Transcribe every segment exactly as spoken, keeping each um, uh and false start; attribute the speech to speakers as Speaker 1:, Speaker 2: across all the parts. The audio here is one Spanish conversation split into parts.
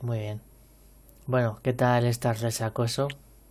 Speaker 1: Muy bien. Bueno, ¿qué tal estás, resacoso?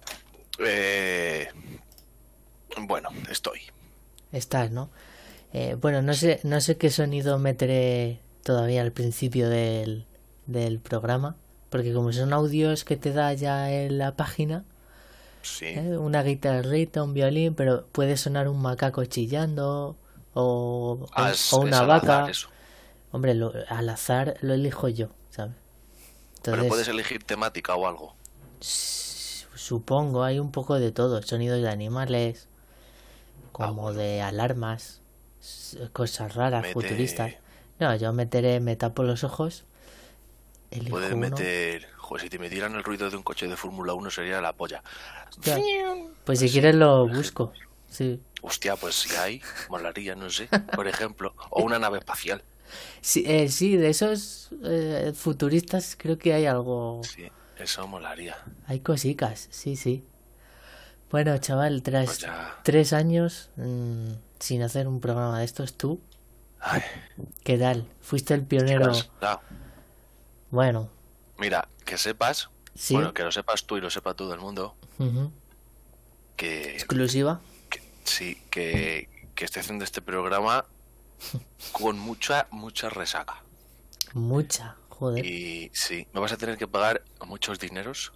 Speaker 2: Eh, bueno, estoy.
Speaker 1: Estás, ¿no? Eh, bueno, no sé, no sé qué sonido meteré todavía al principio del, del programa, porque como son audios que te da ya en la página,
Speaker 2: Sí.
Speaker 1: ¿eh? Una guitarrita, un violín, pero puede sonar un macaco chillando o,
Speaker 2: Ah,
Speaker 1: o- o
Speaker 2: es,
Speaker 1: una
Speaker 2: es al azar
Speaker 1: vaca.
Speaker 2: eso.
Speaker 1: Hombre, lo- al azar lo elijo yo, ¿sabes?
Speaker 2: Pero puedes
Speaker 1: Entonces,
Speaker 2: elegir temática o algo.
Speaker 1: s- supongo hay un poco de todo, sonidos de animales,
Speaker 2: Ah,
Speaker 1: como
Speaker 2: bueno.
Speaker 1: de alarmas, s- cosas raras, futuristas.
Speaker 2: Mete.
Speaker 1: No, yo meteré, me tapo los ojos, elijo
Speaker 2: Puedes
Speaker 1: uno.
Speaker 2: meter. Joder, si te metieran el ruido de un coche de Fórmula uno sería la polla.
Speaker 1: Hostia, pues si
Speaker 2: Así,
Speaker 1: quieres lo
Speaker 2: por ejemplo.
Speaker 1: busco. Sí,
Speaker 2: Hostia, pues si hay, molaría, no sé. Por ejemplo. O una nave espacial.
Speaker 1: sí, eh, sí, de esos eh, futuristas creo que hay algo,
Speaker 2: Sí, eso molaría.
Speaker 1: hay cosicas, sí, sí. Bueno, chaval,
Speaker 2: Pues
Speaker 1: tras
Speaker 2: ya.
Speaker 1: tres años mm, sin hacer un programa de estos, ¿tú
Speaker 2: Ay,
Speaker 1: qué tal? Fuiste el
Speaker 2: estoy
Speaker 1: pionero.
Speaker 2: cansado.
Speaker 1: Bueno,
Speaker 2: Mira, que sepas.
Speaker 1: sí,
Speaker 2: Bueno, que lo sepas tú y lo sepa todo el mundo.
Speaker 1: ujú,
Speaker 2: Que
Speaker 1: exclusiva,
Speaker 2: sí, que, que estoy haciendo este programa con mucha, mucha resaca.
Speaker 1: mucha, joder.
Speaker 2: Y sí, me vas a tener que pagar muchos dineros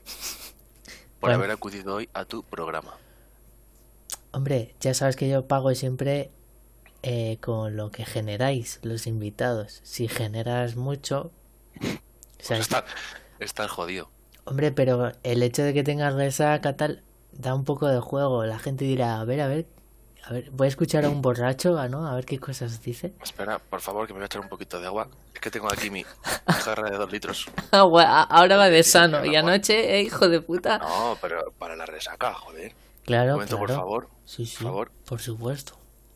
Speaker 2: por
Speaker 1: Bueno,
Speaker 2: haber acudido hoy a tu programa.
Speaker 1: hombre, ya sabes que yo pago siempre eh, con lo que generáis los invitados. Si generas mucho, o
Speaker 2: Pues
Speaker 1: sea,
Speaker 2: está, estás jodido.
Speaker 1: hombre, pero el hecho de que tengas resaca tal da un poco de juego. La gente dirá, a ver, a ver, a ver, voy a escuchar a un borracho, ¿no? A ver qué cosas dice.
Speaker 2: Espera, por favor, que me voy a echar un poquito de agua. Es que tengo aquí mi, mi jarra de dos litros.
Speaker 1: Agua, a- ahora va
Speaker 2: Porque
Speaker 1: de
Speaker 2: necesito
Speaker 1: sano.
Speaker 2: el
Speaker 1: Y
Speaker 2: agua.
Speaker 1: anoche, eh, hijo de puta.
Speaker 2: No, pero para la resaca, joder. Un
Speaker 1: Claro,
Speaker 2: momento, por
Speaker 1: claro.
Speaker 2: favor.
Speaker 1: Sí,
Speaker 2: Por
Speaker 1: sí,
Speaker 2: favor.
Speaker 1: por supuesto.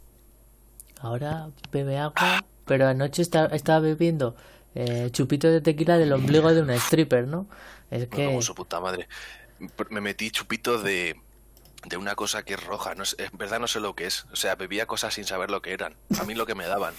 Speaker 1: Ahora bebe agua, pero anoche está- estaba bebiendo eh, chupito de tequila del ombligo de una stripper, ¿no? Es
Speaker 2: Me cago en
Speaker 1: que,
Speaker 2: su puta madre. Me metí chupito de, de una cosa que es roja. No sé, en verdad no sé lo que es. O sea, bebía cosas sin saber lo que eran. A mí lo que me daban.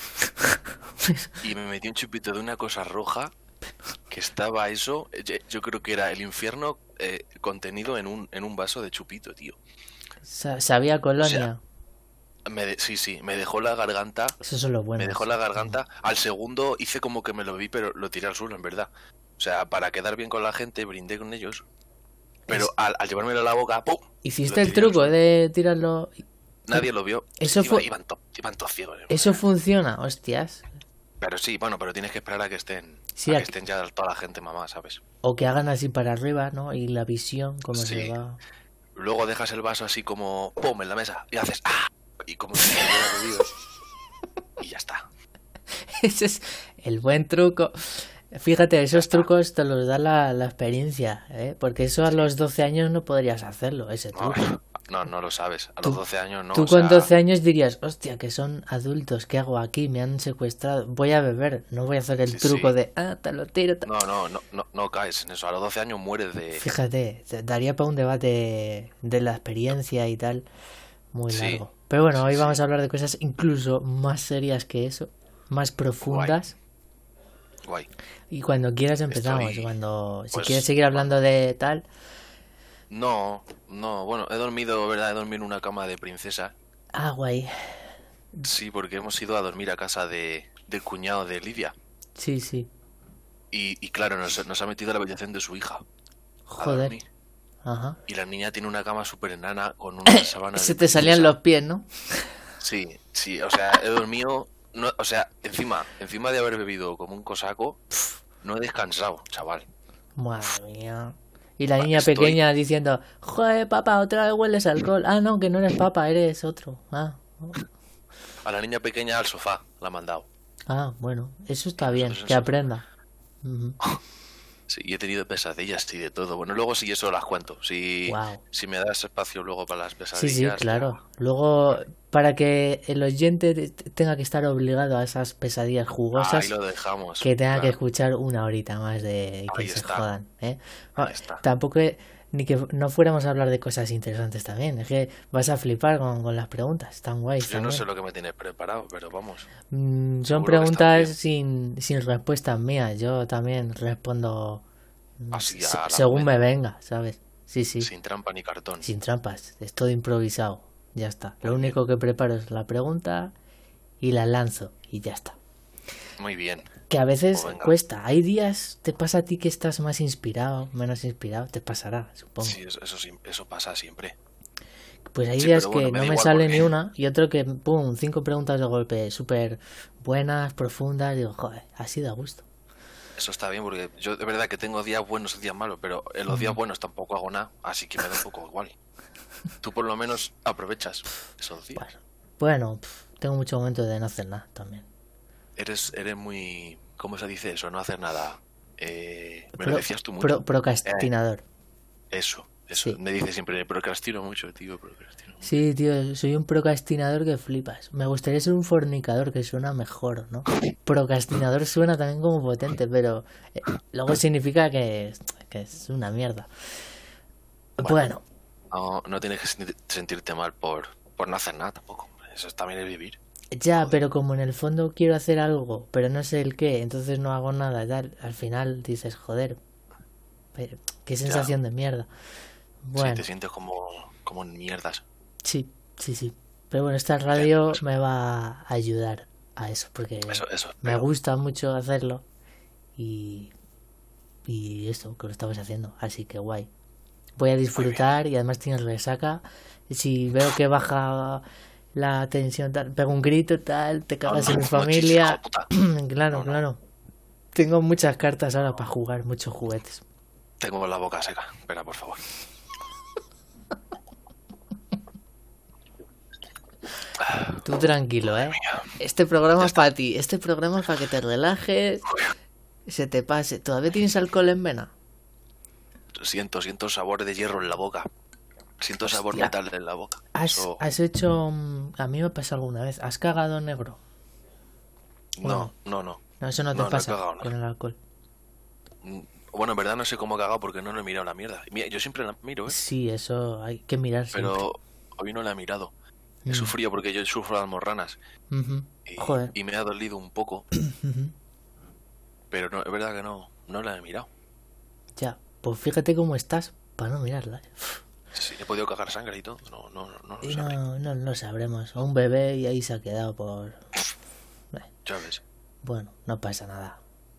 Speaker 2: Y me metí un chupito de una cosa roja que estaba eso. Yo, yo creo que era el infierno eh, contenido en un, en un vaso de chupito, tío.
Speaker 1: sa- sabía
Speaker 2: O sea,
Speaker 1: colonia.
Speaker 2: me de- sí, sí, me dejó la garganta.
Speaker 1: Esos son los
Speaker 2: Me dejó
Speaker 1: buenos.
Speaker 2: la garganta. Al segundo hice como que me lo vi, pero lo tiré al suelo, en verdad. O sea, para quedar bien con la gente, brindé con ellos. Pero
Speaker 1: Es-
Speaker 2: al, al llevármelo a la boca, ¡pum! Lo
Speaker 1: hiciste el
Speaker 2: tiré al
Speaker 1: truco
Speaker 2: suelo.
Speaker 1: de tirarlo. Eh,
Speaker 2: Nadie lo vio.
Speaker 1: Eso
Speaker 2: Iba,
Speaker 1: fue,
Speaker 2: iban, to- iban todos ciegos.
Speaker 1: eso funciona, hostias.
Speaker 2: Pero sí, bueno, pero tienes que esperar a que estén,
Speaker 1: Sí,
Speaker 2: a que
Speaker 1: a que-
Speaker 2: estén ya toda la gente mamá, ¿sabes?
Speaker 1: o que hagan así para arriba, ¿no? Y la visión, cómo se
Speaker 2: Sí.
Speaker 1: va.
Speaker 2: Luego dejas el vaso así como ¡pum! En la mesa y haces ¡ah! Y como si te hubiera bebido. Y ya está,
Speaker 1: Ese es el buen truco. Fíjate,
Speaker 2: ya
Speaker 1: esos
Speaker 2: está.
Speaker 1: trucos te los da la, la experiencia, ¿eh? Porque eso a
Speaker 2: Sí.
Speaker 1: los doce años no podrías hacerlo, ese
Speaker 2: No,
Speaker 1: truco.
Speaker 2: no, no lo sabes. A los
Speaker 1: Tú,
Speaker 2: doce años no,
Speaker 1: tú
Speaker 2: o
Speaker 1: con
Speaker 2: sea,
Speaker 1: doce años dirías, hostia, que son adultos, ¿qué hago aquí? Me han secuestrado, voy a beber, no voy a hacer el
Speaker 2: sí,
Speaker 1: truco
Speaker 2: sí.
Speaker 1: de, ah, te lo tiro. ta-".
Speaker 2: No, no, no, no, no caes en eso. A los doce años mueres de...
Speaker 1: Fíjate, te- daría para un debate de la experiencia y tal, muy
Speaker 2: Sí,
Speaker 1: largo. Pero bueno,
Speaker 2: sí,
Speaker 1: hoy vamos
Speaker 2: sí.
Speaker 1: a hablar de cosas incluso más serias que eso, más
Speaker 2: Guay,
Speaker 1: profundas.
Speaker 2: guay.
Speaker 1: Y cuando quieras empezamos,
Speaker 2: Estoy...
Speaker 1: cuando si quieres
Speaker 2: Pues...
Speaker 1: seguir
Speaker 2: va-
Speaker 1: hablando de tal,
Speaker 2: No, no, bueno, he dormido, ¿verdad? He dormido en una cama de princesa.
Speaker 1: ah, guay.
Speaker 2: Sí, porque hemos ido a dormir a casa de, del cuñado de Lidia.
Speaker 1: Sí, sí.
Speaker 2: Y, y claro, nos, nos ha metido a la habitación de su hija a
Speaker 1: Joder.
Speaker 2: dormir.
Speaker 1: Ajá.
Speaker 2: Y la niña tiene una cama súper enana con unas sábanas
Speaker 1: Se
Speaker 2: de
Speaker 1: te salían
Speaker 2: princesa.
Speaker 1: los pies, ¿no?
Speaker 2: Sí, sí, o sea, he dormido, no, o sea, encima, encima de haber bebido como un cosaco, no he descansado, chaval.
Speaker 1: Madre mía. Y la
Speaker 2: Va,
Speaker 1: niña
Speaker 2: Estoy,
Speaker 1: pequeña diciendo, joder, papá, otra vez hueles a alcohol. Ah, no, que no eres papá, eres otro. Ah,
Speaker 2: a la niña pequeña al sofá la han mandado.
Speaker 1: ah, bueno, eso
Speaker 2: Y
Speaker 1: está bien,
Speaker 2: nosotros en el
Speaker 1: que
Speaker 2: sofá.
Speaker 1: aprenda. Ujú.
Speaker 2: Sí, y he tenido pesadillas y de todo. Bueno, luego sí eso las cuento. Si,
Speaker 1: Wow.
Speaker 2: si me das espacio luego para las
Speaker 1: Sí, sí,
Speaker 2: pesadillas, ya.
Speaker 1: claro. Luego,
Speaker 2: Vale.
Speaker 1: para que el oyente te- te- tenga que estar obligado a esas pesadillas
Speaker 2: Ahí
Speaker 1: jugosas,
Speaker 2: lo dejamos,
Speaker 1: que tenga que
Speaker 2: claro.
Speaker 1: escuchar una horita más de que
Speaker 2: Ahí
Speaker 1: se
Speaker 2: está,
Speaker 1: jodan, ¿eh?
Speaker 2: ahí
Speaker 1: Ah,
Speaker 2: está.
Speaker 1: tampoco, ni que no fuéramos a hablar de cosas interesantes también. Es que vas a flipar con, con las preguntas. Están guays
Speaker 2: Yo no
Speaker 1: también.
Speaker 2: sé lo que me tienes preparado, pero vamos.
Speaker 1: Mm, son
Speaker 2: Seguro que está
Speaker 1: preguntas
Speaker 2: bien.
Speaker 1: sin, sin respuestas mías. Yo también respondo mm,
Speaker 2: Así
Speaker 1: se-
Speaker 2: a la
Speaker 1: según me
Speaker 2: momento,
Speaker 1: venga, ¿sabes? Sí, sí.
Speaker 2: sin trampa ni cartón.
Speaker 1: Sin trampas. Es todo improvisado. Ya está. Lo
Speaker 2: Muy bien,
Speaker 1: único que preparo es la pregunta y la lanzo. Y ya está.
Speaker 2: muy bien.
Speaker 1: Que a
Speaker 2: Pues
Speaker 1: veces
Speaker 2: venga.
Speaker 1: cuesta. Hay días, te pasa a ti que estás más inspirado, menos inspirado. Te pasará, supongo.
Speaker 2: Sí, eso, eso, sí- eso pasa siempre.
Speaker 1: Pues hay
Speaker 2: Sí,
Speaker 1: días
Speaker 2: pero bueno,
Speaker 1: que
Speaker 2: me
Speaker 1: no
Speaker 2: da
Speaker 1: me
Speaker 2: igual
Speaker 1: sale ni
Speaker 2: porque
Speaker 1: una y otro que, pum, cinco preguntas de golpe, súper buenas, profundas. Digo, joder, así da gusto.
Speaker 2: eso está bien porque yo de verdad que tengo días buenos y días malos, pero en los días
Speaker 1: Ujú.
Speaker 2: buenos tampoco hago nada, así que me da un poco igual. Tú por lo menos aprovechas esos días.
Speaker 1: Bueno, bueno, pf, tengo muchos momentos de no hacer nada también.
Speaker 2: Eres, eres muy, ¿cómo se dice eso? No hacer nada. Eh, me lo
Speaker 1: Pro,
Speaker 2: decías tú
Speaker 1: pro-
Speaker 2: mucho. Eh,
Speaker 1: procrastinador.
Speaker 2: eso, eso.
Speaker 1: Sí.
Speaker 2: Me dices siempre, procrastino mucho, tío, procrastino mucho.
Speaker 1: Sí, tío, soy un procrastinador que flipas. Me gustaría ser un fornicador que suena mejor, ¿no? Procrastinador suena también como potente, pero eh, luego significa que, que es una mierda.
Speaker 2: Bueno,
Speaker 1: Bueno,
Speaker 2: no, no tienes que senti- sentirte mal por, por no hacer nada tampoco. Eso también es vivir.
Speaker 1: ya,
Speaker 2: Joder,
Speaker 1: pero como en el fondo quiero hacer algo, pero no sé el qué, entonces no hago nada, tal, al final dices, joder, pero qué
Speaker 2: ya.
Speaker 1: sensación de mierda.
Speaker 2: Sí, te
Speaker 1: Bueno,
Speaker 2: sientes como, como en mierdas.
Speaker 1: sí, sí, sí. Pero bueno, esta
Speaker 2: Ya,
Speaker 1: radio
Speaker 2: pues,
Speaker 1: me va a ayudar a eso, porque
Speaker 2: eso, eso
Speaker 1: me
Speaker 2: espero.
Speaker 1: gusta mucho hacerlo y, y esto, que lo estabas haciendo, así que guay. Voy a
Speaker 2: Muy bien.
Speaker 1: disfrutar y además tienes resaca. Si veo que baja la tensión, tal, pego un grito, tal, te
Speaker 2: No,
Speaker 1: cagas
Speaker 2: no,
Speaker 1: en mi
Speaker 2: no chis, hijo de
Speaker 1: familia.
Speaker 2: puta.
Speaker 1: Claro,
Speaker 2: No, no,
Speaker 1: claro. Tengo muchas cartas ahora para
Speaker 2: no.
Speaker 1: jugar, muchos juguetes.
Speaker 2: Tengo la boca seca. Espera, por favor.
Speaker 1: Tú tranquilo,
Speaker 2: Madre
Speaker 1: ¿eh?
Speaker 2: mía.
Speaker 1: Este programa
Speaker 2: Ya
Speaker 1: es
Speaker 2: está.
Speaker 1: para ti. Este programa es para que te relajes, se te pase. ¿Todavía tienes alcohol en vena?
Speaker 2: Siento, siento sabor de hierro en la boca. Siento sabor
Speaker 1: Hostia.
Speaker 2: metal en la boca.
Speaker 1: ¿Has,
Speaker 2: Eso,
Speaker 1: has hecho... mm, A mí me pasa alguna vez. ¿Has cagado negro? ¿O
Speaker 2: no,
Speaker 1: no?
Speaker 2: no, no.
Speaker 1: No, eso no te
Speaker 2: No, no he
Speaker 1: pasa
Speaker 2: cagado
Speaker 1: con
Speaker 2: nada.
Speaker 1: el alcohol.
Speaker 2: Mm, Bueno, en verdad no sé cómo he cagado porque no lo he mirado la mierda. Mira, yo siempre la miro, ¿eh?
Speaker 1: Sí, eso hay que mirar siempre.
Speaker 2: Pero hoy no la he mirado. He
Speaker 1: Mm,
Speaker 2: sufrido porque yo sufro de almorranas
Speaker 1: ujú.
Speaker 2: y,
Speaker 1: Joder.
Speaker 2: y me ha dolido un poco,
Speaker 1: Ujú.
Speaker 2: pero no, es verdad que no, no la he mirado.
Speaker 1: Ya, pues fíjate cómo estás para no mirarla. ¿Eh?
Speaker 2: Sí, he podido cagar sangre y todo. No, no, no, no lo
Speaker 1: Y
Speaker 2: sabré.
Speaker 1: no, no, no sabremos. A un bebé y ahí se ha quedado por... Eh,
Speaker 2: Ya ves.
Speaker 1: Bueno, no pasa nada.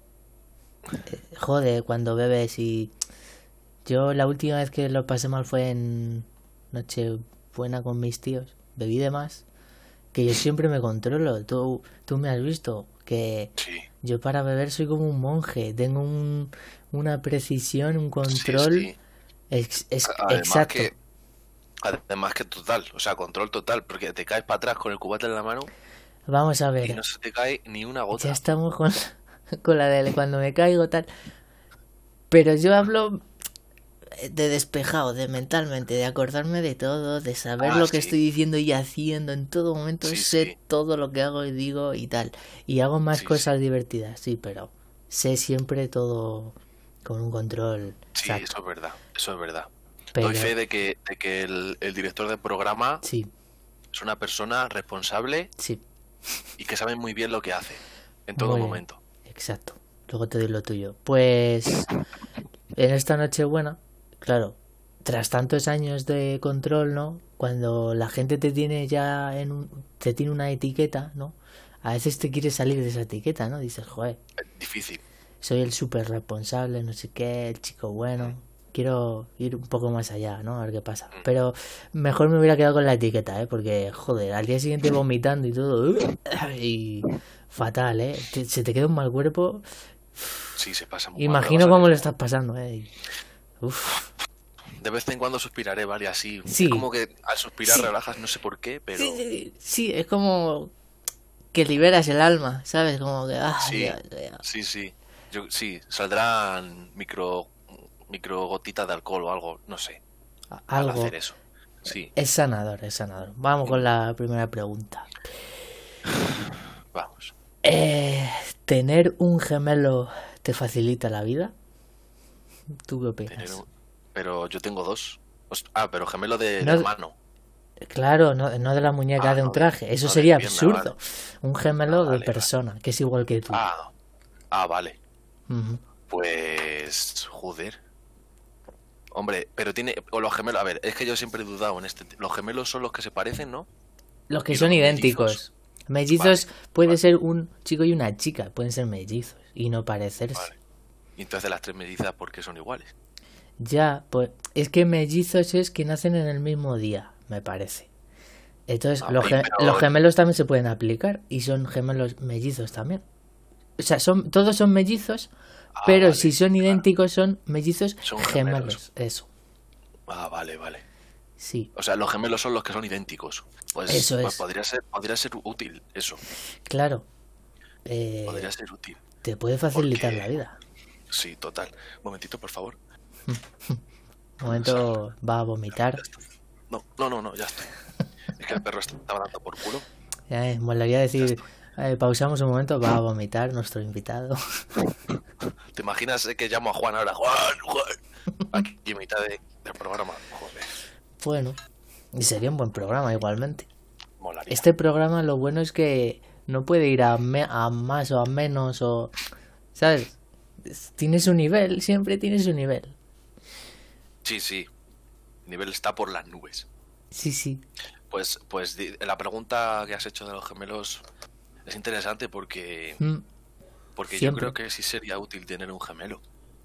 Speaker 1: Eh, Joder, cuando bebes y... Yo la última vez que lo pasé mal fue en Nochebuena con mis tíos. Bebí de más. Que yo siempre me controlo. Tú, tú me has visto que
Speaker 2: Sí,
Speaker 1: yo para beber soy como un monje. Tengo un, una precisión, un
Speaker 2: sí,
Speaker 1: control
Speaker 2: sí.
Speaker 1: ex- ex-
Speaker 2: A- Además
Speaker 1: exacto.
Speaker 2: que, además que total, o sea, control total, porque te caes para atrás con el cubate en la mano
Speaker 1: Vamos a
Speaker 2: y
Speaker 1: ver.
Speaker 2: no se te cae ni una
Speaker 1: Ya
Speaker 2: gota.
Speaker 1: estamos con, con la de cuando me caigo tal. Pero yo hablo de despejado, de mentalmente, de acordarme de todo, de saber
Speaker 2: Ah,
Speaker 1: lo que
Speaker 2: sí,
Speaker 1: estoy diciendo y haciendo. En todo momento
Speaker 2: sí,
Speaker 1: sé
Speaker 2: sí,
Speaker 1: todo lo que hago y digo y tal. Y hago más
Speaker 2: sí, sí,
Speaker 1: cosas divertidas, sí, pero sé siempre todo con un control
Speaker 2: sí,
Speaker 1: exacto.
Speaker 2: eso es verdad, eso es verdad.
Speaker 1: Pero
Speaker 2: Doy fe de que, de que el, el director del programa
Speaker 1: sí,
Speaker 2: es una persona responsable
Speaker 1: sí,
Speaker 2: y que sabe muy bien lo que hace en todo
Speaker 1: muy bien,
Speaker 2: momento.
Speaker 1: exacto. Luego te doy lo tuyo. Pues en esta noche buena, claro, tras tantos años de control, ¿no? Cuando la gente te tiene ya en un, te tiene una etiqueta, ¿no? A veces te quieres salir de esa etiqueta, ¿no? Dices, joder,
Speaker 2: Es difícil.
Speaker 1: soy el súper responsable, no sé qué, el chico bueno. Quiero ir un poco más allá, ¿no? A ver qué pasa. Pero mejor me hubiera quedado con la etiqueta, ¿eh? Porque, joder, al día siguiente vomitando y todo. Y fatal, ¿eh? Te- se te queda un mal cuerpo.
Speaker 2: Sí, se pasa muy mal, me
Speaker 1: Imagino
Speaker 2: vas a
Speaker 1: cómo lo
Speaker 2: ver.
Speaker 1: estás pasando, ¿eh? Y- Uf.
Speaker 2: De vez en cuando suspiraré, ¿vale? Así. Es
Speaker 1: Sí,
Speaker 2: como que al suspirar
Speaker 1: sí,
Speaker 2: relajas, no sé por qué,
Speaker 1: sí,
Speaker 2: pero
Speaker 1: sí, sí, es como que liberas el alma, ¿sabes? Como que, ah,
Speaker 2: sí,
Speaker 1: ya, ya.
Speaker 2: sí, sí. Yo, sí, saldrán micro, micro gotitas de alcohol o algo, no sé, al
Speaker 1: Algo.
Speaker 2: hacer eso. Sí,
Speaker 1: Es sanador, es sanador. Vamos con la primera pregunta.
Speaker 2: vamos.
Speaker 1: Eh, ¿tener un gemelo te facilita la vida? ¿Tú qué
Speaker 2: Tener
Speaker 1: opinas?
Speaker 2: un, Pero yo tengo dos. Os- Ah, pero gemelo de, de
Speaker 1: No,
Speaker 2: hermano.
Speaker 1: claro, no, no de la muñeca
Speaker 2: Ah,
Speaker 1: de un
Speaker 2: no de,
Speaker 1: traje. Eso
Speaker 2: no de
Speaker 1: sería
Speaker 2: pierna, vale.
Speaker 1: absurdo. Un
Speaker 2: Ah,
Speaker 1: gemelo de
Speaker 2: vale, vale.
Speaker 1: persona, que es igual que tú.
Speaker 2: Ah, ah, vale.
Speaker 1: Ujú.
Speaker 2: Pues, joder. Hombre, pero tiene, o los gemelos, a ver, es que yo siempre he dudado en este, los gemelos son los que se parecen, ¿no?
Speaker 1: Los que
Speaker 2: Y
Speaker 1: son
Speaker 2: los
Speaker 1: idénticos.
Speaker 2: mellizos.
Speaker 1: Mellizos
Speaker 2: Vale,
Speaker 1: puede
Speaker 2: vale,
Speaker 1: ser un chico y una chica, pueden ser mellizos y no parecerse.
Speaker 2: vale. Y entonces las tres mellizas, ¿por qué son iguales?
Speaker 1: Ya, pues es que mellizos es que nacen en el mismo día, me parece. Entonces,
Speaker 2: Ah,
Speaker 1: los,
Speaker 2: y-
Speaker 1: ge- los
Speaker 2: pero,
Speaker 1: gemelos también se pueden aplicar y son gemelos mellizos también. O sea, son, todos son mellizos,
Speaker 2: ah,
Speaker 1: pero si
Speaker 2: vale,
Speaker 1: son
Speaker 2: claro,
Speaker 1: idénticos son mellizos
Speaker 2: son gemelos.
Speaker 1: gemelos. Eso,
Speaker 2: Ah, vale, vale.
Speaker 1: sí,
Speaker 2: O sea, los gemelos son los que son idénticos. Pues,
Speaker 1: eso
Speaker 2: pues
Speaker 1: es.
Speaker 2: podría ser, podría ser útil eso,
Speaker 1: Claro, eh,
Speaker 2: podría ser útil.
Speaker 1: te puede facilitar la
Speaker 2: Porque,
Speaker 1: vida.
Speaker 2: sí, total. Un momentito, por favor.
Speaker 1: Un
Speaker 2: O sea,
Speaker 1: momento va a
Speaker 2: ya
Speaker 1: vomitar.
Speaker 2: está. No, no, no, no, ya estoy. Es que el perro estaba dando por culo.
Speaker 1: Eh, molaría
Speaker 2: Ya
Speaker 1: decir,
Speaker 2: estoy.
Speaker 1: eh, pausamos un momento, va a vomitar nuestro invitado.
Speaker 2: ¿Te imaginas que llamo a Juan ahora? Juan, Juan. Aquí en mitad de, del programa. Joder,
Speaker 1: Bueno, y sería un buen programa igualmente.
Speaker 2: molaría.
Speaker 1: Este programa lo bueno es que no puede ir a, me- a más o a menos o... ¿Sabes? Es- Tiene su nivel, siempre tiene su nivel.
Speaker 2: Sí, sí. El nivel está por las nubes.
Speaker 1: Sí, sí.
Speaker 2: Pues, pues di- la pregunta que has hecho de los gemelos es interesante porque,
Speaker 1: Mm,
Speaker 2: porque yo
Speaker 1: siempre.
Speaker 2: creo que sí sería útil tener un gemelo.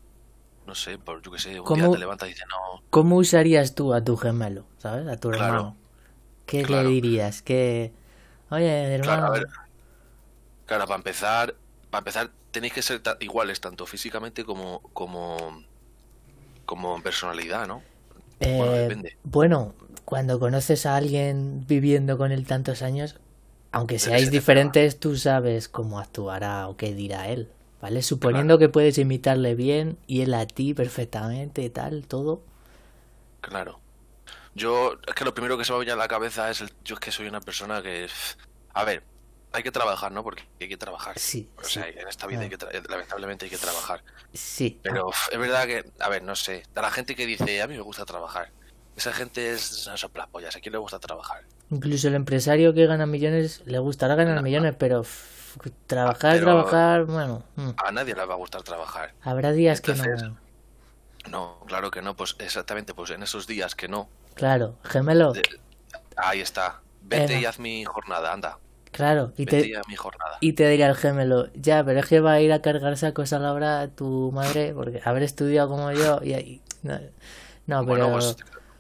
Speaker 2: No sé, por yo que sé, un día
Speaker 1: ¿Cómo,
Speaker 2: te levantas y dices, no,
Speaker 1: cómo usarías tú a tu gemelo? ¿Sabes? A tu
Speaker 2: claro,
Speaker 1: hermano. ¿Qué le
Speaker 2: claro,
Speaker 1: dirías? Que, oye,
Speaker 2: claro, a ver,
Speaker 1: hermano,
Speaker 2: claro, para empezar, para empezar tenéis que ser ta- iguales tanto físicamente como, como, como en personalidad, ¿no? Bueno,
Speaker 1: eh,
Speaker 2: depende.
Speaker 1: bueno, cuando conoces a alguien viviendo con él tantos años, aunque
Speaker 2: Debe
Speaker 1: seáis
Speaker 2: ser verdad.
Speaker 1: diferentes, tú sabes cómo actuará o qué dirá él, ¿vale? Suponiendo
Speaker 2: Claro,
Speaker 1: que puedes imitarle bien y él a ti perfectamente y tal, todo.
Speaker 2: claro. Yo, es que lo primero que se me viene a la cabeza es el, yo es que soy una persona que, a ver, hay que trabajar, ¿no? Porque hay que trabajar.
Speaker 1: Sí,
Speaker 2: O sea,
Speaker 1: sí,
Speaker 2: en esta vida hay
Speaker 1: ah,
Speaker 2: que, tra- lamentablemente hay que trabajar.
Speaker 1: sí. ah,
Speaker 2: Pero uf, es verdad que, a ver, no sé, a la gente que dice, a mí me gusta trabajar, esa gente es una soplapollas, ¿a quién le gusta trabajar?
Speaker 1: Incluso el empresario que gana millones le gustará ganar
Speaker 2: Na-
Speaker 1: millones, pero f-
Speaker 2: ah,
Speaker 1: trabajar,
Speaker 2: pero
Speaker 1: trabajar, bueno, mm,
Speaker 2: a nadie le va a gustar trabajar.
Speaker 1: habrá días que
Speaker 2: Entonces,
Speaker 1: no.
Speaker 2: no, claro que no, pues exactamente, pues en esos días que no,
Speaker 1: Claro, gemelo,
Speaker 2: de- ahí está, vete y
Speaker 1: era,
Speaker 2: haz mi jornada, anda,
Speaker 1: claro, y
Speaker 2: vete
Speaker 1: te,
Speaker 2: y haz mi jornada.
Speaker 1: y te diría el gemelo, ya, pero es que va a ir a cargar sacos a la hora tu madre, porque haber estudiado como yo, y ahí, no, no,
Speaker 2: Bueno,
Speaker 1: pero,
Speaker 2: pues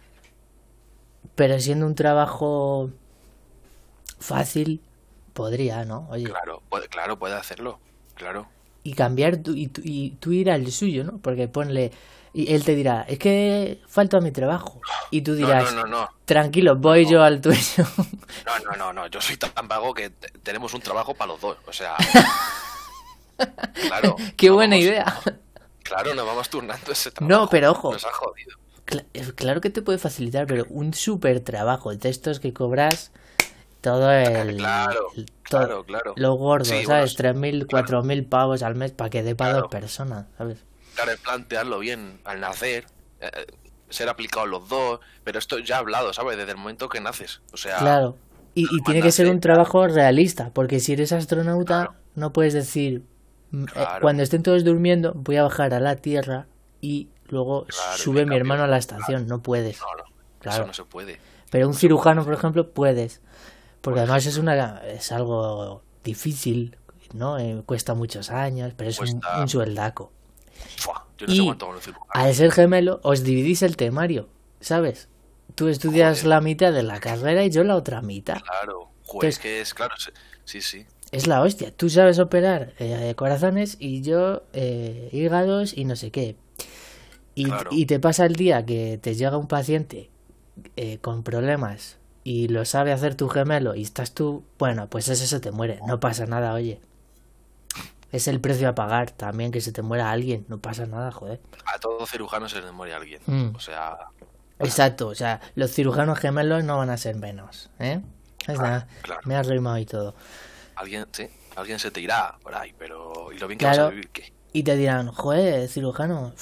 Speaker 1: pero siendo un trabajo fácil, podría, ¿no? Oye,
Speaker 2: claro, puede, claro, puede hacerlo, claro.
Speaker 1: y cambiar tu, y, tu- y tú ir al suyo, ¿no? Porque ponle, y él te dirá, es que falto a mi trabajo, y tú
Speaker 2: No, no,
Speaker 1: dirás,
Speaker 2: no, no,
Speaker 1: tranquilo, voy yo
Speaker 2: no,
Speaker 1: al tuyo.
Speaker 2: no, no, no, no, yo soy tan vago que te- tenemos un trabajo para los dos, o sea, claro,
Speaker 1: Qué
Speaker 2: nos
Speaker 1: buena
Speaker 2: vamos,
Speaker 1: idea.
Speaker 2: nos- claro, nos vamos turnando ese
Speaker 1: No,
Speaker 2: trabajo,
Speaker 1: pero ojo,
Speaker 2: nos ha jodido.
Speaker 1: cla- eh, claro que te puede facilitar, pero un súper trabajo de estos que cobras todo
Speaker 2: Eh,
Speaker 1: el,
Speaker 2: Claro,
Speaker 1: el- todo
Speaker 2: claro, claro.
Speaker 1: lo gordo,
Speaker 2: Sí, bueno,
Speaker 1: ¿sabes?
Speaker 2: s-
Speaker 1: Tres mil,
Speaker 2: claro,
Speaker 1: cuatro mil pavos al mes para que dé para dos
Speaker 2: claro.
Speaker 1: personas, ¿sabes?
Speaker 2: Claro, es plantearlo bien al nacer, eh, eh, ser aplicado los dos, pero esto ya he hablado, ¿sabes? Desde el momento que naces. O sea,
Speaker 1: Claro. Y, y
Speaker 2: nada más
Speaker 1: tiene que ser
Speaker 2: nacer,
Speaker 1: un
Speaker 2: ya,
Speaker 1: trabajo realista, porque si eres astronauta,
Speaker 2: claro,
Speaker 1: no puedes decir, "Mm, eh,
Speaker 2: claro,
Speaker 1: cuando estén todos durmiendo, voy a bajar a la Tierra y luego
Speaker 2: claro, y
Speaker 1: sube
Speaker 2: me
Speaker 1: mi
Speaker 2: cambio.
Speaker 1: hermano a la
Speaker 2: Claro,
Speaker 1: estación. No puedes,
Speaker 2: no, no, eso
Speaker 1: claro.
Speaker 2: no se puede,
Speaker 1: Pero un
Speaker 2: no se puede.
Speaker 1: cirujano, por ejemplo, puedes. Porque
Speaker 2: Por
Speaker 1: además es
Speaker 2: ejemplo,
Speaker 1: una es algo difícil, ¿no? Eh, cuesta muchos años, pero es un, un
Speaker 2: cuesta,
Speaker 1: sueldaco.
Speaker 2: ¡fua! Yo no sé
Speaker 1: Y
Speaker 2: cuánto con un cirujano.
Speaker 1: al ser gemelo, os dividís el temario, ¿sabes? Tú estudias
Speaker 2: Joder,
Speaker 1: la mitad de la carrera y yo la otra mitad.
Speaker 2: claro, joder, es
Speaker 1: Entonces,
Speaker 2: que es, claro, sí, sí, sí,
Speaker 1: es la hostia. Tú sabes operar eh, corazones y yo eh, hígados y no sé qué. Y,
Speaker 2: claro,
Speaker 1: y te pasa el día que te llega un paciente eh, con problemas y lo sabe hacer tu gemelo y estás tú, bueno, pues ese se te muere. No pasa nada, oye. Es el precio a pagar también que se te muera alguien. No pasa nada, joder.
Speaker 2: a todo cirujano se le muere alguien.
Speaker 1: Mm,
Speaker 2: O sea,
Speaker 1: exacto. O sea, los cirujanos gemelos no van a ser menos, ¿eh? Es
Speaker 2: claro,
Speaker 1: nada.
Speaker 2: claro.
Speaker 1: Me has rimado y todo.
Speaker 2: Alguien, sí, alguien se te irá por ahí, pero ¿y lo bien que vas a
Speaker 1: Claro.
Speaker 2: vivir qué?
Speaker 1: Y te dirán, joder, cirujano, uf,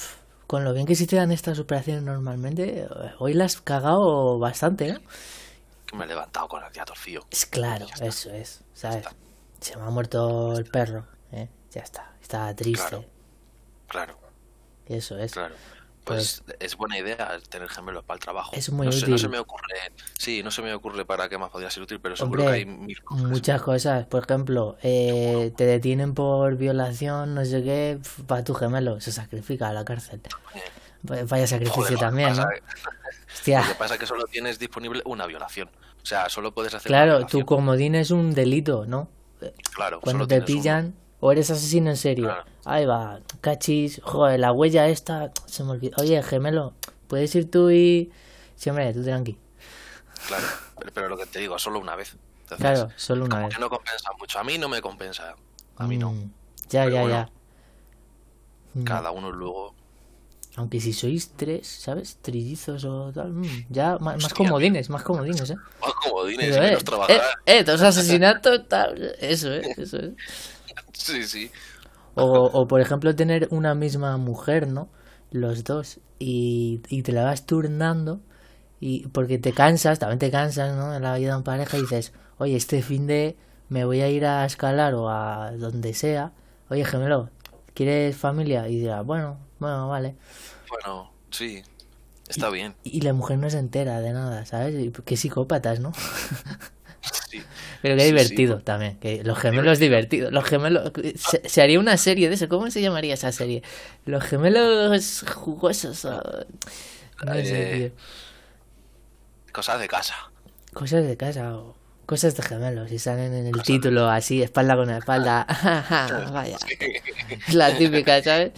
Speaker 1: con lo bien que sí te dan estas operaciones normalmente, hoy la has cagado bastante, ¿eh?
Speaker 2: Que me he levantado con el día torcido.
Speaker 1: Es claro, eso es, ¿sabes? Se me ha muerto el perro, ¿eh? Ya está, está triste.
Speaker 2: Claro, claro.
Speaker 1: Eso es.
Speaker 2: Claro. Pues, pues es buena idea tener gemelos para el trabajo.
Speaker 1: Es muy
Speaker 2: no
Speaker 1: útil.
Speaker 2: Sé, no se me ocurre, sí, no se me ocurre para qué más podría ser útil, pero seguro
Speaker 1: Hombre,
Speaker 2: que hay mil cosas.
Speaker 1: Muchas cosas. Por ejemplo, eh, te detienen por violación, no sé qué, para tu gemelo, se sacrifica a la cárcel. Vaya sacrificio
Speaker 2: Joder,
Speaker 1: también, ¿no?
Speaker 2: Que...
Speaker 1: Hostia.
Speaker 2: Lo que pasa es que solo tienes disponible una violación. O sea, solo puedes hacer
Speaker 1: claro,
Speaker 2: una violación.
Speaker 1: Tu comodín es un delito, ¿no?
Speaker 2: Claro.
Speaker 1: Cuando te pillan, uno. O eres asesino en serio. Claro. Ahí va, cachis, joder, la huella esta, se me olvidó. Oye, gemelo, ¿puedes ir tú y...? Sí, hombre, tú tranqui.
Speaker 2: Claro, pero, pero lo que te digo, solo una vez. Entonces,
Speaker 1: claro, solo una
Speaker 2: como
Speaker 1: vez.
Speaker 2: Que no compensa mucho. A mí no me compensa. A mí
Speaker 1: mm,
Speaker 2: no.
Speaker 1: Ya,
Speaker 2: pero
Speaker 1: ya,
Speaker 2: bueno,
Speaker 1: ya.
Speaker 2: Cada uno luego...
Speaker 1: Aunque si sois tres, ¿sabes? Trillizos o tal, mmm, ya más, más comodines, más comodines, ¿eh?
Speaker 2: Más comodines,
Speaker 1: Pero,
Speaker 2: y
Speaker 1: eh,
Speaker 2: menos trabajar.
Speaker 1: Eh, eh, dos asesinatos, tal, eso es, eso es.
Speaker 2: Sí, sí.
Speaker 1: O, o por ejemplo tener una misma mujer, ¿no? Los dos, y, y te la vas turnando, y porque te cansas, también te cansas, ¿no? En la vida en pareja y dices, oye, este fin de me voy a ir a escalar o a donde sea, oye, gemelo, ¿quieres familia? Y dirá, bueno, bueno, vale.
Speaker 2: Bueno, sí, está
Speaker 1: y,
Speaker 2: bien.
Speaker 1: Y la mujer no se entera de nada, ¿sabes? Qué psicópatas, ¿no?
Speaker 2: Sí.
Speaker 1: Pero qué
Speaker 2: sí,
Speaker 1: divertido
Speaker 2: sí.
Speaker 1: también, que los gemelos divertidos, los gemelos, se, se haría una serie de eso, ¿cómo se llamaría esa serie? Los gemelos jugosos, o... no
Speaker 2: eh,
Speaker 1: sé, tío.
Speaker 2: Cosas de casa.
Speaker 1: Cosas de casa o cosas de gemelos y salen en el cosas título de... así, espalda con espalda, vaya, sí. Es la típica, ¿sabes?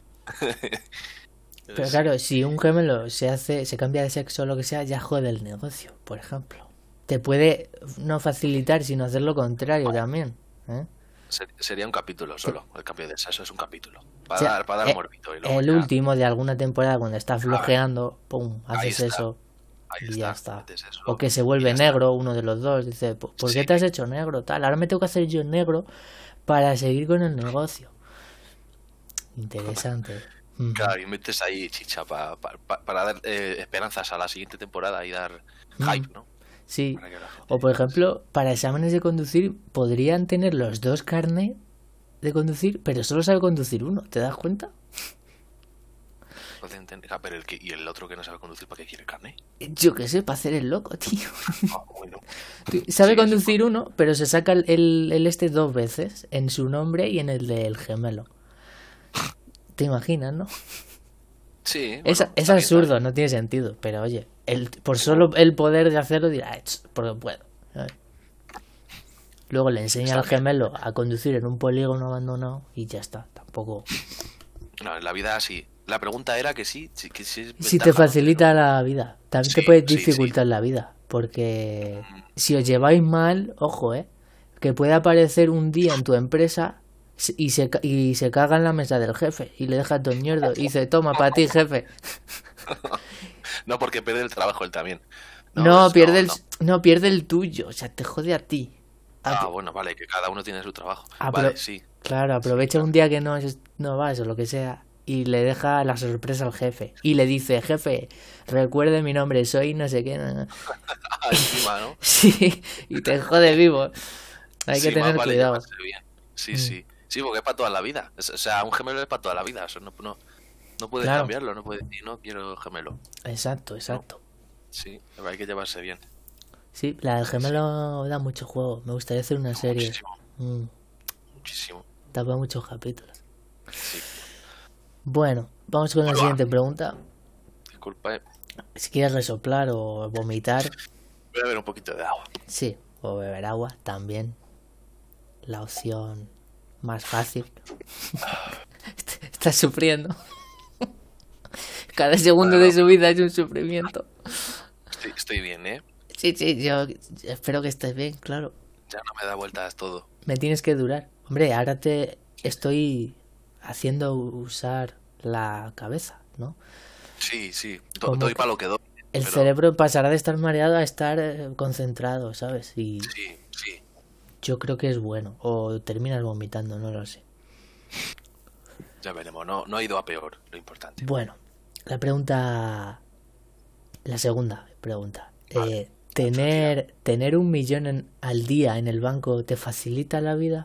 Speaker 1: Pero sí. Claro, si un gemelo se hace, se cambia de sexo o lo que sea, ya jode el negocio, por ejemplo. Te puede no facilitar, sino hacer lo contrario también, ¿eh?
Speaker 2: Sería un capítulo solo, el cambio de sexo es un capítulo. Para
Speaker 1: o sea,
Speaker 2: dar, para dar
Speaker 1: eh,
Speaker 2: morbito. Y luego
Speaker 1: el
Speaker 2: ya...
Speaker 1: último de alguna temporada, cuando está flojeando, pum, haces eso
Speaker 2: Ahí
Speaker 1: y
Speaker 2: está,
Speaker 1: ya está.
Speaker 2: Eso,
Speaker 1: o que se vuelve negro, uno de los dos, dice, ¿por qué sí. te has hecho negro? Tal, ahora me tengo que hacer yo negro para seguir con el negocio. Interesante.
Speaker 2: Claro, y metes ahí chicha pa, pa, pa, para dar eh, esperanzas a la siguiente temporada y dar hype, ¿no?
Speaker 1: Sí, o por ejemplo, para exámenes de conducir podrían tener los dos carnet de conducir, pero solo sabe conducir uno, ¿te das cuenta?
Speaker 2: Ah, pero el que, ¿y el otro que no sabe conducir para qué quiere carnet?
Speaker 1: Yo qué sé, para hacer el loco, tío.
Speaker 2: Oh, bueno.
Speaker 1: Sabe
Speaker 2: sí,
Speaker 1: conducir uno, pero se saca el, el, el este dos veces, en su nombre y en el del gemelo. ¿Te imaginas, no?
Speaker 2: Sí. Bueno,
Speaker 1: es es absurdo, bien, no tiene sentido, pero oye, el, por solo el poder de hacerlo dirá, porque puedo. ¿Sabes? Luego le enseña al gemelo a conducir en un polígono abandonado y ya está, tampoco.
Speaker 2: No, en la vida sí. La pregunta era que sí, sí que sí.
Speaker 1: Si te facilita pero... la vida, también sí, te puede dificultar
Speaker 2: sí, sí.
Speaker 1: la vida, porque mm. si os lleváis mal, ojo, eh, que puede aparecer un día en tu empresa y se y se caga en la mesa del jefe y le deja todo mierdo y dice, toma para ti, jefe.
Speaker 2: No, porque pierde el trabajo él también.
Speaker 1: No, no, pierde no, el, no. no pierde el tuyo, o sea, te jode a ti.
Speaker 2: A ah, ti. Bueno, vale, que cada uno tiene su trabajo.
Speaker 1: Apro
Speaker 2: vale, sí.
Speaker 1: Claro, aprovecha sí, claro. un día que no, es, no vas o lo que sea y le deja la sorpresa al jefe y le dice, jefe, recuerde mi nombre, soy no sé qué. No, no.
Speaker 2: Encima, ¿no?
Speaker 1: Sí, y te jode vivo. Hay
Speaker 2: sí,
Speaker 1: que tener
Speaker 2: vale,
Speaker 1: cuidado.
Speaker 2: Bien. Sí, mm. sí. Sí, porque es para toda la vida. O sea, un gemelo es para toda la vida. Eso no, no, no puedes claro. cambiarlo, no puedes decir, no quiero gemelo.
Speaker 1: Exacto, exacto.
Speaker 2: No. Sí, pero hay que llevarse bien.
Speaker 1: Sí, la del gemelo sí. da mucho juego. Me gustaría hacer una serie.
Speaker 2: Muchísimo.
Speaker 1: Mm.
Speaker 2: Muchísimo.
Speaker 1: Da para muchos capítulos.
Speaker 2: Sí.
Speaker 1: Bueno, vamos con la Hola. siguiente pregunta.
Speaker 2: Disculpa. Eh.
Speaker 1: Si quieres resoplar o vomitar.
Speaker 2: Voy a beber un poquito de agua.
Speaker 1: Sí, o beber agua también. La opción más fácil. Estás sufriendo. Cada segundo bueno, de su vida es un sufrimiento.
Speaker 2: Estoy, estoy bien, ¿eh?
Speaker 1: Sí, sí, yo espero que estés bien, claro.
Speaker 2: Ya no me da vueltas todo.
Speaker 1: Me tienes que durar. Hombre, ahora te estoy haciendo usar la cabeza, ¿no?
Speaker 2: Sí, sí. Do, doy para lo que doy.
Speaker 1: El
Speaker 2: pero...
Speaker 1: cerebro pasará de estar mareado a estar concentrado, ¿sabes? Y
Speaker 2: sí, sí.
Speaker 1: Yo creo que es bueno. O terminas vomitando, no lo sé.
Speaker 2: ya veremos. No, no ha ido a peor, lo importante.
Speaker 1: Bueno, la pregunta... La segunda pregunta.
Speaker 2: Vale.
Speaker 1: Eh, ¿tener, ¿Tener un millón en- al día en el banco te facilita la vida?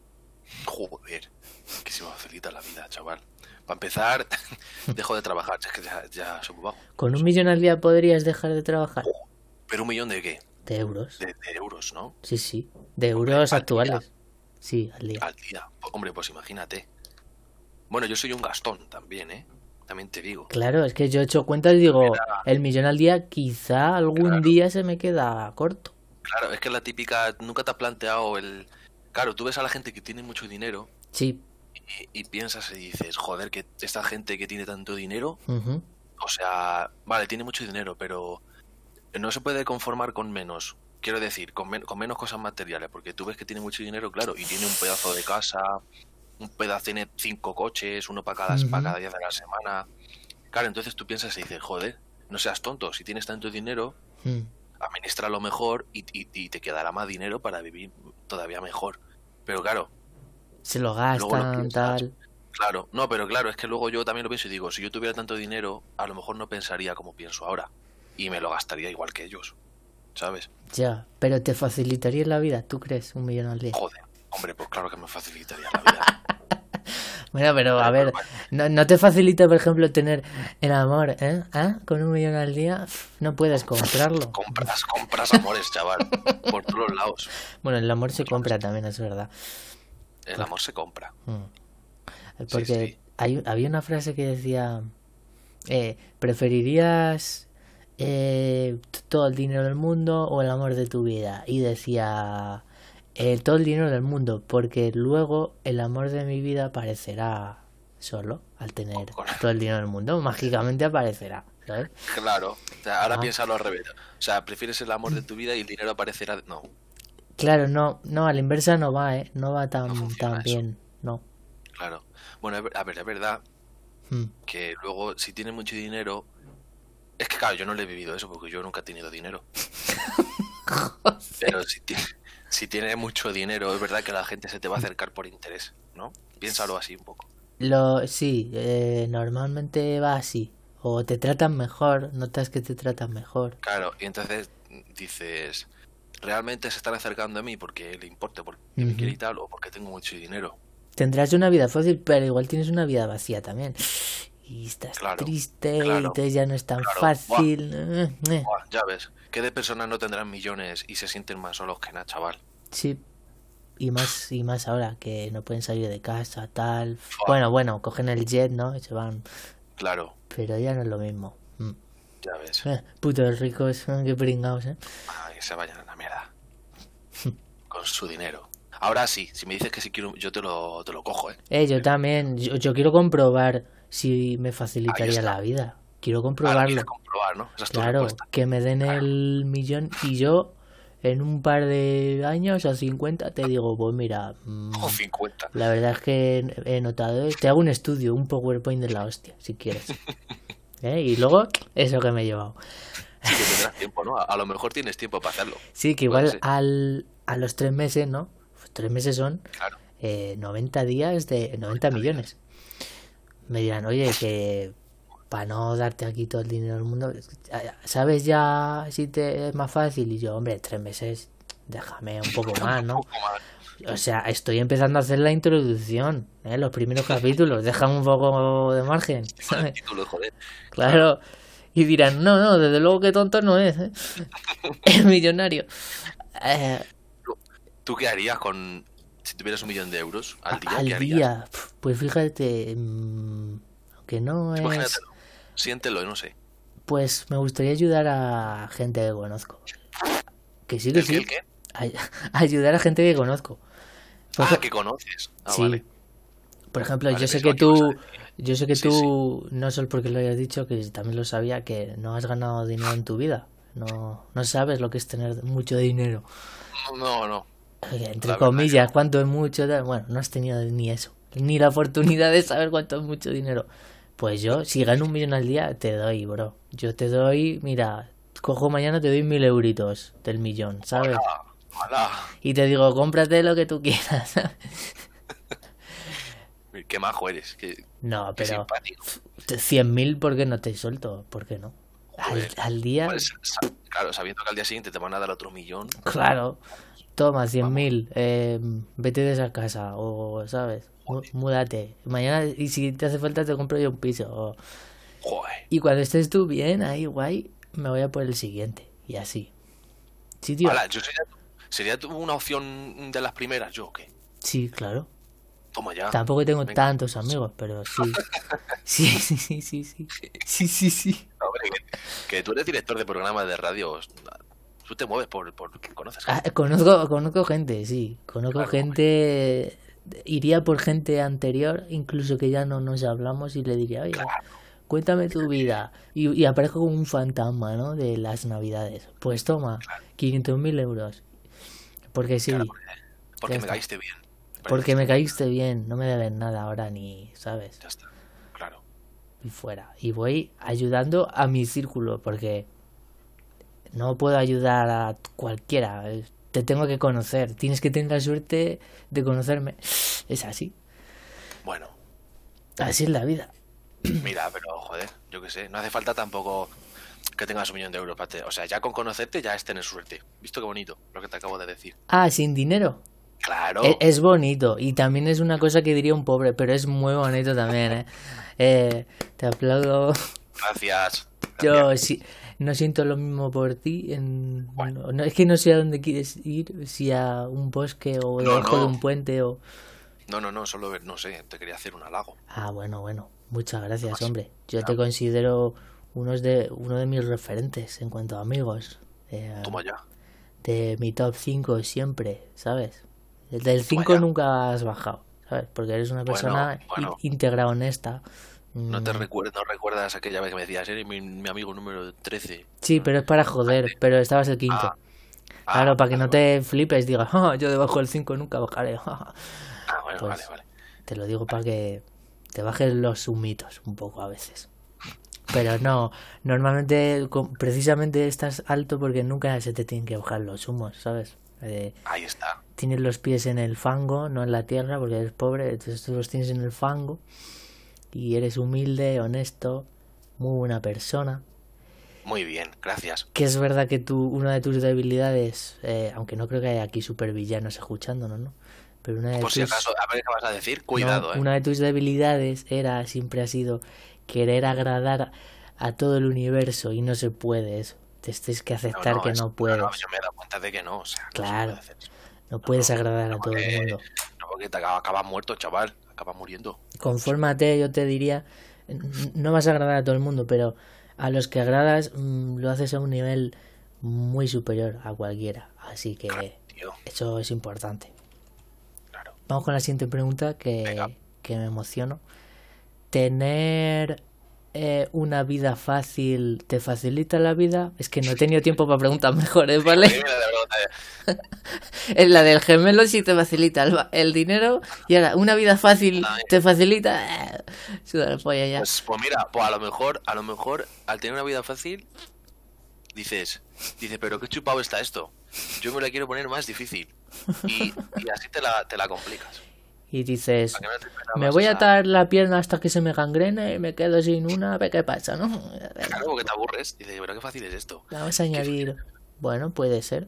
Speaker 2: Joder, que se me facilita la vida, chaval. Para empezar, dejo de trabajar, es que ya, ya soy muy bajo.
Speaker 1: ¿Con un millón al día podrías dejar de trabajar?
Speaker 2: ¿Pero un millón de qué?
Speaker 1: De euros.
Speaker 2: De, de euros, ¿no?
Speaker 1: Sí, sí. De euros
Speaker 2: al
Speaker 1: actuales. Sí, al día.
Speaker 2: Al día. Pues, hombre, pues imagínate. Bueno, yo soy un gastón también, ¿eh? También te digo.
Speaker 1: Claro, es que yo he hecho cuentas y digo,
Speaker 2: Mira,
Speaker 1: el millón al día quizá algún
Speaker 2: claro,
Speaker 1: día se me queda corto.
Speaker 2: claro, es que la típica, nunca te has planteado el... Claro, tú ves a la gente que tiene mucho dinero
Speaker 1: Sí.
Speaker 2: y, y piensas y dices, joder, que esta gente que tiene tanto dinero,
Speaker 1: Ujú.
Speaker 2: o sea, vale, tiene mucho dinero, pero no se puede conformar con menos. Quiero decir, con, men- con menos cosas materiales, porque tú ves que tiene mucho dinero, claro, y tiene un pedazo de casa, un pedazo, tiene cinco coches, uno para cada, para
Speaker 1: Ujú.
Speaker 2: cada día de la semana. Claro, entonces tú piensas y dices, joder, no seas tonto, si tienes tanto dinero,
Speaker 1: Mm.
Speaker 2: administralo mejor y, y, y te quedará más dinero para vivir todavía mejor. Pero claro,
Speaker 1: Se lo
Speaker 2: luego lo
Speaker 1: gastan,
Speaker 2: piensas,
Speaker 1: tal.
Speaker 2: claro, no, pero claro, es que luego yo también lo pienso y digo, si yo tuviera tanto dinero, a lo mejor no pensaría como pienso ahora y me lo gastaría igual que ellos, ¿sabes?
Speaker 1: Ya. Pero te facilitaría la vida, ¿tú crees? Un millón al día.
Speaker 2: Joder, hombre, pues claro que me facilitaría la vida.
Speaker 1: Bueno, pero a
Speaker 2: Pero, pero
Speaker 1: ver,
Speaker 2: bueno,
Speaker 1: ¿no, no te facilita, por ejemplo, tener el amor, eh? ¿Ah? Con un millón al día pf, no puedes comprarlo.
Speaker 2: compras, compras amores, chaval, por todos lados.
Speaker 1: Bueno, el amor se
Speaker 2: ¿Sabes?
Speaker 1: compra también, es verdad.
Speaker 2: El amor se compra.
Speaker 1: Mm.
Speaker 2: Sí,
Speaker 1: Porque
Speaker 2: sí.
Speaker 1: hay, había una frase que decía, eh, ¿preferirías eh, t- todo el dinero del mundo o el amor de tu vida? Y decía, eh, todo el dinero del mundo, porque luego el amor de mi vida aparecerá solo al tener
Speaker 2: Con-
Speaker 1: todo el dinero del mundo. Mágicamente aparecerá, ¿sabes?
Speaker 2: Claro. O sea, ahora
Speaker 1: Ah,
Speaker 2: piénsalo al revés. O sea, prefieres el amor de tu vida y el dinero aparecerá. No,
Speaker 1: claro, no, no, a la inversa no va, ¿eh? No va
Speaker 2: no
Speaker 1: tan,
Speaker 2: funciona
Speaker 1: tan
Speaker 2: eso.
Speaker 1: bien, no.
Speaker 2: Claro. Bueno, es ver- a ver, es verdad
Speaker 1: Mm.
Speaker 2: que luego si tienes mucho dinero... Es que claro, yo no le he vivido eso porque yo nunca he tenido dinero. Pero si, ti- si tienes mucho dinero, es verdad que la gente se te va a acercar por interés, ¿no? Piénsalo así un poco.
Speaker 1: Lo, sí, eh, normalmente va así. O te tratan mejor, notas que te tratan mejor.
Speaker 2: Claro, y entonces dices, ¿realmente se están acercando a mí porque le importa, porque me quiere
Speaker 1: Ujú.
Speaker 2: y tal, o porque tengo mucho dinero?
Speaker 1: Tendrás una vida fácil, pero igual tienes una vida vacía también. Y estás
Speaker 2: Claro,
Speaker 1: triste y
Speaker 2: claro,
Speaker 1: entonces ya no es tan
Speaker 2: claro. Buah,
Speaker 1: fácil. Eh, eh.
Speaker 2: buah, ya ves. ¿Qué de personas no tendrán millones y se sienten más solos que nada, chaval?
Speaker 1: Sí, y más, y más ahora que no pueden salir de casa, tal.
Speaker 2: Fua,
Speaker 1: Bueno, bueno, cogen el jet, ¿no? Y se van.
Speaker 2: claro,
Speaker 1: Pero ya no es lo mismo. Mm.
Speaker 2: ya ves.
Speaker 1: Eh, putos ricos, eh, qué pringados, ¿eh?
Speaker 2: Ah, que se vayan a la mierda con su dinero. Ahora sí, si me dices que si quiero, yo te lo, te lo cojo, ¿eh?
Speaker 1: Eh, yo también, yo, yo quiero comprobar si me
Speaker 2: Ahí
Speaker 1: facilitaría
Speaker 2: está.
Speaker 1: la vida. Quiero
Speaker 2: Ahora quieres
Speaker 1: comprobarlo.
Speaker 2: comprobar, ¿no? Esa es tu
Speaker 1: Claro,
Speaker 2: respuesta.
Speaker 1: que me den
Speaker 2: Claro.
Speaker 1: el millón y yo en un par de años o cincuenta te digo, pues mira,
Speaker 2: O
Speaker 1: mm,
Speaker 2: cincuenta.
Speaker 1: la verdad es que he he notado, te hago un estudio, un PowerPoint de la hostia, si quieres. ¿Eh? Y luego, eso que me he llevado.
Speaker 2: Sí que tendrás tiempo, ¿no? A, a lo mejor tienes tiempo para hacerlo.
Speaker 1: Sí, que
Speaker 2: Puede
Speaker 1: igual
Speaker 2: ser.
Speaker 1: al, a los tres meses, ¿no? Pues tres meses son
Speaker 2: Claro.
Speaker 1: eh, noventa días de noventa
Speaker 2: noventa días.
Speaker 1: millones. Me dirán, oye, que para no darte aquí todo el dinero del mundo, ¿sabes ya si te es más fácil? Y yo, hombre, tres meses, déjame un poco más,
Speaker 2: Un
Speaker 1: ¿no?
Speaker 2: poco más.
Speaker 1: O sea, estoy empezando a hacer la introducción, ¿eh? Los primeros capítulos, déjame un poco de margen,
Speaker 2: Con el
Speaker 1: ¿sabes?
Speaker 2: título, joder.
Speaker 1: Claro.
Speaker 2: Claro.
Speaker 1: Y dirán, no, no, desde luego que tonto no es, ¿eh? Es millonario. Eh,
Speaker 2: ¿Tú, tú qué harías con... Si tuvieras un millón de euros al
Speaker 1: a-
Speaker 2: día, ¿qué
Speaker 1: al
Speaker 2: harías?
Speaker 1: día, pf, pues fíjate, mm, aunque no es,
Speaker 2: Imagínatelo. Siéntelo, no sé.
Speaker 1: pues me gustaría ayudar a gente que conozco. Que sí, que
Speaker 2: ¿El qué? ¿El
Speaker 1: sí.
Speaker 2: qué?
Speaker 1: Ay- Ayudar a gente que conozco. Por,
Speaker 2: Ah,
Speaker 1: ej-
Speaker 2: que conoces. Ah,
Speaker 1: sí,
Speaker 2: vale.
Speaker 1: por ejemplo,
Speaker 2: Vale,
Speaker 1: yo sé
Speaker 2: pensaba
Speaker 1: que
Speaker 2: que ibas a
Speaker 1: tú,
Speaker 2: decir.
Speaker 1: yo sé que
Speaker 2: Sí, sí.
Speaker 1: tú, no solo porque lo hayas dicho, que también lo sabía, que no has ganado dinero en tu vida. No, no sabes lo que es tener mucho dinero.
Speaker 2: No, no.
Speaker 1: Oye, entre
Speaker 2: La verdad que
Speaker 1: comillas,
Speaker 2: no.
Speaker 1: cuánto es mucho, tal. Bueno, no has tenido ni eso, ni la oportunidad de saber cuánto es mucho dinero. Pues yo, si gano un millón al día, te doy, bro. Yo te doy, mira, cojo mañana, te doy mil euritos del millón, ¿sabes?
Speaker 2: Hola. Hola.
Speaker 1: Y te digo, cómprate lo que tú quieras, ¿sabes?
Speaker 2: Qué majo eres. Qué,
Speaker 1: No,
Speaker 2: qué
Speaker 1: pero
Speaker 2: simpático.
Speaker 1: cien mil, ¿por qué no te suelto? ¿Por qué no? Al,
Speaker 2: Joder.
Speaker 1: al día,
Speaker 2: Pues, sa- claro, sabiendo que al día siguiente te van a dar otro millón.
Speaker 1: claro. Toma, cien
Speaker 2: Vamos.
Speaker 1: mil, eh, vete de esa casa, o, ¿sabes? Mú-
Speaker 2: Joder.
Speaker 1: Múdate. Mañana, y si te hace falta, te compro yo un piso. o-
Speaker 2: Joder.
Speaker 1: Y cuando estés tú bien, ahí guay, me voy a por el siguiente. Y así. Sí, tío.
Speaker 2: Hala, yo sería, sería tú una opción de las primeras, ¿yo o qué?
Speaker 1: Sí, claro.
Speaker 2: Toma ya.
Speaker 1: Tampoco tengo
Speaker 2: Venga.
Speaker 1: tantos amigos, pero sí. Sí, sí, sí, sí, sí. Sí, sí, sí.
Speaker 2: Hombre, que, que tú eres director de programas de radio. Tú te mueves por, por conoces
Speaker 1: Ah,
Speaker 2: gente.
Speaker 1: conozco, conozco gente, sí. Conozco
Speaker 2: Claro,
Speaker 1: gente. Iría por gente anterior, incluso que ya no nos hablamos, y le diría, oye,
Speaker 2: claro,
Speaker 1: cuéntame tu vida. Y, y aparezco como un fantasma, ¿no? De las navidades. Pues toma, quinientos mil euros. Porque sí,
Speaker 2: claro, porque, porque
Speaker 1: ya
Speaker 2: me
Speaker 1: está.
Speaker 2: caíste bien.
Speaker 1: Porque me caíste bien, no me deben nada ahora ni, ¿sabes?
Speaker 2: Ya está, claro.
Speaker 1: Y fuera. Y voy ayudando a mi círculo, porque no puedo ayudar a cualquiera. eh, Te tengo que conocer. Tienes que tener la suerte de conocerme. Es así.
Speaker 2: Bueno,
Speaker 1: Así es la vida.
Speaker 2: mira, pero joder, yo qué sé. No hace falta tampoco que tengas un millón de euros para te- O sea, ya con conocerte ya es tener suerte. ¿Visto qué bonito lo que te acabo de decir?
Speaker 1: Ah, sin dinero.
Speaker 2: Claro.
Speaker 1: E- Es bonito. Y también es una cosa que diría un pobre, pero es muy bonito también, ¿eh? Eh, te aplaudo.
Speaker 2: Gracias.
Speaker 1: Yo
Speaker 2: Gracias.
Speaker 1: sí, no siento lo mismo por ti. En,
Speaker 2: Bueno,
Speaker 1: no, no- es que no sé a dónde quieres ir, si a un bosque o
Speaker 2: no,
Speaker 1: debajo de
Speaker 2: no.
Speaker 1: un puente o...
Speaker 2: No, no, no, solo ver, no sé, te quería hacer un halago.
Speaker 1: Ah, bueno, bueno. Muchas gracias,
Speaker 2: Más.
Speaker 1: hombre. Yo te
Speaker 2: Ya,
Speaker 1: considero unos de, uno de mis referentes en cuanto a amigos. Eh,
Speaker 2: toma ya.
Speaker 1: de mi top cinco siempre, ¿sabes? Del
Speaker 2: Toma
Speaker 1: cinco
Speaker 2: ya.
Speaker 1: nunca has bajado, ¿sabes? Porque eres una
Speaker 2: Bueno,
Speaker 1: persona í-
Speaker 2: bueno.
Speaker 1: íntegra, honesta.
Speaker 2: No te
Speaker 1: Mm,
Speaker 2: recuerdas, no recuerdas aquella vez que me decías, eres mi, mi amigo número trece.
Speaker 1: sí, pero es para joder, pero estabas el quinto.
Speaker 2: Ah,
Speaker 1: Claro,
Speaker 2: ah,
Speaker 1: para que
Speaker 2: vale,
Speaker 1: no
Speaker 2: vale.
Speaker 1: te flipes, digas, "Ah, yo debajo del cinco nunca bajaré."
Speaker 2: Ah, bueno, vale,
Speaker 1: Pues
Speaker 2: vale.
Speaker 1: te lo digo para que te bajes los humitos un poco a veces. Pero no, normalmente con- precisamente estás alto porque nunca se te tienen que bajar los humos, ¿sabes? Eh,
Speaker 2: Ahí está.
Speaker 1: tienes los pies en el fango, no en la tierra, porque eres pobre, entonces tú los tienes en el fango y eres humilde, honesto, muy buena persona.
Speaker 2: Muy bien, gracias.
Speaker 1: Que es verdad que tú, una de tus debilidades, eh, aunque no creo que haya aquí supervillanos escuchándonos, ¿no? Pero una de
Speaker 2: Por si
Speaker 1: tus,
Speaker 2: acaso, a ver qué vas a decir.
Speaker 1: no,
Speaker 2: Cuidado, ¿eh?
Speaker 1: una de tus debilidades era, siempre ha sido querer agradar a todo el universo y no se puede eso. Te tienes que
Speaker 2: No,
Speaker 1: aceptar
Speaker 2: no,
Speaker 1: que
Speaker 2: es,
Speaker 1: no
Speaker 2: no, no,
Speaker 1: puedes.
Speaker 2: yo me he dado cuenta de que no, o sea, no se
Speaker 1: Claro,
Speaker 2: puede hacer eso.
Speaker 1: no
Speaker 2: No,
Speaker 1: puedes
Speaker 2: no,
Speaker 1: agradar
Speaker 2: no
Speaker 1: a todo el
Speaker 2: porque,
Speaker 1: mundo.
Speaker 2: no porque te acabas, acabas muerto, chaval. Acabas muriendo.
Speaker 1: Confórmate, yo te diría, n- no vas a agradar a todo el mundo, pero a los que agradas mm, lo haces a un nivel muy superior a cualquiera. Así
Speaker 2: Claro,
Speaker 1: que
Speaker 2: tío,
Speaker 1: eso es importante.
Speaker 2: claro.
Speaker 1: Vamos con la siguiente pregunta
Speaker 2: Venga.
Speaker 1: que, que me emociono. ¿Tener eh, una vida fácil te facilita la vida? Es que no he tenido tiempo para preguntas mejores,
Speaker 2: Dime,
Speaker 1: ¿vale?
Speaker 2: dime la verdad.
Speaker 1: Es la del gemelo sí te facilita el, va- el dinero, y ahora una vida fácil
Speaker 2: Ay,
Speaker 1: te facilita... eh, Suda la polla ya.
Speaker 2: Pues, pues mira, pues a lo mejor, a lo mejor, al tener una vida fácil, dices, dices, pero qué chupado está esto. Yo me la quiero poner más difícil. Y, y así te la, te la complicas.
Speaker 1: Y dices,
Speaker 2: Para que no te
Speaker 1: me
Speaker 2: esperabas
Speaker 1: voy a
Speaker 2: esa.
Speaker 1: atar la pierna hasta que se me gangrene y me quedo sin una, a ver qué pasa, ¿no?
Speaker 2: Claro, porque te aburres. Dices, pero qué fácil es esto.
Speaker 1: Vamos a
Speaker 2: Qué fácil.
Speaker 1: añadir... Bueno, puede ser.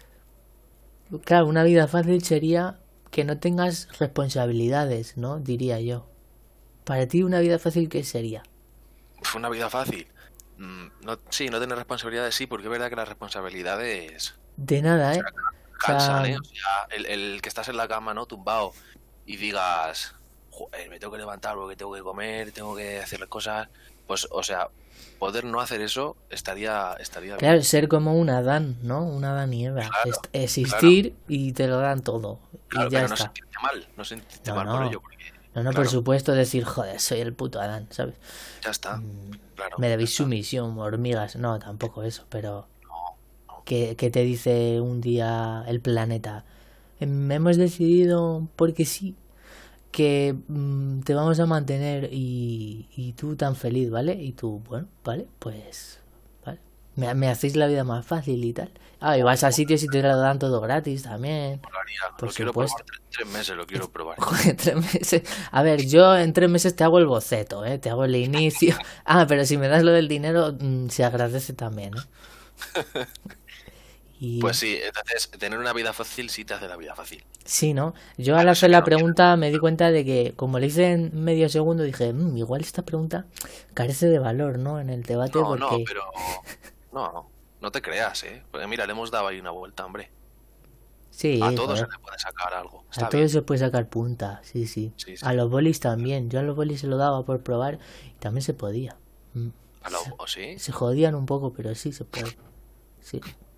Speaker 1: Claro, una vida fácil sería que no tengas responsabilidades, ¿no? Diría yo. Para ti una vida fácil, ¿qué sería?
Speaker 2: Fue una vida fácil. Mm, no, sí, no tener responsabilidades, sí, porque es verdad que las responsabilidades
Speaker 1: De nada, ¿eh? O sea,
Speaker 2: cansan, ¿eh? O sea, el, el que estás en la cama, ¿no? Tumbado y digas, joder, me tengo que levantar porque tengo que comer, tengo que hacer las cosas. Pues, o sea, poder no hacer eso estaría, estaría bien.
Speaker 1: claro, ser como un Adán, ¿no? Un Adán y Eva.
Speaker 2: Claro,
Speaker 1: Est-
Speaker 2: claro,
Speaker 1: existir y te lo dan todo. Y
Speaker 2: claro,
Speaker 1: ya
Speaker 2: pero no
Speaker 1: está.
Speaker 2: sentirte mal, no sentirte
Speaker 1: No,
Speaker 2: mal por
Speaker 1: no.
Speaker 2: ello, porque,
Speaker 1: No, no, por
Speaker 2: claro,
Speaker 1: supuesto decir, joder, soy el puto Adán, ¿sabes?
Speaker 2: ya está, claro,
Speaker 1: Me
Speaker 2: ya
Speaker 1: debéis
Speaker 2: está.
Speaker 1: sumisión, hormigas. No, tampoco eso, pero...
Speaker 2: No, no.
Speaker 1: que, que te dice un día el planeta, "Em, hemos decidido, porque sí, que mm, te vamos a mantener y, y tú tan feliz, ¿vale?" Y tú, bueno, vale, pues, vale. Me, me hacéis la vida más fácil y tal. Ah, y vas a sitios y te lo dan todo gratis también.
Speaker 2: Molaría.
Speaker 1: Por
Speaker 2: Lo quiero
Speaker 1: supuesto.
Speaker 2: probar tres, tres meses, lo quiero probar.
Speaker 1: Joder, tres meses. A ver, yo en tres meses te hago el boceto, ¿eh? Te hago el inicio. Ah, pero si me das lo del dinero, mm, se agradece también, ¿eh? Y...
Speaker 2: Pues sí, entonces tener una vida fácil sí te hace la vida fácil.
Speaker 1: Sí, ¿no? Yo al
Speaker 2: Claro,
Speaker 1: hacer
Speaker 2: sí,
Speaker 1: la
Speaker 2: no,
Speaker 1: pregunta me di cuenta de que, como le hice en medio segundo, dije, "Mm, igual esta pregunta carece de valor, ¿no? En el debate
Speaker 2: No, no,
Speaker 1: porque...
Speaker 2: pero no, no, no te creas, ¿eh? Porque mira, le hemos dado ahí una vuelta, hombre.
Speaker 1: Sí,
Speaker 2: A todos
Speaker 1: joder.
Speaker 2: se le puede sacar algo.
Speaker 1: A
Speaker 2: Está
Speaker 1: todos
Speaker 2: bien.
Speaker 1: se puede sacar punta, sí, sí.
Speaker 2: Sí, sí.
Speaker 1: A los bolis también. Yo a los bolis se lo daba por probar y también se podía. Mm.
Speaker 2: A lo, ¿o sí?
Speaker 1: Se jodían un poco, pero sí se puede. Sí.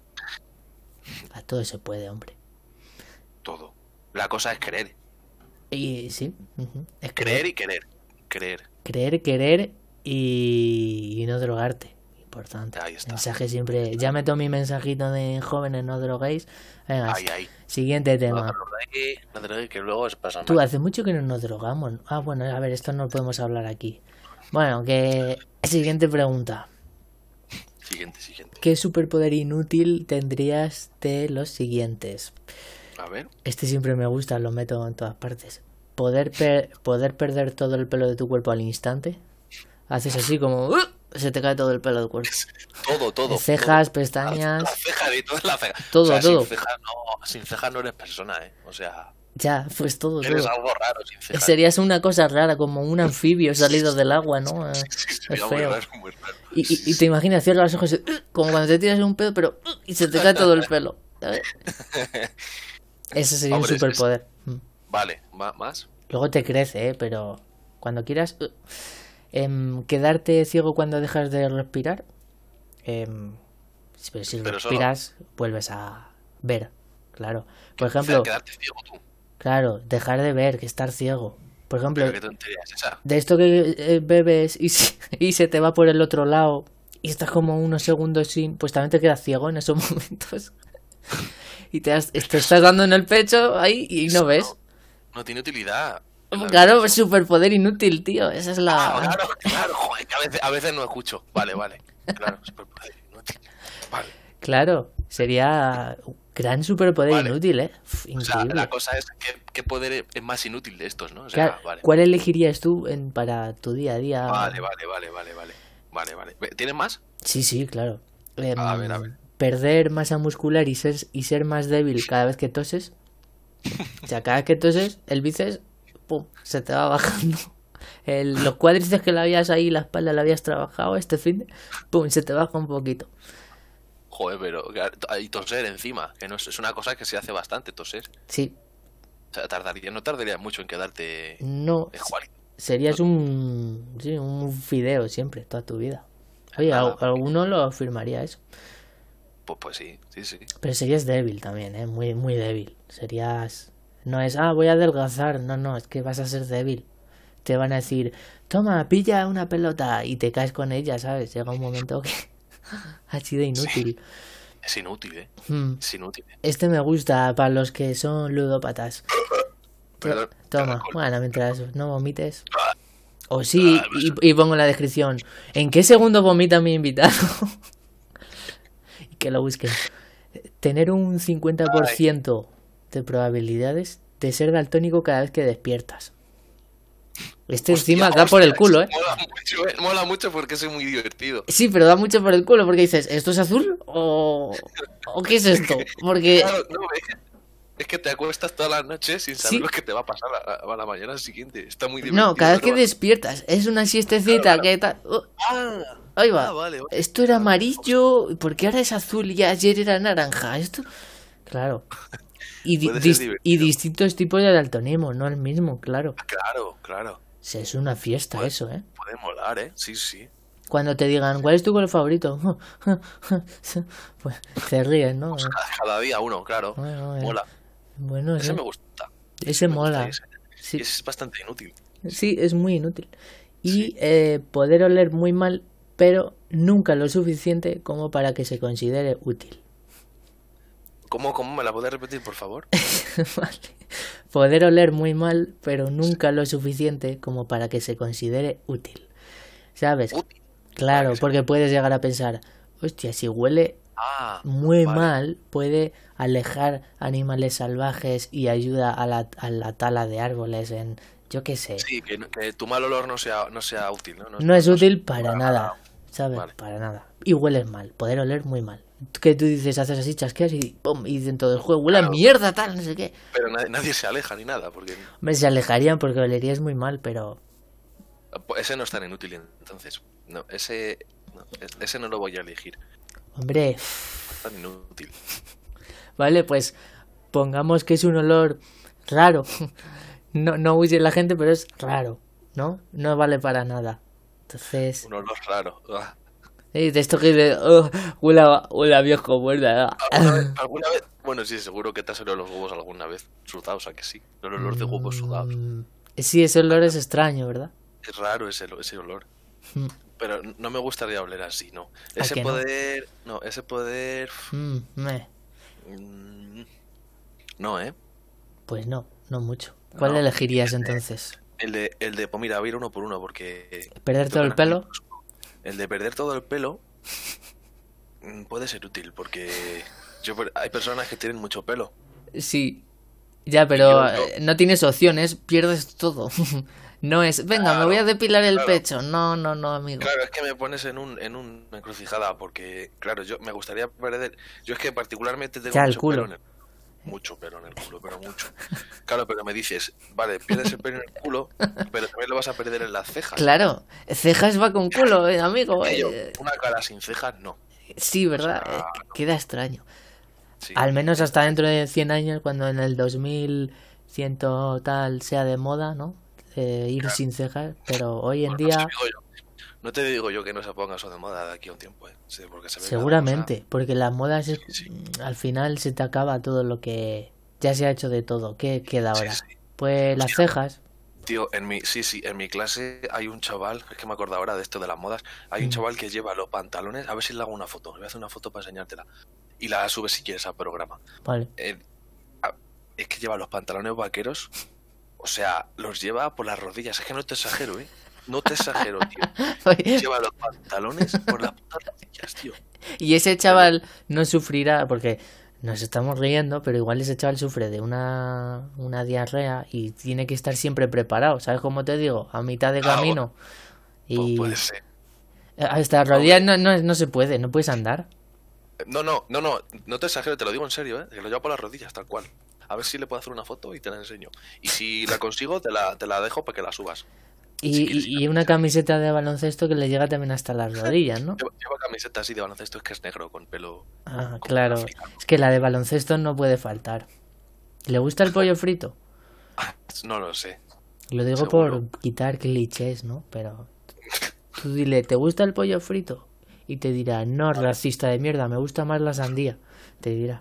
Speaker 1: A todo se puede, hombre.
Speaker 2: Todo. La cosa es creer.
Speaker 1: Y sí, ujú. Es
Speaker 2: Creer
Speaker 1: creer,
Speaker 2: y querer. Creer.
Speaker 1: creer, querer y, y no drogarte. Importante.
Speaker 2: Ahí está.
Speaker 1: Mensaje siempre. Ya meto mi mensajito de jóvenes, no droguéis. Venga,
Speaker 2: Ahí, ahí.
Speaker 1: siguiente
Speaker 2: No te
Speaker 1: tema.
Speaker 2: drogues, no te drogues, que luego se pasa
Speaker 1: Tú,
Speaker 2: mal.
Speaker 1: hace mucho que no nos drogamos. Ah, bueno, a ver, esto no podemos hablar aquí. Bueno, que... Siguiente pregunta.
Speaker 2: Siguiente, siguiente.
Speaker 1: ¿Qué superpoder inútil tendrías de los siguientes?
Speaker 2: A ver.
Speaker 1: Este siempre me gusta, lo meto en todas partes. Poder, per- poder perder todo el pelo de tu cuerpo al instante. Haces así como... ¡uh! Se te cae todo el pelo del cuerpo.
Speaker 2: Todo, todo.
Speaker 1: Cejas,
Speaker 2: todo.
Speaker 1: pestañas...
Speaker 2: Las cejas y todas las cejas.
Speaker 1: Todo,
Speaker 2: o sea,
Speaker 1: todo.
Speaker 2: Sin cejas no, sin cejas no eres persona, ¿eh? O sea,
Speaker 1: Ya, pues todo,
Speaker 2: eres
Speaker 1: todo.
Speaker 2: algo raro sin cejas.
Speaker 1: Serías una cosa rara, como un anfibio salido del agua, ¿no? Eh,
Speaker 2: Sí, sí,
Speaker 1: es
Speaker 2: sería muy
Speaker 1: feo.
Speaker 2: raro, muy raro.
Speaker 1: Y, y, y te imaginas, cierras los ojos y, ¡uh! Como cuando te tiras un pedo, pero ¡uh! Y se te cae todo el pelo. ¿Sabes? Ese sería
Speaker 2: Hombre,
Speaker 1: un
Speaker 2: es-
Speaker 1: superpoder. Mm.
Speaker 2: Vale, ¿ma- ¿más?
Speaker 1: Luego te crece, ¿eh? Pero cuando quieras... ¡uh! Em, quedarte ciego cuando dejas de respirar. Em, pero si
Speaker 2: Pero eso
Speaker 1: respiras, vuelves a ver. Claro. Por
Speaker 2: O sea,
Speaker 1: ejemplo,
Speaker 2: quedarte ciego tú.
Speaker 1: claro, dejar de ver, que estar ciego. Por ejemplo,
Speaker 2: Pero qué tontería es esa.
Speaker 1: de esto que eh, bebes y se, y se te va por el otro lado y estás como unos segundos sin, pues también te quedas ciego en esos momentos. Y te, has- te estás dando en el pecho ahí y no ves.
Speaker 2: No, no tiene utilidad. La
Speaker 1: Claro,
Speaker 2: vida.
Speaker 1: superpoder inútil, tío. Esa es
Speaker 2: Ah,
Speaker 1: la...
Speaker 2: claro, claro, joder, que a veces, a veces no escucho. Vale, vale. Claro, superpoder inútil. Vale.
Speaker 1: Claro, sería un gran superpoder
Speaker 2: Vale.
Speaker 1: inútil, ¿eh? Uf,
Speaker 2: O sea,
Speaker 1: increíble.
Speaker 2: la cosa es que qué poder es más inútil de estos, ¿no? O sea,
Speaker 1: Claro,
Speaker 2: vale.
Speaker 1: ¿cuál elegirías tú en, para tu día a día?
Speaker 2: Vale, vale, vale, vale, vale. Vale, vale. ¿Tienes más?
Speaker 1: Sí, sí, claro. Em,
Speaker 2: A ver, a ver.
Speaker 1: Perder masa muscular y ser, y ser más débil cada vez que toses. O sea, cada vez que toses, el bíceps, pum, se te va bajando. El- los cuádriceps que le habías ahí, la espalda la habías trabajado este fin de, pum, se te baja un poquito.
Speaker 2: Joder, pero y toser encima, que no es, es una cosa que se hace bastante, toser.
Speaker 1: Sí,
Speaker 2: O sea, tardaría, no tardaría mucho en quedarte
Speaker 1: no,
Speaker 2: escuálido.
Speaker 1: serías un, sí, un fideo siempre, toda tu vida. Oye,
Speaker 2: Nada.
Speaker 1: al- alguno lo afirmaría eso.
Speaker 2: Pues, pues sí, sí, sí.
Speaker 1: Pero serías débil también, ¿eh? Muy, muy débil. Serías... No es, ah, voy a adelgazar. No, no, es que vas a ser débil. Te van a decir, toma, pilla una pelota y te caes con ella, ¿sabes? Llega un momento que ha sido inútil.
Speaker 2: Es inútil, ¿eh?
Speaker 1: Hmm.
Speaker 2: Es inútil. ¿eh?
Speaker 1: Este me gusta para los que son ludópatas. To-
Speaker 2: Perdón,
Speaker 1: Toma,
Speaker 2: caracol.
Speaker 1: bueno, mientras no vomites. O sí, y, y pongo en la descripción, ¿en qué segundo vomita mi invitado? Y que lo busquen. Tener un cincuenta por ciento de probabilidades de ser daltónico cada vez que despiertas. Este
Speaker 2: Hostia,
Speaker 1: encima da por el
Speaker 2: hostia,
Speaker 1: culo, ¿eh?
Speaker 2: Mola mucho, ¿eh? Mola mucho porque es muy divertido.
Speaker 1: Sí, pero da mucho por el culo porque dices, ¿esto es azul o, o qué es esto? Porque
Speaker 2: Claro, no, es, es que te acuestas todas las noches sin saber
Speaker 1: Sí.
Speaker 2: lo que te va a pasar a, a la mañana siguiente. Está muy divertido.
Speaker 1: no, cada vez que
Speaker 2: ¿no?
Speaker 1: despiertas es una siestecita que tal. Uh,
Speaker 2: Ah,
Speaker 1: ahí va.
Speaker 2: ah, vale, vale.
Speaker 1: Esto era amarillo, porque ahora es azul y ayer era naranja. Esto, claro. Y, di-
Speaker 2: Puede ser
Speaker 1: dis-
Speaker 2: divertido.
Speaker 1: y distintos tipos de daltonismo, no el mismo, claro.
Speaker 2: Claro, claro.
Speaker 1: O sea, es una fiesta
Speaker 2: Pues-
Speaker 1: eso, ¿eh?
Speaker 2: Puede molar, ¿eh? Sí, sí.
Speaker 1: Cuando te digan, ¿cuál es tu color favorito? Pues te ríes, ¿no?
Speaker 2: Cada, cada día uno, claro.
Speaker 1: Bueno, eh,
Speaker 2: Mola.
Speaker 1: Bueno,
Speaker 2: Ese
Speaker 1: sí.
Speaker 2: me gusta.
Speaker 1: Ese
Speaker 2: me gusta
Speaker 1: mola.
Speaker 2: ese.
Speaker 1: Sí.
Speaker 2: Es bastante inútil.
Speaker 1: Sí, es muy inútil. Y
Speaker 2: Sí.
Speaker 1: eh, poder oler muy mal, pero nunca lo suficiente como para que se considere útil.
Speaker 2: ¿Cómo, cómo me la puedes repetir, por favor?
Speaker 1: Vale. Poder oler muy mal, pero nunca lo suficiente como para que se considere útil. ¿Sabes?
Speaker 2: Útil.
Speaker 1: Claro,
Speaker 2: Para que sea-
Speaker 1: porque puedes llegar a pensar, hostia, si huele
Speaker 2: Ah,
Speaker 1: muy
Speaker 2: vale.
Speaker 1: mal, puede alejar animales salvajes y ayuda a la, a la tala de árboles en, yo qué sé.
Speaker 2: Sí, que, no- que tu mal olor no sea, no sea útil, ¿no? No,
Speaker 1: No es
Speaker 2: no
Speaker 1: útil
Speaker 2: sirva
Speaker 1: para nada, ¿sabes?
Speaker 2: Vale.
Speaker 1: Para nada. Y hueles mal, poder oler muy mal. Que tú dices, haces así, chasqueas y ¡pum! Y dentro del juego huele a
Speaker 2: Claro,
Speaker 1: mierda, tal, no sé qué.
Speaker 2: pero nadie, nadie se aleja ni nada, porque
Speaker 1: Hombre, se alejarían porque olerías muy mal, pero...
Speaker 2: pues, ese no es tan inútil, entonces. No, ese no, es- ese no lo voy a elegir.
Speaker 1: Hombre,
Speaker 2: Tan inútil.
Speaker 1: vale, pues pongamos que es un olor raro. No, no huye la gente, pero es raro, ¿no? No vale para nada. Entonces...
Speaker 2: Un olor raro. Ah.
Speaker 1: eh, de esto que de... oh, huele, a, huele a viejo muerta.
Speaker 2: ¿Alguna vez, alguna vez? Bueno, sí, seguro que te has olido los huevos alguna vez sudados, ¿a que sí? El olor de huevos sudados.
Speaker 1: Mm, sí, ese olor es extraño, ¿verdad?
Speaker 2: Es raro ese, ese olor.
Speaker 1: Mm,
Speaker 2: Pero no me gustaría oler así, ¿no?
Speaker 1: ¿a
Speaker 2: Ese
Speaker 1: que no?
Speaker 2: poder... No, ese poder...
Speaker 1: Mm, meh.
Speaker 2: mm, No, ¿eh?
Speaker 1: Pues no, no mucho. ¿Cuál
Speaker 2: No.
Speaker 1: elegirías entonces?
Speaker 2: El de, el de, pues mira, voy a ir uno por uno porque...
Speaker 1: ¿Perder todo el
Speaker 2: tocan
Speaker 1: pelo?
Speaker 2: amigos. El de perder todo el pelo mm, puede ser útil porque yo, hay personas que tienen mucho pelo.
Speaker 1: Sí, ya, pero
Speaker 2: yo- yo-
Speaker 1: eh, no tienes opciones, pierdes todo. No es, venga, me voy a
Speaker 2: Claro,
Speaker 1: depilar el
Speaker 2: claro.
Speaker 1: pecho. No, no, no, amigo.
Speaker 2: Claro, es que me pones en un en una encrucijada porque, claro, yo me gustaría perder... Yo es que particularmente tengo
Speaker 1: Ya, el
Speaker 2: mucho
Speaker 1: culo.
Speaker 2: pelo en el... Mucho pelo en el culo, pero mucho. Claro, pero me dices, vale, pierdes el pelo en el culo, pero también lo vas a perder en las cejas.
Speaker 1: Claro, cejas va con culo, eh, amigo.
Speaker 2: Y yo,
Speaker 1: eh,
Speaker 2: una cara sin cejas, no.
Speaker 1: sí, ¿verdad?
Speaker 2: O sea,
Speaker 1: Eh, queda extraño.
Speaker 2: Sí.
Speaker 1: Al menos hasta dentro de cien años, cuando en el dos mil cien tal sea de moda, ¿no? Eh, ir sin cejas, pero hoy en
Speaker 2: Bueno, no
Speaker 1: día
Speaker 2: te digo yo, no te digo yo que no se ponga eso de moda de aquí a un tiempo, ¿eh? Sí, porque se ve cada
Speaker 1: seguramente, porque las modas es-
Speaker 2: Sí, sí.
Speaker 1: al final se te acaba todo lo que ya se ha hecho de todo. ¿Qué queda
Speaker 2: Sí,
Speaker 1: ahora?
Speaker 2: sí.
Speaker 1: Pues las
Speaker 2: Hostia.
Speaker 1: cejas.
Speaker 2: cosa. Tío, en mi, sí, sí, en mi clase hay un chaval, es que me acuerdo ahora de esto de las modas, hay un
Speaker 1: Mm.
Speaker 2: chaval que lleva los pantalones, a ver si le hago una foto, le voy a hacer una foto para enseñártela. Y la subes si quieres al programa.
Speaker 1: Vale.
Speaker 2: Eh, a- es que lleva los pantalones vaqueros, o sea, los lleva por las rodillas, es que no te exagero, ¿eh? No te exagero, tío. Lleva los pantalones por las putas rodillas, tío.
Speaker 1: Y ese chaval no sufrirá, porque nos estamos riendo, pero igual ese chaval sufre de una, una diarrea y tiene que estar siempre preparado. ¿Sabes cómo te digo? A mitad de
Speaker 2: Ah,
Speaker 1: camino.
Speaker 2: Pues
Speaker 1: Y
Speaker 2: puede ser.
Speaker 1: hasta las rodillas no, no, no se puede, no puedes andar.
Speaker 2: No, no, no, no, no te exagero, te lo digo en serio, ¿eh? Que lo llevo por las rodillas, tal cual. A ver si le puedo hacer una foto y te la enseño. Y si la consigo, te la, te la dejo para que la subas.
Speaker 1: Y,
Speaker 2: Si quieres,
Speaker 1: y- y una camiseta de baloncesto que le llega también hasta las rodillas, ¿no?
Speaker 2: Lleva, lleva camiseta así de baloncesto, es que es negro, con pelo...
Speaker 1: Ah,
Speaker 2: como
Speaker 1: claro.
Speaker 2: africano.
Speaker 1: Es que la de baloncesto no puede faltar. ¿Le gusta el pollo frito?
Speaker 2: Ah, no lo sé.
Speaker 1: Lo digo
Speaker 2: Seguro.
Speaker 1: por quitar clichés, ¿no? Pero tú dile, ¿te gusta el pollo frito? Y te dirá, no, racista de mierda, me gusta más la sandía. Te dirá.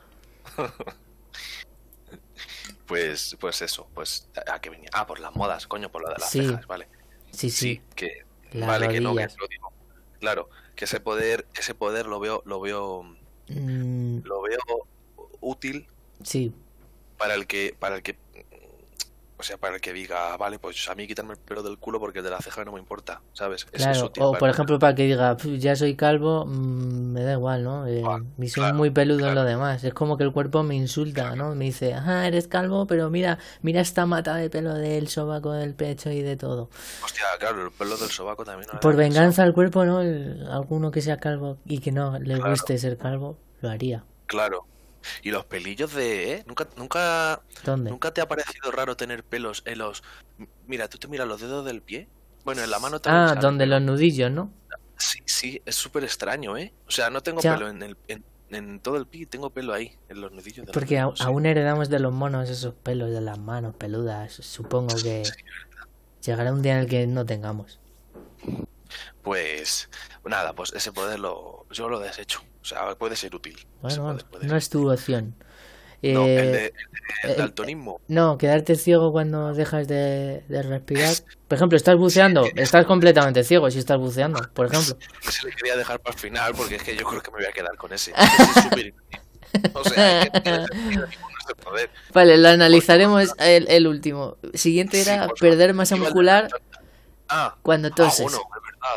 Speaker 2: Pues, pues eso, pues... ¿A qué venía? Ah, por las modas, coño, por lo de las
Speaker 1: Sí.
Speaker 2: cejas, vale.
Speaker 1: Sí, sí.
Speaker 2: Sí, que...
Speaker 1: Las
Speaker 2: vale, que no, que
Speaker 1: rodillas.
Speaker 2: lo digo. Claro, que ese poder, ese poder lo veo, lo veo,
Speaker 1: Mm,
Speaker 2: lo veo útil
Speaker 1: sí,
Speaker 2: para el que, para el que, o sea, para el que diga, vale, pues a mí quitarme el pelo del culo porque el de la ceja no me importa, ¿sabes? Es, es
Speaker 1: claro.
Speaker 2: útil
Speaker 1: O
Speaker 2: para-
Speaker 1: por ejemplo, para que diga, "Pf, ya soy calvo, mm, me da igual, ¿no? Eh,
Speaker 2: Ah,
Speaker 1: y soy
Speaker 2: claro,
Speaker 1: muy peludo en
Speaker 2: claro.
Speaker 1: lo demás. Es como que el cuerpo me insulta, ¿no? Me dice, ah, eres calvo, pero mira, mira esta mata de pelo del sobaco, del pecho y de todo.
Speaker 2: Hostia, claro, el pelo del sobaco también. no
Speaker 1: Por
Speaker 2: era
Speaker 1: venganza al cuerpo, ¿no? El- alguno que sea calvo y que no le
Speaker 2: Claro.
Speaker 1: guste ser calvo, lo haría.
Speaker 2: pensado. Claro. Y los pelillos de, ¿eh? Nunca, nunca,
Speaker 1: ¿Dónde?
Speaker 2: nunca te ha parecido raro tener pelos en los, mira, tú te miras los dedos del pie, bueno, en la mano también
Speaker 1: Ah,
Speaker 2: sale,
Speaker 1: donde
Speaker 2: pero-
Speaker 1: los nudillos, ¿no?
Speaker 2: Sí, sí, es súper extraño, ¿eh? O sea, no tengo
Speaker 1: Ya.
Speaker 2: pelo en el, en, en todo el pie, tengo pelo ahí, en los nudillos de los
Speaker 1: Porque a-
Speaker 2: dedos, sí.
Speaker 1: aún heredamos de los monos esos pelos de las manos peludas. Supongo que llegará un día en el que no tengamos.
Speaker 2: Pues nada, pues ese poder lo, yo lo desecho. O sea, puede ser útil. Ese
Speaker 1: Bueno, bueno,
Speaker 2: poder puede
Speaker 1: no
Speaker 2: ser.
Speaker 1: es tu opción.
Speaker 2: No, el
Speaker 1: Eh,
Speaker 2: de, el de- el
Speaker 1: el-
Speaker 2: daltonismo.
Speaker 1: No, quedarte ciego cuando dejas de, de respirar. Por ejemplo, estás buceando, estás completamente ciego si estás buceando, por ejemplo.
Speaker 2: Ese le quería dejar para el final porque es que yo creo que me voy a quedar con ese. Ese es súper inútil. O sea, es que no tiene sentido ninguno ese poder.
Speaker 1: Vale, lo analizaremos el, el último. Siguiente
Speaker 2: Sí,
Speaker 1: era
Speaker 2: por
Speaker 1: perder masa
Speaker 2: Iba el de-
Speaker 1: muscular
Speaker 2: Ah,
Speaker 1: cuando
Speaker 2: ah,
Speaker 1: toses.
Speaker 2: bueno, es verdad.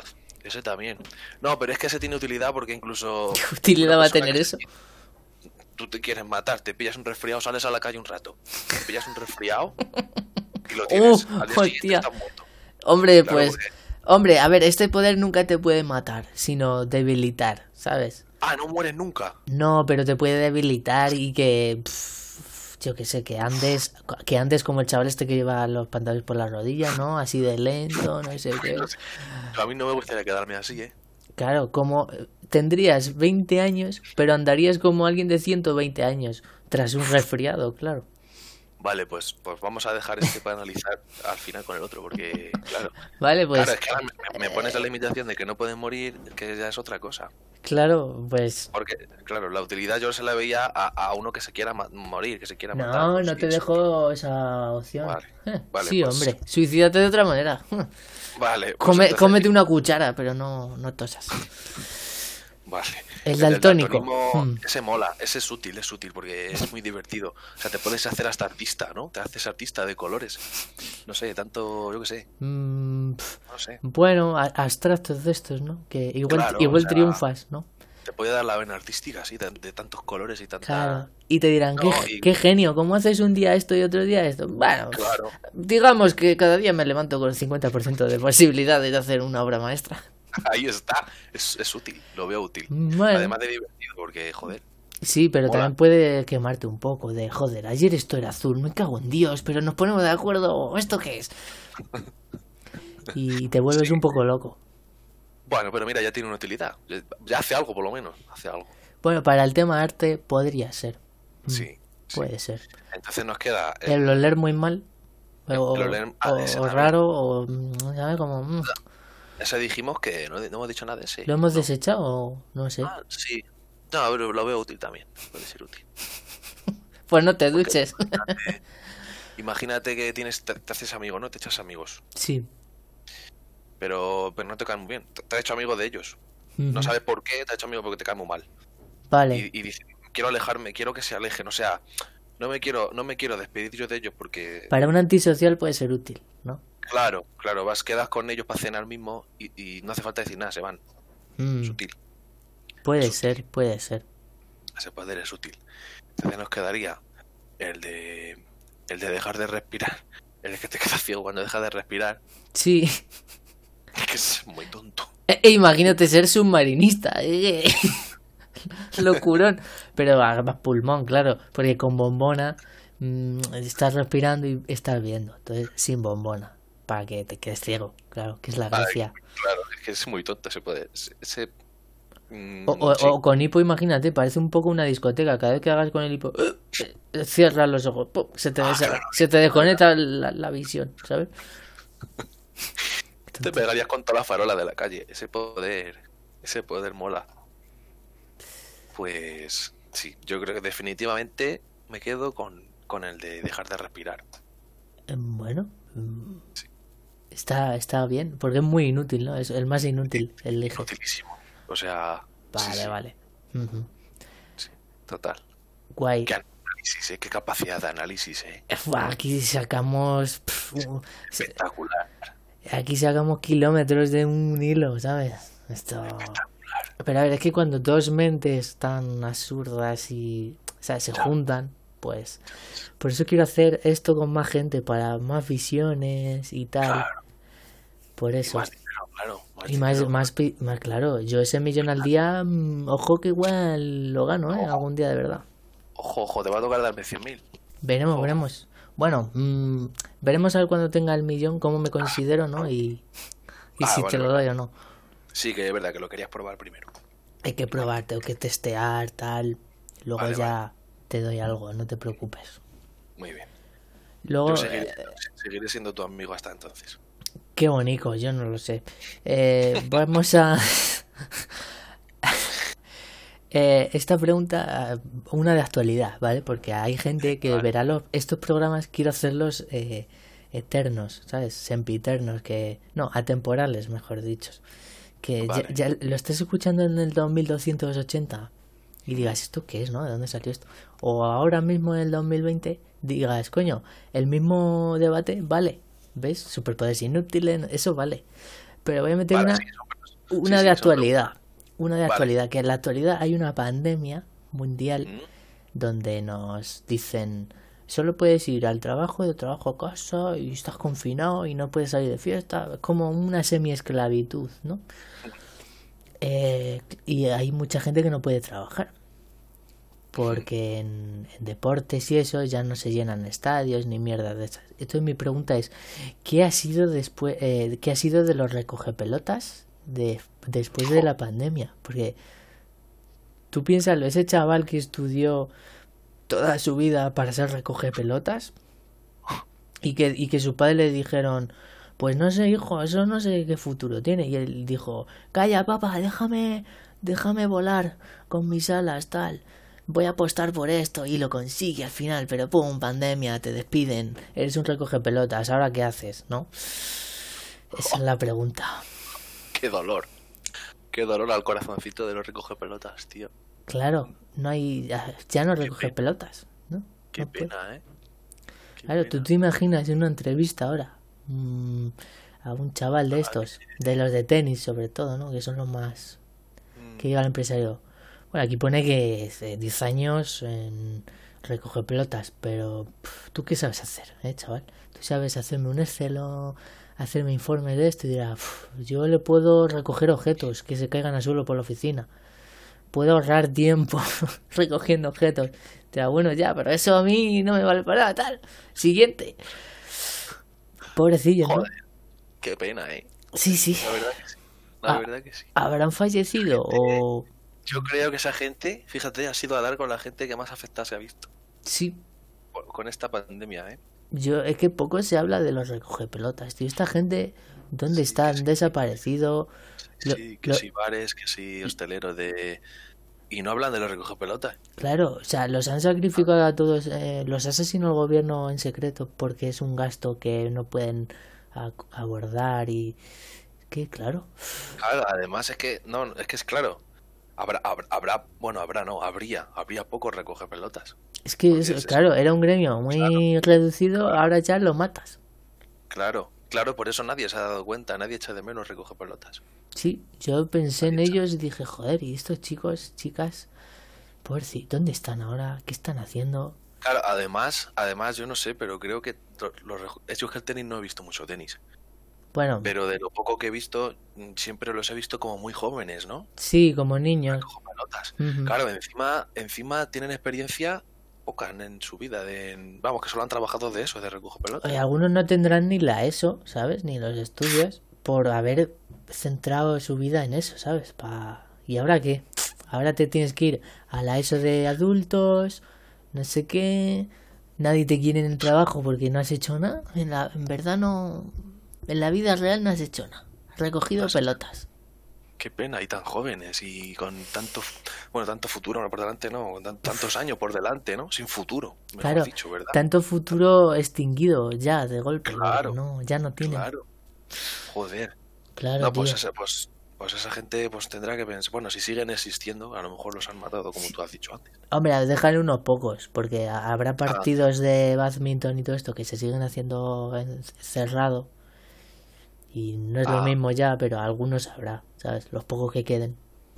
Speaker 2: Ese también. No, pero es que ese tiene utilidad porque incluso...
Speaker 1: ¿Qué utilidad va a tener
Speaker 2: que
Speaker 1: eso?
Speaker 2: Tú te quieres matar, te pillas un resfriado, sales a la calle un rato. Te pillas un resfriado y lo tienes.
Speaker 1: ¡Uh!
Speaker 2: Al día siguiente
Speaker 1: ¡Hostia!
Speaker 2: estás muerto.
Speaker 1: Hombre,
Speaker 2: Claro,
Speaker 1: pues...
Speaker 2: porque...
Speaker 1: Hombre, a ver, este poder nunca te puede matar, sino debilitar, ¿sabes?
Speaker 2: Ah, no mueres nunca.
Speaker 1: No, pero te puede debilitar y que... pff, yo qué sé, que andes... Que andes como el chaval este que lleva los pantalones por las rodillas, ¿no? Así de lento, no sé qué.
Speaker 2: No sé. A mí no me gustaría quedarme así, ¿eh?
Speaker 1: Claro, como tendrías veinte años, pero andarías como alguien de ciento veinte años, tras un resfriado, claro.
Speaker 2: Vale, pues, pues vamos a dejar este para analizar al final con el otro, porque, claro,
Speaker 1: Vale, pues,
Speaker 2: claro, es que ahora me, me pones la limitación de que no pueden morir, que ya es otra cosa.
Speaker 1: claro, pues...
Speaker 2: Porque, claro, la utilidad yo se la veía a, a uno que se quiera ma- morir, que se quiera matar.
Speaker 1: No,
Speaker 2: Pues
Speaker 1: no
Speaker 2: sí,
Speaker 1: te
Speaker 2: sí.
Speaker 1: dejo esa opción.
Speaker 2: Vale,
Speaker 1: Eh,
Speaker 2: vale,
Speaker 1: sí,
Speaker 2: pues-
Speaker 1: hombre, suicídate de otra manera.
Speaker 2: Vale, pues
Speaker 1: Come,
Speaker 2: entonces-
Speaker 1: cómete una cuchara, pero no, no tosas.
Speaker 2: Vale.
Speaker 1: El
Speaker 2: del
Speaker 1: daltónico.
Speaker 2: daltonismo,
Speaker 1: Hmm.
Speaker 2: ese mola, ese es útil, es útil porque es muy divertido. O sea, te puedes hacer hasta artista, ¿no? Te haces artista de colores. No sé, tanto, yo qué sé,
Speaker 1: Mm, pf,
Speaker 2: no sé.
Speaker 1: bueno, a- abstractos de estos, ¿no? Que igual,
Speaker 2: Claro,
Speaker 1: igual
Speaker 2: o sea,
Speaker 1: triunfas, ¿no?
Speaker 2: Te puede dar la vena artística, así, de, de tantos colores y tanta...
Speaker 1: Claro. Y te dirán,
Speaker 2: No,
Speaker 1: qué,
Speaker 2: y-
Speaker 1: qué genio, ¿cómo haces un día esto y otro día esto? Bueno, pf,
Speaker 2: Claro.
Speaker 1: digamos que cada día me levanto con el cincuenta por ciento de posibilidades de hacer una obra maestra.
Speaker 2: Ahí está, es, es útil, lo veo útil.
Speaker 1: Bueno,
Speaker 2: Además de divertido, porque, joder,
Speaker 1: sí, pero
Speaker 2: mola.
Speaker 1: también puede quemarte un poco de, joder, ayer esto era azul, me cago en Dios, pero nos ponemos de acuerdo, ¿esto qué es? Y te vuelves
Speaker 2: Sí.
Speaker 1: un poco loco.
Speaker 2: Bueno, pero mira, ya tiene una utilidad. Ya, ya hace algo, por lo menos, hace algo.
Speaker 1: Bueno, para el tema arte podría ser. Mm,
Speaker 2: Sí, sí.
Speaker 1: Puede ser.
Speaker 2: Entonces nos queda... el-
Speaker 1: El oler muy mal. O,
Speaker 2: El oler- ah,
Speaker 1: o-
Speaker 2: ese
Speaker 1: o
Speaker 2: también.
Speaker 1: raro, o... mm, ¿sabes? Como... mm,
Speaker 2: Ese dijimos que no, no hemos dicho nada de ese.
Speaker 1: ¿Lo hemos
Speaker 2: No.
Speaker 1: desechado o no sé?
Speaker 2: Ah, sí. No, pero lo veo útil también. Puede ser útil.
Speaker 1: Pues no te duches.
Speaker 2: Imagínate que tienes, te, te haces amigo, ¿no? Te echas amigos.
Speaker 1: Sí.
Speaker 2: Pero, pero no te caen muy bien. Te, te has hecho amigo de ellos. No
Speaker 1: Ujú.
Speaker 2: sabes por qué te has hecho amigo porque te caen muy mal.
Speaker 1: Vale.
Speaker 2: Y, y dices, quiero alejarme, quiero que se alejen. O sea, no me quiero, no me quiero despedir yo de ellos porque...
Speaker 1: Para un antisocial puede ser útil, ¿no?
Speaker 2: Claro, claro, vas, quedas con ellos para cenar mismo y, y no hace falta decir nada, se van.
Speaker 1: Mm,
Speaker 2: Es útil.
Speaker 1: puede
Speaker 2: es
Speaker 1: ser, puede ser.
Speaker 2: Ese poder es útil. Entonces nos quedaría el de el de dejar de respirar. El de que te quedas ciego cuando dejas de respirar.
Speaker 1: Sí.
Speaker 2: Es que es muy tonto.
Speaker 1: E, e imagínate ser submarinista. eh. Locurón. Pero a más pulmón, claro. Porque con bombona mm, estás respirando y estás viendo. Entonces, sin bombona. Para que te quedes ciego. Claro, que es la
Speaker 2: Vale,
Speaker 1: gracia.
Speaker 2: claro, es que es muy tonto ese poder. Ese, ese, mm,
Speaker 1: O, o-
Speaker 2: sí,
Speaker 1: o con hipo, imagínate, parece un poco una discoteca. Cada vez que hagas con el hipo, eh, cierras los ojos, ¡pum! se te,
Speaker 2: Ah,
Speaker 1: desa-
Speaker 2: claro.
Speaker 1: se te desconecta la, la visión, ¿sabes?
Speaker 2: te pegarías con toda la farola de la calle. Ese poder, ese poder mola. Pues sí, yo creo que definitivamente me quedo con, con el de dejar de respirar.
Speaker 1: Eh, Bueno, mm,
Speaker 2: Sí.
Speaker 1: está, está bien, porque es muy inútil, ¿no? Es el más inútil, el eje.
Speaker 2: Utilísimo. O sea, sí,
Speaker 1: Vale,
Speaker 2: sí,
Speaker 1: vale. Ujú.
Speaker 2: sí, total.
Speaker 1: Guay.
Speaker 2: Qué análisis, ¿eh? Qué capacidad de análisis, ¿eh?
Speaker 1: Fua, Aquí sacamos. pf, uh, se-
Speaker 2: Espectacular.
Speaker 1: aquí sacamos kilómetros de un hilo, ¿sabes? Esto. Pero a ver, es que cuando dos mentes tan absurdas y. O sea, se juntan, pues. Por eso quiero hacer esto con más gente, para más visiones y tal.
Speaker 2: Claro.
Speaker 1: Por
Speaker 2: Y
Speaker 1: eso.
Speaker 2: más dinero, claro. Más
Speaker 1: Y más,
Speaker 2: dinero.
Speaker 1: más, pi- más claro, yo ese millón al día, mm, ojo que igual lo gano, ¿eh? Algún día de verdad.
Speaker 2: Ojo, ojo, te va a tocar darme cien mil.
Speaker 1: Veremos,
Speaker 2: Ojo.
Speaker 1: veremos. Bueno, mm, veremos a ver cuando tenga el millón cómo me considero, ¿no? Y, y
Speaker 2: Ah,
Speaker 1: si
Speaker 2: vale,
Speaker 1: te lo
Speaker 2: vale.
Speaker 1: doy o no.
Speaker 2: Sí, que es verdad que lo querías probar primero.
Speaker 1: Hay que probar, tengo que testear, tal. Luego
Speaker 2: Vale,
Speaker 1: ya te doy algo, no te preocupes.
Speaker 2: Muy bien.
Speaker 1: Luego,
Speaker 2: Yo seguiré,
Speaker 1: eh,
Speaker 2: seguiré siendo tu amigo hasta entonces.
Speaker 1: qué bonito, yo no lo sé. Eh, vamos a... Eh, esta pregunta, eh, una de actualidad, ¿vale? Porque hay gente que
Speaker 2: Vale.
Speaker 1: verá los, estos programas, quiero hacerlos eh, eternos, ¿sabes? Sempiternos, que... No, atemporales, mejor dicho. Que ya-
Speaker 2: Vale.
Speaker 1: ya, lo estés escuchando en el dos mil doscientos ochenta y digas, ¿esto qué es, no? ¿De dónde salió esto? O ahora mismo en el dos mil veinte digas, coño, el mismo debate, vale, ¿ves? Superpoderes inútiles, eso vale. Pero voy a meter
Speaker 2: Vale,
Speaker 1: una...
Speaker 2: sí, super-
Speaker 1: una
Speaker 2: sí,
Speaker 1: de
Speaker 2: eso me
Speaker 1: actualidad.
Speaker 2: preocupa.
Speaker 1: Una de
Speaker 2: Vale.
Speaker 1: actualidad, que en la actualidad hay una pandemia mundial
Speaker 2: Mm,
Speaker 1: donde nos dicen solo puedes ir al trabajo, de trabajo a casa y estás confinado y no puedes salir de fiesta. Es como una semi-esclavitud, ¿no? Eh, y hay mucha gente que no puede trabajar porque en, en deportes y eso ya no se llenan estadios ni mierda de esas. Entonces mi pregunta es, ¿qué ha sido después, eh, qué ha sido de los recogepelotas de, después de
Speaker 2: jo,
Speaker 1: la pandemia? Porque tú piénsalo, ese chaval que estudió toda su vida para ser recogepelotas y que, y que su padre le dijeron, pues no sé, hijo, eso no sé qué futuro tiene. Y él dijo, calla, papá, déjame, déjame volar con mis alas, tal. Voy a apostar por esto y lo consigue al final, pero pum, pandemia, te despiden, eres un recogepelotas, ¿ahora qué haces? ¿No? Esa es
Speaker 2: jo,
Speaker 1: la pregunta.
Speaker 2: qué dolor. Qué dolor al corazoncito de los recoge pelotas, tío.
Speaker 1: Claro, no hay, ya ya no
Speaker 2: Qué
Speaker 1: recoge
Speaker 2: pena,
Speaker 1: pelotas, ¿no?
Speaker 2: qué
Speaker 1: No puede.
Speaker 2: pena, ¿eh? Qué
Speaker 1: Claro, tú
Speaker 2: pena.
Speaker 1: te imaginas en una entrevista ahora mm, a un chaval de
Speaker 2: A ver,
Speaker 1: estos, de los de tenis sobre todo, ¿no? Que son los más... Que
Speaker 2: mm,
Speaker 1: diga el empresario. Bueno, aquí pone que es de diez años en recoge pelotas, pero pf, ¿tú qué sabes hacer, eh, chaval? ¿Tú sabes hacerme un Excel o hacerme informes de esto? Y dirá, "Pf, yo le puedo recoger objetos que se caigan al suelo por la oficina. Puedo ahorrar tiempo recogiendo objetos. Dirá, bueno, ya, pero eso a mí no me vale para nada, tal. Siguiente. Pobrecillos, ¿no?
Speaker 2: joder, qué pena, ¿eh?
Speaker 1: Sí, sí.
Speaker 2: La verdad que sí. La
Speaker 1: Ah,
Speaker 2: verdad que sí.
Speaker 1: ¿habrán
Speaker 2: Esa
Speaker 1: fallecido
Speaker 2: gente,
Speaker 1: o...?
Speaker 2: yo creo que esa gente, fíjate, ha sido a dar con la gente que más afectada se ha visto
Speaker 1: Sí,
Speaker 2: por- con esta pandemia, ¿eh?
Speaker 1: yo es que poco se habla de los recogepelotas, tío. Esta gente, ¿dónde
Speaker 2: Sí, que
Speaker 1: está?
Speaker 2: sí,
Speaker 1: ¿Han desaparecido?
Speaker 2: sí,
Speaker 1: Lo,
Speaker 2: sí, que
Speaker 1: lo-
Speaker 2: sí bares, que sí hosteleros de... Y no hablan de los recoge pelotas.
Speaker 1: claro, o sea, los han sacrificado a todos, eh, los ha asesinado el gobierno en secreto porque es un gasto que no pueden a- abordar y... Que claro,
Speaker 2: Claro, además es que, no, es que es claro, habrá, habrá, habrá- bueno, habrá, no, habría, habría pocos recoge pelotas.
Speaker 1: es que
Speaker 2: Porque
Speaker 1: eso,
Speaker 2: es eso,
Speaker 1: claro, era un gremio
Speaker 2: claro,
Speaker 1: muy reducido,
Speaker 2: claro,
Speaker 1: ahora ya lo matas.
Speaker 2: claro, claro, por eso nadie se ha dado cuenta, nadie echa de menos recoge pelotas.
Speaker 1: Sí, yo pensé en
Speaker 2: Nadie echa.
Speaker 1: ellos y dije, joder, ¿y estos chicos, chicas, por si, ¿dónde están ahora? ¿Qué están haciendo?
Speaker 2: Claro, además, además, yo no sé, pero creo que lo- los, rejo- es yo que el tenis no he visto mucho tenis,
Speaker 1: Bueno,
Speaker 2: pero de lo poco que he visto, mm, siempre los he visto como muy jóvenes, ¿no?
Speaker 1: sí, como niños.
Speaker 2: Recoge pelotas.
Speaker 1: Ujú.
Speaker 2: Claro, encima, encima tienen experiencia poca en, en su vida, de, en- vamos, que solo han trabajado de eso, de recoge
Speaker 1: Oye,
Speaker 2: pelotas.
Speaker 1: algunos no tendrán ni la ESO, ¿sabes? Ni los estudios por haber centrado su vida en eso, ¿sabes? Pa... ¿Y ahora qué? Ahora te tienes que ir a la ESO de adultos, no sé qué. Nadie te quiere en el trabajo porque no has hecho nada. En la... en verdad no... En la vida real no has hecho nada. Has
Speaker 2: No
Speaker 1: recogido
Speaker 2: has hecho.
Speaker 1: pelotas.
Speaker 2: Qué pena, y tan jóvenes, y con tanto, fu- bueno, tanto futuro por delante, no, con tan- tantos años por delante, ¿no? Sin futuro, mejor
Speaker 1: Claro,
Speaker 2: dicho, ¿verdad?
Speaker 1: tanto futuro extinguido ya de golpe, porque
Speaker 2: Claro,
Speaker 1: no, ya no tienen.
Speaker 2: claro, joder.
Speaker 1: Claro,
Speaker 2: No, pues
Speaker 1: tío.
Speaker 2: esa, pues, pues esa gente pues tendrá que pensar, bueno, si siguen existiendo, a lo mejor los han matado, como tú has dicho antes.
Speaker 1: Hombre, déjale unos pocos, porque ha- habrá
Speaker 2: Ah,
Speaker 1: partidos de badminton y todo esto que se siguen haciendo en- cerrado y no es lo
Speaker 2: ah,
Speaker 1: mismo ya, pero algunos habrá, ¿sabes? Los pocos que queden.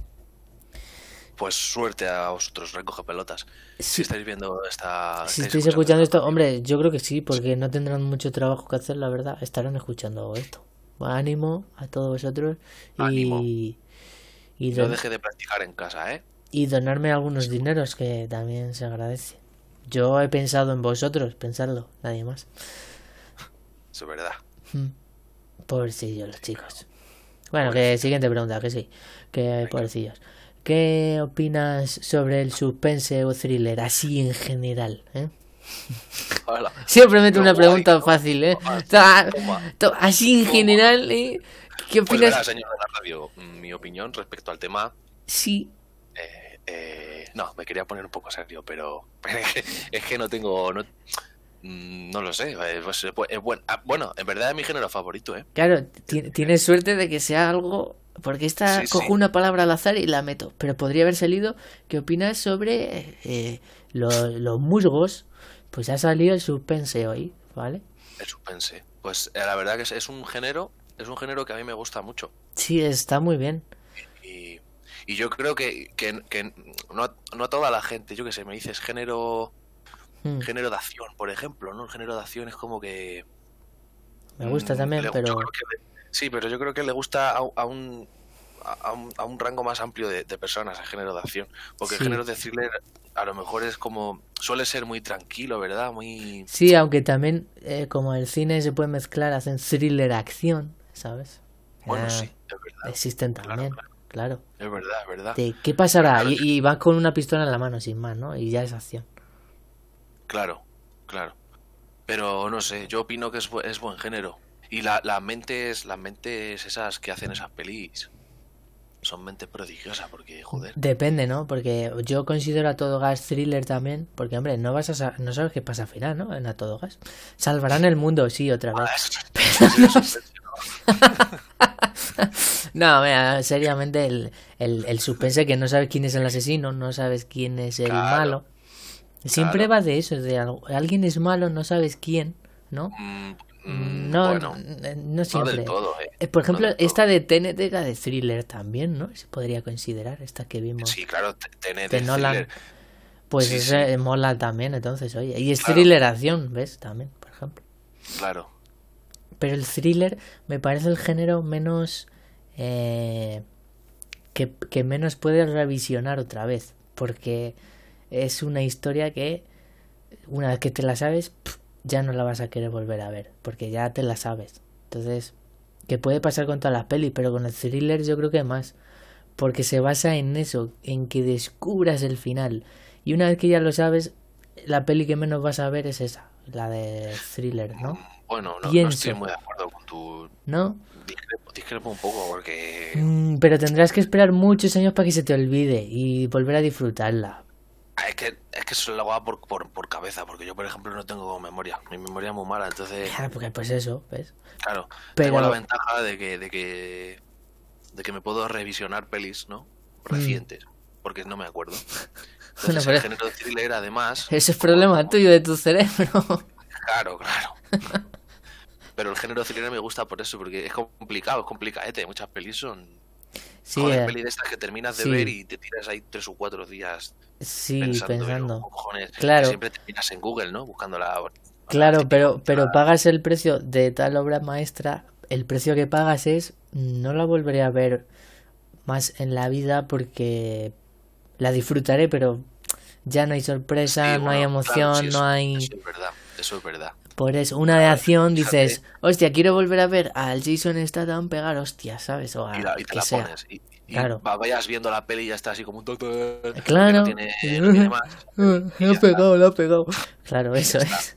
Speaker 2: pues suerte a vosotros, recoge pelotas. Si
Speaker 1: Sí,
Speaker 2: estáis viendo esta,
Speaker 1: si
Speaker 2: estáis
Speaker 1: estáis
Speaker 2: escuchando
Speaker 1: escuchando
Speaker 2: esta
Speaker 1: esto,
Speaker 2: radio,
Speaker 1: hombre, yo creo que sí,
Speaker 2: sí,
Speaker 1: porque no tendrán mucho trabajo que hacer, la verdad, estarán escuchando esto. Ánimo a todos vosotros
Speaker 2: ánimo,
Speaker 1: y, y,
Speaker 2: y no
Speaker 1: don-
Speaker 2: deje de practicar en casa, ¿eh?
Speaker 1: y donarme algunos
Speaker 2: Eso,
Speaker 1: dineros que también se agradece. Yo he pensado en vosotros, pensarlo, nadie más.
Speaker 2: eso es verdad,
Speaker 1: Mm. Pobrecillos los chicos. Bueno, que
Speaker 2: pobrecito.
Speaker 1: siguiente pregunta, que sí, que
Speaker 2: Venga.
Speaker 1: pobrecillos. ¿Qué opinas sobre el suspense o thriller así en general? ¿Eh?
Speaker 2: Hola.
Speaker 1: Siempre meto
Speaker 2: Qué
Speaker 1: una
Speaker 2: guay,
Speaker 1: pregunta
Speaker 2: ¿no?
Speaker 1: fácil, ¿eh?
Speaker 2: Toma,
Speaker 1: Ta-
Speaker 2: toma,
Speaker 1: to- Así en
Speaker 2: toma.
Speaker 1: general, ¿eh? ¿Qué
Speaker 2: Pues
Speaker 1: opinas?
Speaker 2: verá, señor de la radio, mi opinión respecto al tema,
Speaker 1: Sí,
Speaker 2: eh, eh, no, me quería poner un poco serio, pero es que, es que no tengo, no, mm, no lo sé, eh, pues, eh, pues, eh, bueno, ah, bueno, en verdad es mi género favorito, ¿eh?
Speaker 1: claro,
Speaker 2: Es
Speaker 1: ti-
Speaker 2: mi
Speaker 1: tienes
Speaker 2: género.
Speaker 1: suerte de que sea algo. Porque esta
Speaker 2: Sí,
Speaker 1: cojo
Speaker 2: sí.
Speaker 1: una palabra al azar y la meto. Pero podría haber salido. ¿Qué opinas sobre eh, lo- los musgos? Pues ha salido el suspense hoy, ¿vale?
Speaker 2: El suspense. Pues eh, la verdad que es, es un género es un género que a mí me gusta mucho.
Speaker 1: Sí, está muy bien.
Speaker 2: Y, y yo creo que, que, que no, no a toda la gente, yo que sé, me dices género
Speaker 1: Mm.
Speaker 2: género de acción, por ejemplo, ¿no? El género de acción es como que...
Speaker 1: Me gusta
Speaker 2: mm,
Speaker 1: también,
Speaker 2: le- yo
Speaker 1: pero...
Speaker 2: creo que le- sí, pero yo creo que le gusta a, a un, a, un, a un rango más amplio de, de personas el género de acción. Porque el
Speaker 1: Sí.
Speaker 2: género de thriller a lo mejor es como... Suele ser muy tranquilo, ¿verdad? Muy...
Speaker 1: Sí, aunque también, eh, como el cine se puede mezclar, hacen thriller acción, ¿sabes?
Speaker 2: Bueno,
Speaker 1: Ah,
Speaker 2: sí, es verdad.
Speaker 1: existen
Speaker 2: Claro,
Speaker 1: también,
Speaker 2: claro.
Speaker 1: claro.
Speaker 2: Es verdad, es verdad.
Speaker 1: De, ¿qué
Speaker 2: Pero
Speaker 1: pasará?
Speaker 2: claro,
Speaker 1: Y,
Speaker 2: es-
Speaker 1: y van con una pistola en la mano, sin más, ¿no? Y ya es acción.
Speaker 2: claro, claro. Pero no sé, yo opino que es, bu- es buen género. Y la, las mentes, las mentes esas que hacen esas pelis son mentes prodigiosas, porque, joder.
Speaker 1: Depende, ¿no? Porque yo considero A Todo Gas thriller también, porque, hombre, no vas a sa- no sabes qué pasa al final, ¿no? En A Todo Gas. Salvarán el mundo, sí, otra
Speaker 2: Ah,
Speaker 1: vez.
Speaker 2: es- es de suspense, ¿no?
Speaker 1: No, mira, seriamente el, el, el suspense que no sabes quién es el asesino, no sabes quién es el
Speaker 2: Claro,
Speaker 1: malo. Siempre
Speaker 2: claro.
Speaker 1: va de eso, de algo- alguien es malo, no sabes quién, ¿no?
Speaker 2: Mm, mm,
Speaker 1: No,
Speaker 2: bueno,
Speaker 1: n- no
Speaker 2: no del
Speaker 1: siempre.
Speaker 2: todo, eh.
Speaker 1: Eh, Por
Speaker 2: No
Speaker 1: ejemplo,
Speaker 2: del todo.
Speaker 1: esta de Tenet era de thriller también, ¿no? Se podría considerar, esta que vimos
Speaker 2: Sí, claro, te- Tenet
Speaker 1: de
Speaker 2: es
Speaker 1: Nolan.
Speaker 2: thriller.
Speaker 1: Pues
Speaker 2: Sí,
Speaker 1: ese
Speaker 2: sí,
Speaker 1: eh, mola también, entonces, oye. Y es
Speaker 2: claro,
Speaker 1: thriller acción, ¿ves? También, por ejemplo.
Speaker 2: claro.
Speaker 1: Pero el thriller me parece el género menos... eh, que, que menos puedes revisionar otra vez. Porque es una historia que una vez que te la sabes, pf, ya no la vas a querer volver a ver. Porque ya te la sabes. Entonces, que puede pasar con todas las pelis, pero con el thriller yo creo que más. Porque se basa en eso, en que descubras el final. Y una vez que ya lo sabes, la peli que menos vas a ver es esa, la de thriller, ¿no?
Speaker 2: Mm, Bueno, no, no estoy
Speaker 1: Pienso,
Speaker 2: muy de acuerdo con tu...
Speaker 1: ¿no?
Speaker 2: Discrepo, discrepo un poco porque...
Speaker 1: Mm, pero tendrás que esperar muchos años para que se te olvide y volver a disfrutarla.
Speaker 2: Ah, Es que, es que eso lo hago por, por, por cabeza, porque yo, por ejemplo, no tengo memoria. Mi memoria es muy mala, entonces,
Speaker 1: Claro, porque pues eso, ¿ves?
Speaker 2: claro, tengo la
Speaker 1: Pero...
Speaker 2: ventaja de que, de que, de que me puedo revisionar pelis, ¿no?
Speaker 1: mm,
Speaker 2: Recientes, porque no me acuerdo.
Speaker 1: bueno,
Speaker 2: Entonces, el
Speaker 1: pero
Speaker 2: género de thriller, además,
Speaker 1: ese es
Speaker 2: como,
Speaker 1: problema tuyo de tu cerebro.
Speaker 2: claro, claro. Pero el género thriller me gusta por eso, porque es complicado, es complicadete. Muchas pelis son...
Speaker 1: Sí,
Speaker 2: Joder,
Speaker 1: eh,
Speaker 2: pelis de estas que terminas de ver
Speaker 1: sí,
Speaker 2: y te tiras ahí tres o cuatro días
Speaker 1: sí,
Speaker 2: pensando en
Speaker 1: pensando.
Speaker 2: cojones, que
Speaker 1: Claro,
Speaker 2: siempre terminas en Google, ¿no? Buscando la, la
Speaker 1: claro,
Speaker 2: típica
Speaker 1: pero, pero
Speaker 2: búsqueda.
Speaker 1: pagas el precio de tal obra maestra. El precio que pagas es, no la volveré a ver más en la vida porque la disfrutaré, pero ya no hay sorpresa,
Speaker 2: Sí,
Speaker 1: no hay
Speaker 2: bueno, claro, sí,
Speaker 1: emoción, no
Speaker 2: eso,
Speaker 1: hay...
Speaker 2: eso es verdad, eso es verdad.
Speaker 1: Por eso, una de
Speaker 2: Claro,
Speaker 1: acción
Speaker 2: fíjate,
Speaker 1: dices, hostia, quiero volver a ver al Jason Statham pegar hostias, ¿sabes? O
Speaker 2: y,
Speaker 1: a
Speaker 2: la- y
Speaker 1: el
Speaker 2: te
Speaker 1: que
Speaker 2: la
Speaker 1: sea.
Speaker 2: pones, y, y
Speaker 1: Claro,
Speaker 2: va- vayas viendo la peli y ya está así como un tonto, que no
Speaker 1: claro.
Speaker 2: tiene, no tiene más,
Speaker 1: Lo
Speaker 2: y
Speaker 1: ha
Speaker 2: ya está,
Speaker 1: pegado, lo ha pegado. Claro,
Speaker 2: y ya
Speaker 1: eso
Speaker 2: está,
Speaker 1: es.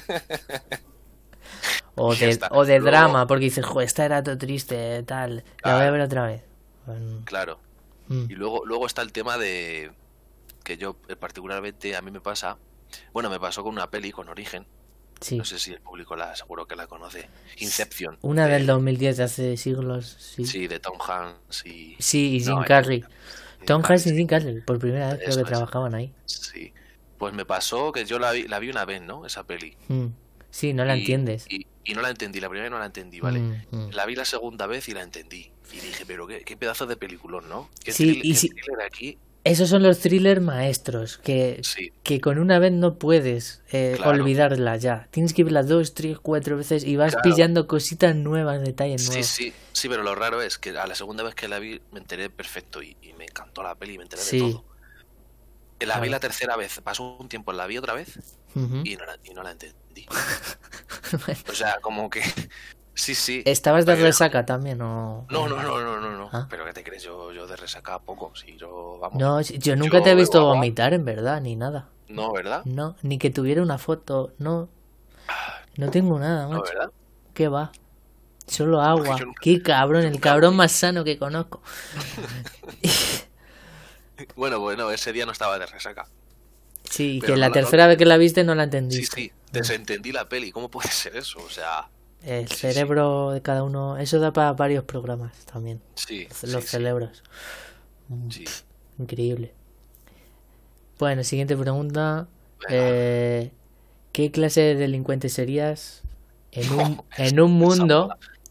Speaker 1: O
Speaker 2: y ya
Speaker 1: de,
Speaker 2: está.
Speaker 1: o de
Speaker 2: Luego,
Speaker 1: drama, porque dices, joder, esta era todo triste, tal. La voy a ver
Speaker 2: claro,
Speaker 1: otra vez. Bueno,
Speaker 2: claro.
Speaker 1: mm,
Speaker 2: Y luego, luego está el tema de que yo eh, particularmente a mí me pasa, bueno, me pasó con una peli, con Origen, no
Speaker 1: sí.
Speaker 2: sé si el público la seguro que la conoce,
Speaker 1: S-
Speaker 2: Inception,
Speaker 1: Una del
Speaker 2: de,
Speaker 1: dos mil diez, de hace siglos, sí.
Speaker 2: sí, de Tom Hanks y,
Speaker 1: Sí, y Jim
Speaker 2: no, y,
Speaker 1: Carrey.
Speaker 2: y
Speaker 1: Tom
Speaker 2: Carrey,
Speaker 1: Hanks y
Speaker 2: sí,
Speaker 1: Jim Carrey, por primera vez creo que
Speaker 2: eso es,
Speaker 1: trabajaban ahí.
Speaker 2: sí. Pues me pasó que yo la vi, la vi una vez, ¿no? Esa peli.
Speaker 1: Mm, sí, no la
Speaker 2: Y,
Speaker 1: entiendes.
Speaker 2: y, y no la entendí, la primera vez no la entendí, ¿vale?
Speaker 1: Mm, mm.
Speaker 2: La vi la segunda vez y la entendí. Y dije, pero qué, qué pedazo de peliculón, ¿no? Qué
Speaker 1: Sí,
Speaker 2: thriller,
Speaker 1: y
Speaker 2: qué
Speaker 1: si,
Speaker 2: thriller aquí.
Speaker 1: esos son los thrillers maestros, que,
Speaker 2: Sí,
Speaker 1: que con una vez no puedes eh,
Speaker 2: claro,
Speaker 1: olvidarla ya. Tienes que verla dos, tres, cuatro veces y vas
Speaker 2: claro.
Speaker 1: pillando cositas nuevas, detalles
Speaker 2: Sí,
Speaker 1: nuevos.
Speaker 2: sí, sí, pero lo raro es que a la segunda vez que la vi me enteré perfecto y, y me encantó la peli, me enteré de
Speaker 1: Sí,
Speaker 2: todo. La vi
Speaker 1: claro.
Speaker 2: la tercera vez, pasó un tiempo, la vi otra vez
Speaker 1: Ujú.
Speaker 2: y no la, y no la entendí. O sea, como que... Sí, sí.
Speaker 1: ¿Estabas de
Speaker 2: eh,
Speaker 1: resaca también o...?
Speaker 2: No, no, no, no, no, no.
Speaker 1: Ah.
Speaker 2: Pero ¿qué te crees? Yo, yo de resaca poco. Si yo, vamos,
Speaker 1: No, si- yo nunca te he
Speaker 2: yo
Speaker 1: visto
Speaker 2: bebo agua.
Speaker 1: vomitar en verdad, ni nada.
Speaker 2: No, ¿verdad?
Speaker 1: No, ni que tuviera una foto, no, no tengo nada,
Speaker 2: No,
Speaker 1: macho.
Speaker 2: ¿verdad?
Speaker 1: ¿Qué va? Solo
Speaker 2: Porque
Speaker 1: agua.
Speaker 2: yo nunca,
Speaker 1: Qué cabrón,
Speaker 2: yo
Speaker 1: el
Speaker 2: nunca
Speaker 1: cabrón
Speaker 2: bebí.
Speaker 1: más sano que conozco.
Speaker 2: Bueno, bueno, ese día no estaba de resaca.
Speaker 1: Sí, que
Speaker 2: Pero no
Speaker 1: la
Speaker 2: la
Speaker 1: tercera
Speaker 2: no,
Speaker 1: vez que la viste no la
Speaker 2: sí,
Speaker 1: entendiste.
Speaker 2: sí,
Speaker 1: Mm.
Speaker 2: desentendí la peli. ¿Cómo puede ser eso? O sea,
Speaker 1: El
Speaker 2: sí, sí,
Speaker 1: cerebro de cada uno, eso da para varios programas también.
Speaker 2: sí,
Speaker 1: Los
Speaker 2: sí, sí,
Speaker 1: cerebros. Mm,
Speaker 2: sí.
Speaker 1: pf, increíble. Bueno, siguiente pregunta.
Speaker 2: Venga.
Speaker 1: Eh, ¿qué clase de delincuente serías en un, en
Speaker 2: Esa
Speaker 1: un mundo,
Speaker 2: mola.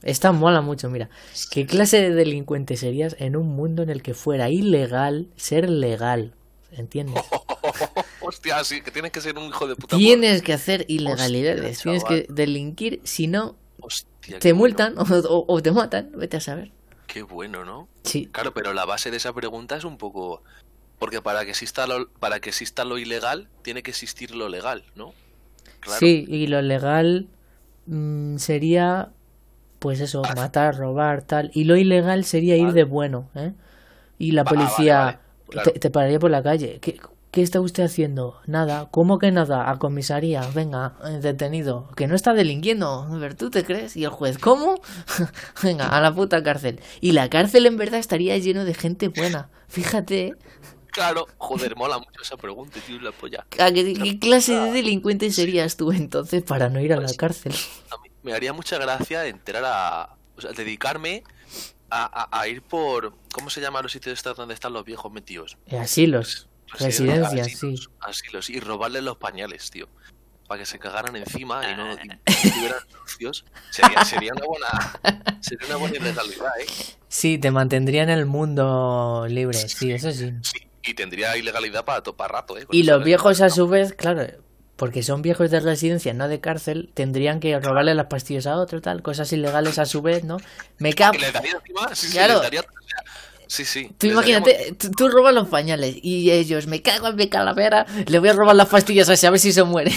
Speaker 1: Esta mola mucho, mira. ¿Qué clase de delincuente serías en un mundo en el que fuera ilegal ser legal? ¿Entiendes?
Speaker 2: Hostia, sí, que tienes que ser un hijo de puta.
Speaker 1: Tienes que hacer ilegalidades,
Speaker 2: Hostia,
Speaker 1: tienes
Speaker 2: chaval.
Speaker 1: que delinquir, si no,
Speaker 2: Hostia,
Speaker 1: te
Speaker 2: qué
Speaker 1: multan
Speaker 2: bueno.
Speaker 1: o, o- o te matan, vete a saber.
Speaker 2: Qué bueno, ¿no?
Speaker 1: Sí,
Speaker 2: Claro, pero la base de esa pregunta es un poco... Porque para que exista lo, para que exista lo ilegal, tiene que existir lo legal, ¿no? Claro.
Speaker 1: sí, y lo legal mm, sería, pues eso, matar, robar, tal. Y lo ilegal sería ir
Speaker 2: Vale.
Speaker 1: de bueno, ¿eh? Y la
Speaker 2: Va- vale,
Speaker 1: policía
Speaker 2: vale, claro.
Speaker 1: te, te pararía por la calle. ¿Qué, qué está usted haciendo? Nada. ¿Cómo que nada? A comisaría. Venga, eh, detenido. Que no está delinquiendo. A ver, ¿tú te crees? Y el juez, ¿cómo? Venga, a la puta cárcel. Y la cárcel en verdad estaría lleno de gente buena. Fíjate, ¿eh?
Speaker 2: Claro, joder, mola mucho esa pregunta, tío, la polla.
Speaker 1: ¿A qué, qué clase de delincuente serías tú entonces para no ir a la
Speaker 2: Pues,
Speaker 1: cárcel?
Speaker 2: a mí me haría mucha gracia entrar a... O sea, dedicarme a, a- a ir por... ¿Cómo se llaman los sitios estos donde están los viejos metidos?
Speaker 1: Eh, Asilos,
Speaker 2: Residen-
Speaker 1: residencias, sí.
Speaker 2: asilos, asilos, y robarles los pañales, tío. Para que se cagaran encima y no, y no estuvieran sucios. Sería, sería una buena... Sería una buena ilegalidad, ¿eh?
Speaker 1: Sí, te mantendría en el mundo libre, sí, eso sí.
Speaker 2: Sí, y tendría ilegalidad para topar rato, ¿eh? Con
Speaker 1: Y
Speaker 2: eso
Speaker 1: los
Speaker 2: de-
Speaker 1: viejos a su vez, claro, porque son viejos de residencia, no de cárcel, tendrían que robarle las pastillas a otro, tal, cosas ilegales a su vez, ¿no? Me cago.
Speaker 2: ¿Y les daría encima? Sí, sí,
Speaker 1: Claro.
Speaker 2: les daría... o sea, sí, sí.
Speaker 1: Tú
Speaker 2: les
Speaker 1: imagínate, tú, tú robas los pañales y ellos, me cago en mi calavera, le voy a robar las pastillas a ese a ver si se muere.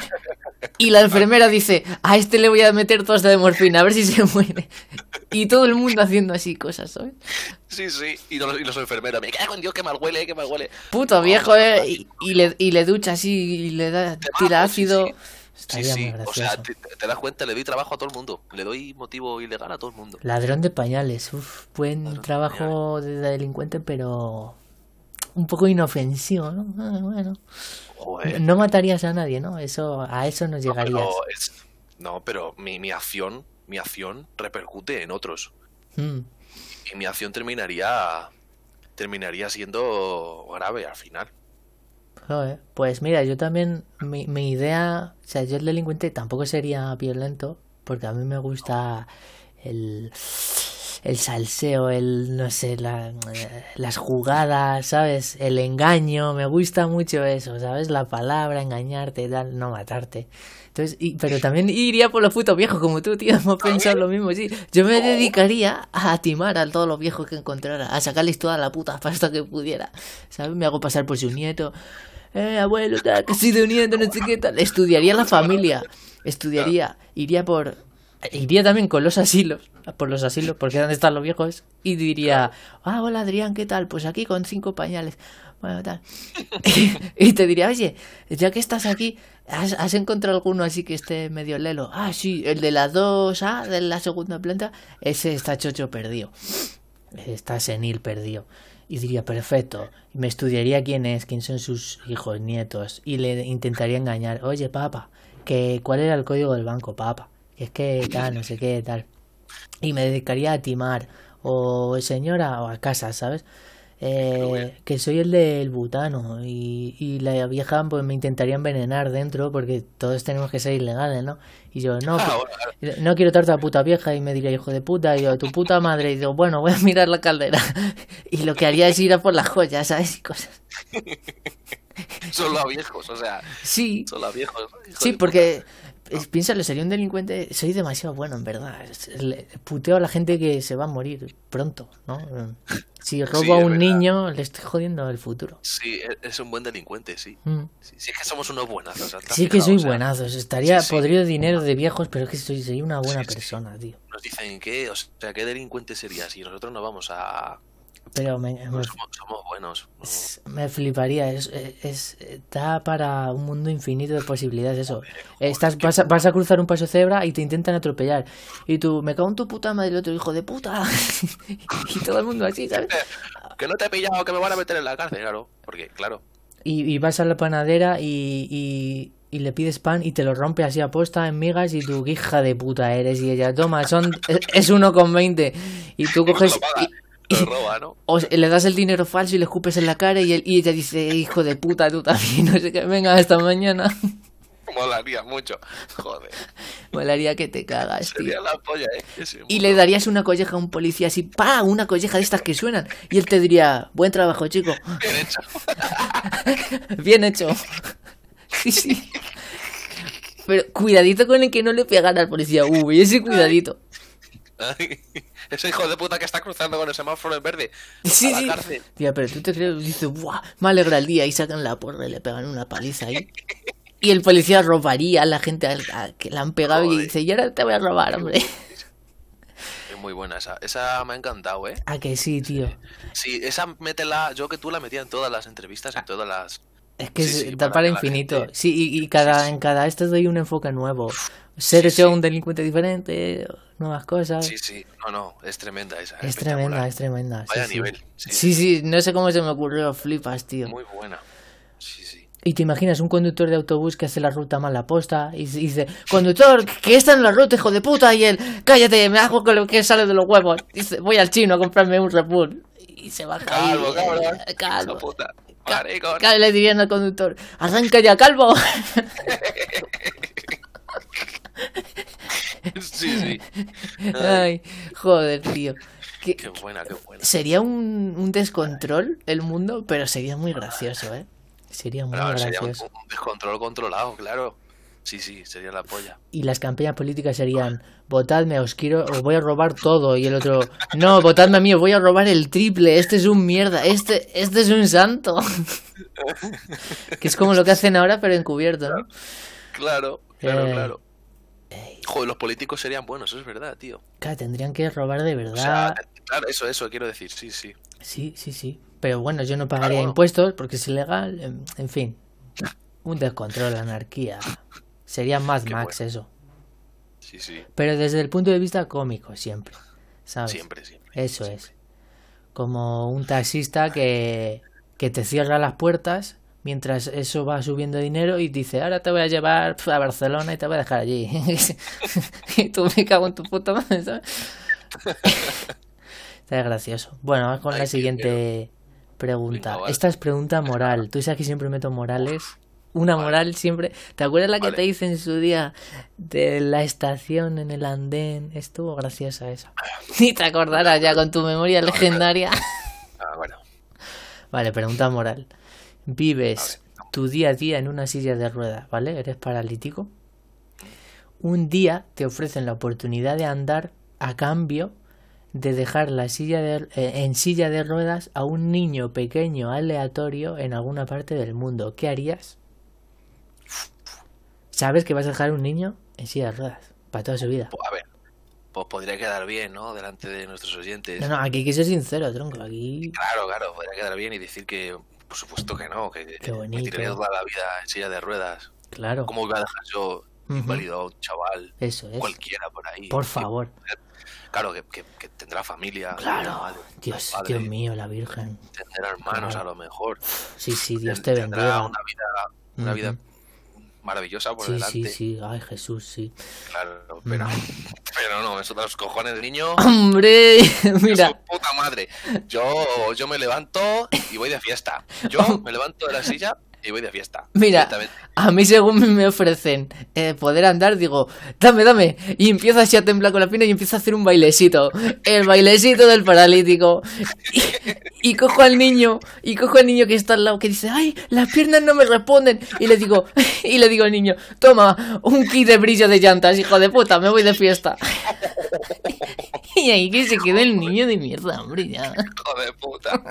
Speaker 1: Y la enfermera dice, a este le voy a meter tosta de morfina, a ver si se muere. Y todo el mundo haciendo así cosas, ¿sabes?
Speaker 2: Sí, sí, y los, y los enfermeros, me cago en Dios, qué mal huele, qué mal huele.
Speaker 1: Puto viejo, ¿eh? Y, y le, y le ducha así y le da,
Speaker 2: Te
Speaker 1: tira
Speaker 2: vamos, sí,
Speaker 1: ácido.
Speaker 2: sí. Sí,
Speaker 1: Estaría
Speaker 2: sí,
Speaker 1: muy
Speaker 2: o
Speaker 1: gracioso.
Speaker 2: sea, te, te das cuenta, le doy trabajo a todo el mundo, le doy motivo ilegal a todo el mundo.
Speaker 1: Ladrón de pañales, uf, buen
Speaker 2: Ladrón de
Speaker 1: trabajo de delincuente, pero un poco inofensivo, ¿no? Ah, bueno,
Speaker 2: Joder,
Speaker 1: no matarías a nadie, ¿no? Eso, a eso no
Speaker 2: no,
Speaker 1: llegarías.
Speaker 2: pero, es- no, pero mi, mi acción, mi acción repercute en otros.
Speaker 1: Mm,
Speaker 2: Y mi acción terminaría, terminaría siendo grave al final.
Speaker 1: joder. Pues mira, yo también, mi, mi idea, o sea, yo el delincuente tampoco sería violento, porque a mí me gusta el, el salseo, el, no sé, la- las jugadas, ¿sabes? El engaño, me gusta mucho eso, ¿sabes? La palabra, engañarte, tal, no matarte. Entonces, y- pero también iría por los putos viejos como tú, tío, hemos pensado lo mismo, sí. Yo me dedicaría a timar a todos los viejos que encontrara, a sacarles toda la puta pasta que pudiera, ¿sabes? Me hago pasar por su nieto. Eh, abuelo, tal, que soy de un nieto, no sé qué tal. Estudiaría la familia, estudiaría, iría por... Iría también con los asilos, por los asilos, porque ¿dónde están los viejos? Y diría, ah, hola Adrián, ¿qué tal? Pues aquí con cinco pañales. Bueno, tal. Y te diría, oye, ya que estás aquí, ¿has, has encontrado alguno así que esté medio lelo? Ah, sí, el de la dos A, de la segunda planta, ese está chocho perdido. Está senil perdido. Y diría, perfecto. Y me estudiaría quién es, quién son sus hijos, nietos. Y le intentaría engañar. Oye, papá, que ¿cuál era el código del banco, papá? Que es que tal, no sé qué, tal. Y me dedicaría a timar. O señora, o a casa, ¿sabes? Eh, que soy el del butano. Y, y la vieja pues me intentaría envenenar dentro porque todos tenemos que ser ilegales, ¿no? Y yo, no,
Speaker 2: Ah,
Speaker 1: que-
Speaker 2: bueno,
Speaker 1: no quiero tarta puta vieja. Y me diría, hijo de puta. Y yo, tu puta madre. Y yo, bueno, voy a mirar la caldera. Y lo que haría es ir a por las joyas, ¿sabes? Y cosas.
Speaker 2: son los viejos, o sea,
Speaker 1: Sí,
Speaker 2: son los viejos. hijo
Speaker 1: sí,
Speaker 2: de
Speaker 1: porque es- piénsalo, sería un delincuente. Soy demasiado bueno, en verdad. Es- le- Puteo a la gente que se va a morir pronto, ¿no? Si robo
Speaker 2: Sí,
Speaker 1: a
Speaker 2: es
Speaker 1: un
Speaker 2: verdad.
Speaker 1: niño, le estoy jodiendo el futuro.
Speaker 2: Sí, e- es un buen delincuente, sí.
Speaker 1: Mm.
Speaker 2: Sí, sí es que somos unos buenazos. ¿te has
Speaker 1: Sí que
Speaker 2: fijado?
Speaker 1: soy
Speaker 2: O sea,
Speaker 1: buenazo. Estaría
Speaker 2: sí, sí.
Speaker 1: podrido de dinero de viejos, pero es que soy, soy una buena
Speaker 2: Sí, sí.
Speaker 1: persona, tío.
Speaker 2: Nos dicen que, o sea, ¿qué delincuente serías? Y nosotros no vamos a...
Speaker 1: Pero me,
Speaker 2: no
Speaker 1: me,
Speaker 2: somos, somos buenos. no.
Speaker 1: es- me fliparía. Es, es, da para un mundo infinito de posibilidades eso. Estás, vas, a, vas a cruzar un paso cebra y te intentan atropellar. Y tú, me cago en tu puta madre, el otro hijo de puta. Y todo el mundo así, ¿sabes?
Speaker 2: Que no te he pillado, que me van a meter en la cárcel, claro. Porque, claro.
Speaker 1: Y, y vas a la panadera y, y, y le pides pan y te lo rompe así a posta en migas y tú, qué hija de puta eres. Y ella, toma, son es, es uno con veinte. Y tú coges
Speaker 2: Lo paga,
Speaker 1: y,
Speaker 2: lo roba, ¿no?
Speaker 1: o se- le das el dinero falso y le escupes en la cara y, él- y ella dice, hijo de puta, tú también, no sé qué, venga, hasta mañana.
Speaker 2: Molaría mucho. Joder.
Speaker 1: Molaría que te cagas, tío.
Speaker 2: Sería la polla, ¿eh?
Speaker 1: Y le darías una colleja a un policía así, ¡pa! Una colleja de estas que suenan. Y él te diría, buen trabajo, chico.
Speaker 2: Bien hecho.
Speaker 1: Bien hecho. Sí, sí. Pero cuidadito con el que no le pegan al policía. Uy, ese cuidadito.
Speaker 2: Ay, ese hijo de puta que está cruzando con el semáforo en verde.
Speaker 1: Sí,
Speaker 2: a
Speaker 1: sí.
Speaker 2: la cárcel.
Speaker 1: Tía, pero tú te crees, dices, ¡buah! Me alegra el día. Y sacan la porra y le pegan una paliza ahí. Y el policía robaría a la gente a a que la han pegado.
Speaker 2: Joder.
Speaker 1: Y dice, y ahora te voy a robar, hombre.
Speaker 2: Es muy buena esa. Esa me ha encantado, ¿eh?
Speaker 1: Ah, que sí, tío.
Speaker 2: Sí, esa métela. Yo que tú la metía en todas las entrevistas, en todas las.
Speaker 1: Es que
Speaker 2: Sí,
Speaker 1: es-
Speaker 2: sí,
Speaker 1: da
Speaker 2: para
Speaker 1: para
Speaker 2: que la
Speaker 1: infinito.
Speaker 2: gente-
Speaker 1: Sí, y, y cada,
Speaker 2: Sí, sí.
Speaker 1: en cada esto doy un enfoque nuevo. Ser
Speaker 2: Sí,
Speaker 1: yo
Speaker 2: sí.
Speaker 1: un delincuente diferente, nuevas cosas.
Speaker 2: Sí, sí. No, no. Es tremenda esa.
Speaker 1: Es
Speaker 2: espectacular.
Speaker 1: tremenda, es tremenda.
Speaker 2: Vaya
Speaker 1: sí, sí.
Speaker 2: nivel. Sí,
Speaker 1: Sí, sí, no sé cómo se me ocurrió, flipas, tío.
Speaker 2: Muy buena. Sí, sí.
Speaker 1: Y te imaginas un conductor de autobús que hace la ruta mal aposta y se- y dice, conductor, que está en la ruta, hijo de puta, y él, cállate, me hago con lo que sale de los huevos. Dice, voy al chino a comprarme un Red Bull. Y se baja
Speaker 2: Calvo,
Speaker 1: ahí.
Speaker 2: cabrón.
Speaker 1: eh, Calvo.
Speaker 2: Hijo puta.
Speaker 1: Ca-
Speaker 2: Maricón.
Speaker 1: ca- le dirían al conductor, arranca ya, calvo.
Speaker 2: Sí, sí.
Speaker 1: Ay, joder, tío. Que-
Speaker 2: Qué buena, qué buena.
Speaker 1: Sería un, un descontrol el mundo, pero sería muy gracioso, ¿eh? Sería muy
Speaker 2: Pero sería un,
Speaker 1: gracioso.
Speaker 2: un descontrol controlado, claro. Sí, sí, sería la polla.
Speaker 1: Y las campañas políticas serían, votadme, os quiero, os voy a robar todo. Y el otro, no, votadme a mí, os voy a robar el triple. Este es un mierda, este, este es un santo. Que es como lo que hacen ahora, pero encubierto, ¿no?
Speaker 2: Claro, claro,
Speaker 1: Eh,
Speaker 2: claro. Joder, los políticos serían buenos, eso es verdad, tío.
Speaker 1: Claro, tendrían que robar de
Speaker 2: O
Speaker 1: verdad.
Speaker 2: sea, claro, eso, eso quiero decir, sí, sí.
Speaker 1: Sí, sí, sí. Pero bueno, yo no pagaría
Speaker 2: Claro.
Speaker 1: impuestos porque es ilegal. En, en fin, un descontrol, anarquía. Sería Mad
Speaker 2: Qué
Speaker 1: Max
Speaker 2: bueno.
Speaker 1: eso.
Speaker 2: Sí, sí.
Speaker 1: Pero desde el punto de vista cómico, siempre. ¿Sabes?
Speaker 2: Siempre, siempre.
Speaker 1: Eso es. Como un taxista que, que te cierra las puertas mientras eso va subiendo dinero y dice, ahora te voy a llevar pf, a Barcelona y te voy a dejar allí. Y tú me cago en tu puta madre, ¿sabes? Está gracioso. Bueno, vamos con
Speaker 2: Ay,
Speaker 1: la
Speaker 2: qué
Speaker 1: siguiente pregunta.
Speaker 2: Venga, vale.
Speaker 1: Esta es pregunta moral. Tú sabes que siempre meto morales. Una
Speaker 2: Vale.
Speaker 1: moral siempre. ¿Te acuerdas la que
Speaker 2: Vale.
Speaker 1: te hice en su día de la estación en el andén? Estuvo graciosa esa. Ni te acordarás ya con tu memoria legendaria.
Speaker 2: Ah, bueno.
Speaker 1: Vale, pregunta moral. Vives tu día a día en una silla de ruedas, ¿vale? Eres paralítico. Un día te ofrecen la oportunidad de andar a cambio de dejar la silla de, eh, en silla de ruedas a un niño pequeño aleatorio en alguna parte del mundo. ¿Qué harías? ¿Sabes que vas a dejar un niño en silla de ruedas para toda su vida?
Speaker 2: Pues, a ver, pues podría quedar bien, ¿no? Delante de nuestros oyentes.
Speaker 1: No, no, aquí hay que ser sincero, tronco. Aquí...
Speaker 2: Claro, claro, podría quedar bien y decir que, por supuesto que no, que
Speaker 1: Qué
Speaker 2: me
Speaker 1: bonito.
Speaker 2: tiré toda la vida en silla de ruedas.
Speaker 1: Claro,
Speaker 2: ¿Cómo iba a dejar yo
Speaker 1: Ujú.
Speaker 2: inválido a un chaval
Speaker 1: eso es.
Speaker 2: cualquiera por ahí?
Speaker 1: Por
Speaker 2: Que-
Speaker 1: favor.
Speaker 2: Claro, que, que- que tendrá familia.
Speaker 1: Claro.
Speaker 2: madre,
Speaker 1: Dios,
Speaker 2: padre,
Speaker 1: Dios mío, la Virgen.
Speaker 2: tendrá hermanos
Speaker 1: Claro.
Speaker 2: a lo mejor.
Speaker 1: Sí, sí, Dios te
Speaker 2: Tendrá
Speaker 1: bendiga.
Speaker 2: una vida, una vida maravillosa por
Speaker 1: Sí,
Speaker 2: delante.
Speaker 1: sí, sí. Ay, Jesús, sí.
Speaker 2: Claro, pero, pero no, eso de los cojones del niño.
Speaker 1: ¡Hombre!
Speaker 2: Yo
Speaker 1: Mira,
Speaker 2: soy puta madre. Yo, yo me levanto y voy de fiesta. Yo me levanto de la silla y voy de fiesta.
Speaker 1: mira,
Speaker 2: Directamente.
Speaker 1: a mí según me ofrecen eh, poder andar, digo, dame, dame. Y empiezo así a temblar con la pierna y empiezo a hacer un bailecito. El bailecito del paralítico. Y, y cojo al niño, y cojo al niño que está al lado, que dice, ay, las piernas no me responden. Y le digo, y le digo al niño, toma, un kit de brillo de llantas, hijo de puta, me voy de fiesta. Y ahí que se quede el niño de mierda, hombre, ya.
Speaker 2: Hijo de puta.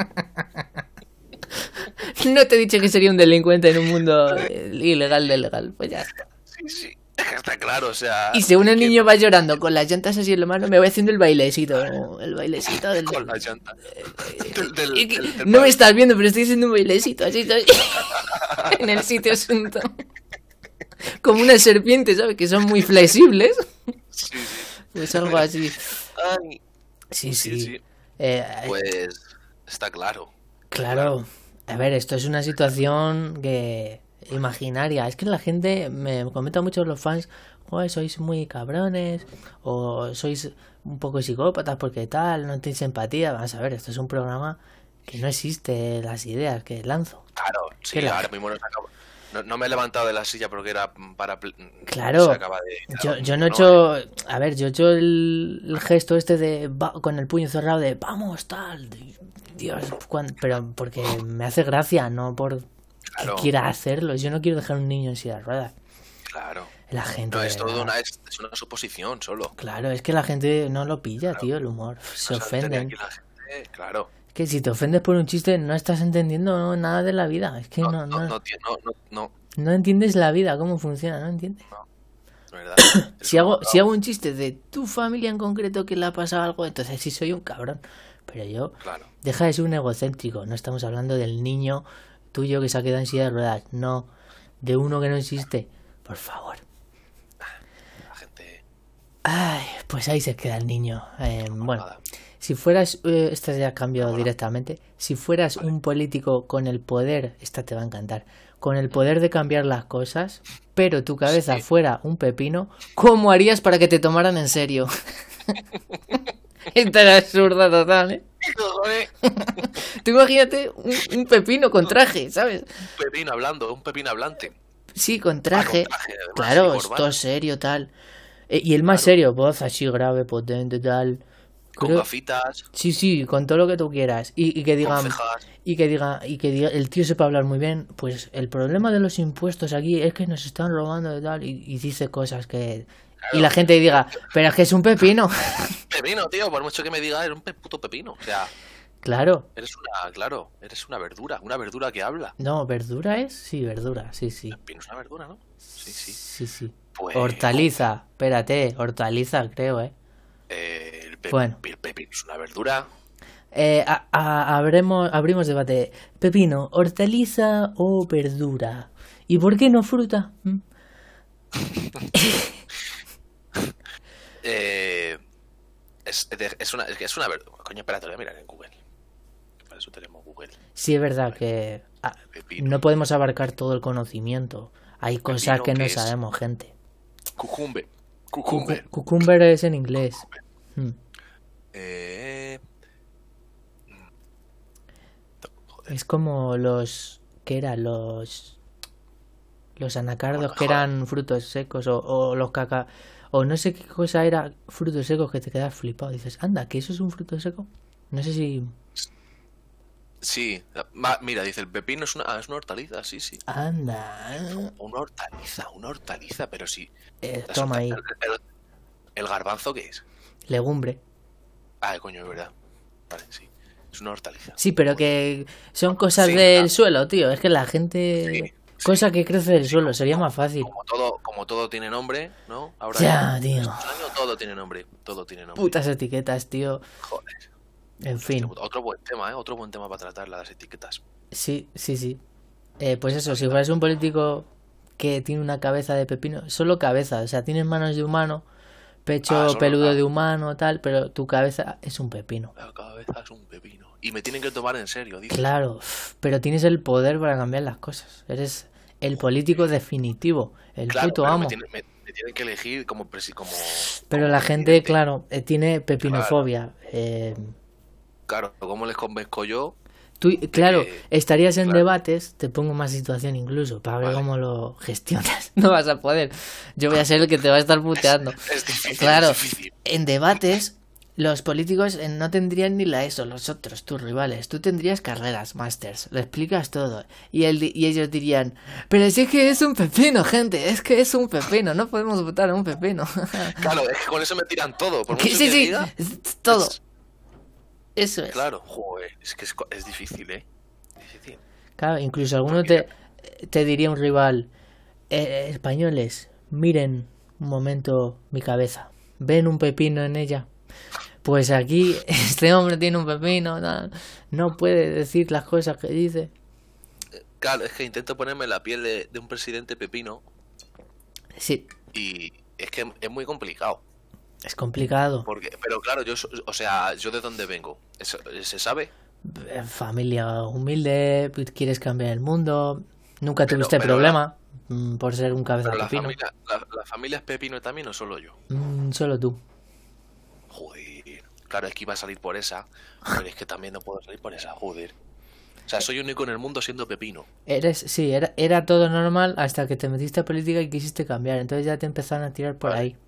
Speaker 1: No te he dicho que sería un delincuente en un mundo eh, ilegal de legal, pues ya está.
Speaker 2: Sí, sí. Está claro, o sea.
Speaker 1: Y según el
Speaker 2: que-
Speaker 1: niño va llorando con las llantas así en la mano, me voy haciendo el bailecito, ¿no? El bailecito del...
Speaker 2: Con la llanta. Del- del-
Speaker 1: Y que
Speaker 2: del- del
Speaker 1: no me
Speaker 2: padre.
Speaker 1: estás viendo, pero estoy haciendo un bailecito así, ¿sabes? En el sitio asunto. Como una serpiente, ¿sabes? Que son muy flexibles.
Speaker 2: Sí, sí.
Speaker 1: Pues algo así.
Speaker 2: Ay,
Speaker 1: Sí,
Speaker 2: sí,
Speaker 1: sí.
Speaker 2: sí.
Speaker 1: Eh,
Speaker 2: Pues está claro.
Speaker 1: Claro. A ver, esto es una situación que imaginaria. Es que la gente me comenta mucho los fans, joder, sois muy cabrones o sois un poco psicópatas porque tal, no tenéis empatía. Vamos a ver, esto es un programa que no existe las ideas que lanzo.
Speaker 2: Claro, sí,
Speaker 1: Que la-
Speaker 2: ahora mismo nos acaba- No, no me he levantado de la silla porque era para...
Speaker 1: Claro,
Speaker 2: se acaba de...
Speaker 1: yo,
Speaker 2: claro,
Speaker 1: yo no he
Speaker 2: no,
Speaker 1: hecho,
Speaker 2: eh,
Speaker 1: a ver, yo he hecho el, el gesto este de va- con el puño cerrado de vamos, tal, Dios, cuan- pero porque me hace gracia, no por que
Speaker 2: claro,
Speaker 1: quiera hacerlo. Yo no quiero dejar un niño en silla de ruedas.
Speaker 2: claro.
Speaker 1: La gente,
Speaker 2: No,
Speaker 1: de
Speaker 2: es todo
Speaker 1: verdad.
Speaker 2: una, es, es una suposición solo.
Speaker 1: Claro, es que la gente no lo pilla,
Speaker 2: Claro.
Speaker 1: tío, el humor. Se
Speaker 2: O sea, tenía
Speaker 1: ofenden.
Speaker 2: aquí la gente, claro.
Speaker 1: Que si te ofendes por un chiste no estás entendiendo nada de la vida. Es que
Speaker 2: No,
Speaker 1: no,
Speaker 2: no,
Speaker 1: no,
Speaker 2: no, tío, no, no, no,
Speaker 1: no entiendes la vida, cómo funciona, no entiendes.
Speaker 2: no, de verdad. Eres
Speaker 1: Si
Speaker 2: un
Speaker 1: hago, si
Speaker 2: amargado.
Speaker 1: hago un chiste de tu familia en concreto que le ha pasado algo, entonces sí soy un cabrón. Pero yo,
Speaker 2: Claro.
Speaker 1: deja de ser un egocéntrico. No estamos hablando del niño tuyo que se ha quedado en silla de ruedas. No, de uno que no existe. Por favor.
Speaker 2: La gente...
Speaker 1: Ay, pues ahí se queda el niño. Eh, bueno,
Speaker 2: nada.
Speaker 1: si fueras, eh, esta ya cambio
Speaker 2: Bueno.
Speaker 1: directamente. Si fueras un político con el poder, esta te va a encantar, con el poder de cambiar las cosas, pero tu cabeza
Speaker 2: Sí.
Speaker 1: fuera un pepino, ¿cómo harías para que te tomaran en serio? Esta era absurda total, ¿eh?
Speaker 2: Joder,
Speaker 1: Tú imagínate un, un pepino con traje, ¿sabes?
Speaker 2: un pepino hablando, un pepino hablante.
Speaker 1: Sí, con
Speaker 2: Ah,
Speaker 1: traje.
Speaker 2: con traje, además,
Speaker 1: Claro,
Speaker 2: y
Speaker 1: es
Speaker 2: corbata,
Speaker 1: todo serio, tal. Eh, y el más
Speaker 2: Claro.
Speaker 1: serio, voz así grave, potente, tal.
Speaker 2: con
Speaker 1: Creo-
Speaker 2: gafitas,
Speaker 1: Sí, sí, con todo lo que tú quieras. Y, y que
Speaker 2: con
Speaker 1: digan,
Speaker 2: cejas.
Speaker 1: y que diga, y que diga, el tío sepa hablar muy bien. Pues el problema de los impuestos aquí es que nos están robando de tal. Y, y dice cosas que.
Speaker 2: Claro.
Speaker 1: Y la gente diga, pero es que es un pepino.
Speaker 2: Pepino, tío, por mucho que me diga, eres un pe- puto pepino. O sea,
Speaker 1: Claro.
Speaker 2: eres una, claro, eres una verdura, una verdura que habla.
Speaker 1: No, ¿verdura es? Sí, verdura, sí, sí.
Speaker 2: Pepino es una verdura, ¿no? Sí, sí.
Speaker 1: Sí, sí.
Speaker 2: Pues...
Speaker 1: Hortaliza, espérate, hortaliza, creo, ¿eh?
Speaker 2: eh, el, pe-
Speaker 1: Bueno.
Speaker 2: el pepino es una verdura.
Speaker 1: Eh, a- a- abremos, abrimos debate. Pepino, ¿hortaliza o verdura? ¿Y por qué no fruta? ¿Mm?
Speaker 2: Eh, es, es una, es una verdura. Coño, espérate, lo voy a mirar en Google. Para eso tenemos Google.
Speaker 1: Sí, es verdad que ah,
Speaker 2: Pepino.
Speaker 1: no podemos abarcar todo el conocimiento. Hay cosas
Speaker 2: Pepino,
Speaker 1: que no
Speaker 2: ¿qué es?
Speaker 1: sabemos, gente.
Speaker 2: Cucumbe.
Speaker 1: Cucu-
Speaker 2: Cucumbe.
Speaker 1: Cucumber es en inglés. Mm.
Speaker 2: Eh... Joder.
Speaker 1: Es como los... ¿Qué eran? Los... Los anacardos
Speaker 2: Bueno,
Speaker 1: que
Speaker 2: joder.
Speaker 1: eran frutos secos o, o los caca... O no sé qué cosa era frutos secos que te quedas flipado. Dices, anda, ¿que eso es un fruto seco? No sé si...
Speaker 2: Sí, ma- mira, dice el pepino es una, ah, es una hortaliza, sí, sí.
Speaker 1: Anda.
Speaker 2: Una hortaliza, una hortaliza, pero sí.
Speaker 1: Eh,
Speaker 2: Las
Speaker 1: toma ahí.
Speaker 2: horta- El, el- el garbanzo, ¿qué es?
Speaker 1: Legumbre.
Speaker 2: Ah, coño, es verdad. Vale, sí. Es una hortaliza.
Speaker 1: Sí, pero que son cosas
Speaker 2: Sí,
Speaker 1: del
Speaker 2: claro.
Speaker 1: suelo, tío. Es que la gente...
Speaker 2: Sí, sí.
Speaker 1: Cosa que crece del suelo, sería más fácil.
Speaker 2: Como todo, como todo tiene nombre, ¿no? Ahora
Speaker 1: Ya, tío.
Speaker 2: estos años todo tiene nombre, todo tiene nombre.
Speaker 1: Putas etiquetas, tío.
Speaker 2: Joder.
Speaker 1: En fin.
Speaker 2: Otro buen tema, ¿eh? Otro buen tema para tratar, las etiquetas.
Speaker 1: Sí, sí, sí. Eh, pues eso, si fueras un político que tiene una cabeza de pepino, solo cabeza, o sea, tienes manos de humano, pecho
Speaker 2: Ah, solo-
Speaker 1: peludo
Speaker 2: ah.
Speaker 1: de humano, tal, pero tu cabeza es un pepino.
Speaker 2: La cabeza es un pepino. Y me tienen que tomar en serio, dice.
Speaker 1: Claro, uf, pero tienes el poder para cambiar las cosas. Eres el político definitivo, el
Speaker 2: Claro,
Speaker 1: puto
Speaker 2: pero
Speaker 1: amo.
Speaker 2: me, tienen, me- me tienen que elegir como... presi- como
Speaker 1: Pero
Speaker 2: como
Speaker 1: la gente,
Speaker 2: presidente.
Speaker 1: claro, eh, tiene pepinofobia. Eh,
Speaker 2: Claro, ¿cómo les convenzco yo?
Speaker 1: tú, claro,
Speaker 2: que-
Speaker 1: estarías en
Speaker 2: claro.
Speaker 1: debates, te pongo más situación incluso, para ver
Speaker 2: Vale.
Speaker 1: cómo lo gestionas. No vas a poder. Yo voy a ser el que te va a estar puteando.
Speaker 2: Es difícil,
Speaker 1: Claro,
Speaker 2: es difícil.
Speaker 1: en debates los políticos eh, no tendrían ni la ESO, los otros, tus rivales. Tú tendrías carreras, másters, lo explicas todo. Y, el, di- y ellos dirían, pero si es que es un pepino, gente, es que es un pepino, no podemos votar a un pepino.
Speaker 2: Claro, es que con eso me tiran todo. Por
Speaker 1: Que
Speaker 2: mucho
Speaker 1: sí,
Speaker 2: que
Speaker 1: sí,
Speaker 2: diga,
Speaker 1: es todo.
Speaker 2: es-
Speaker 1: Eso es.
Speaker 2: Claro, joder, es que es, co- es difícil, ¿eh? Difícil.
Speaker 1: Claro, incluso alguno te, te diría un rival, "Eh, españoles, miren un momento mi cabeza, ven un pepino en ella. Pues aquí este hombre tiene un pepino, tal, no puede decir las cosas que dice.
Speaker 2: Claro, es que intento ponerme en la piel de, de un presidente pepino
Speaker 1: Sí,
Speaker 2: y es que es muy complicado.
Speaker 1: es complicado.
Speaker 2: Porque, pero claro, yo, so- o sea, yo de dónde vengo, ¿Eso- ¿se sabe?
Speaker 1: Eh, Familia humilde, quieres cambiar el mundo, nunca
Speaker 2: Pero-
Speaker 1: tuviste
Speaker 2: pero
Speaker 1: problema mm, por ser un cabeza
Speaker 2: Pero la
Speaker 1: pepino.
Speaker 2: familia, la, la familia es pepino también o solo yo.
Speaker 1: Mm, solo tú.
Speaker 2: Joder, claro, es que iba a salir por esa, pero es que también no puedo salir por esa, joder. sea, soy único en el mundo siendo pepino.
Speaker 1: Eres, sí, era, era todo normal hasta que te metiste a política y quisiste cambiar. Entonces ya te empezaron a tirar por
Speaker 2: Vale.
Speaker 1: ahí.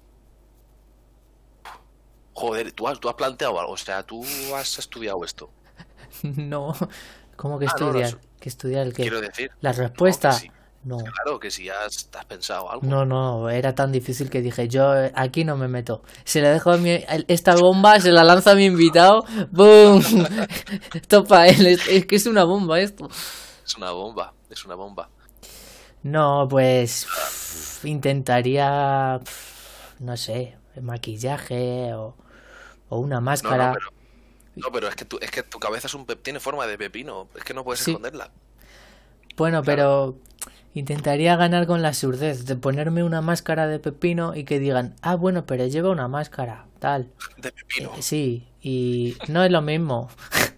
Speaker 2: Joder, ¿tú has, tú has planteado algo, o sea, tú has estudiado esto.
Speaker 1: No, ¿cómo que
Speaker 2: Ah, no, no,
Speaker 1: estudiar? ¿Que estudiar el qué?
Speaker 2: quiero decir.
Speaker 1: ¿La
Speaker 2: No, que
Speaker 1: respuesta?
Speaker 2: sí.
Speaker 1: No,
Speaker 2: Claro que si has, te has pensado algo.
Speaker 1: no, no, era tan difícil que dije, yo eh, aquí no me meto. Se le dejo a mi, el- esta bomba, se la lanza a mi invitado, ¡boom! Esto para él, es, es que es una bomba esto.
Speaker 2: Es una bomba, es una bomba.
Speaker 1: No, pues pff, intentaría, pff, no sé, maquillaje o, o una
Speaker 2: No, no,
Speaker 1: máscara.
Speaker 2: pero, no, pero es que tu, es que tu cabeza es un pe- tiene forma de pepino, es que no puedes
Speaker 1: Sí,
Speaker 2: esconderla.
Speaker 1: bueno,
Speaker 2: Claro,
Speaker 1: pero intentaría ganar con la surdez de ponerme una máscara de pepino y que digan, ah, bueno, pero lleva una máscara, tal.
Speaker 2: de pepino.
Speaker 1: Eh, sí, y no es lo mismo.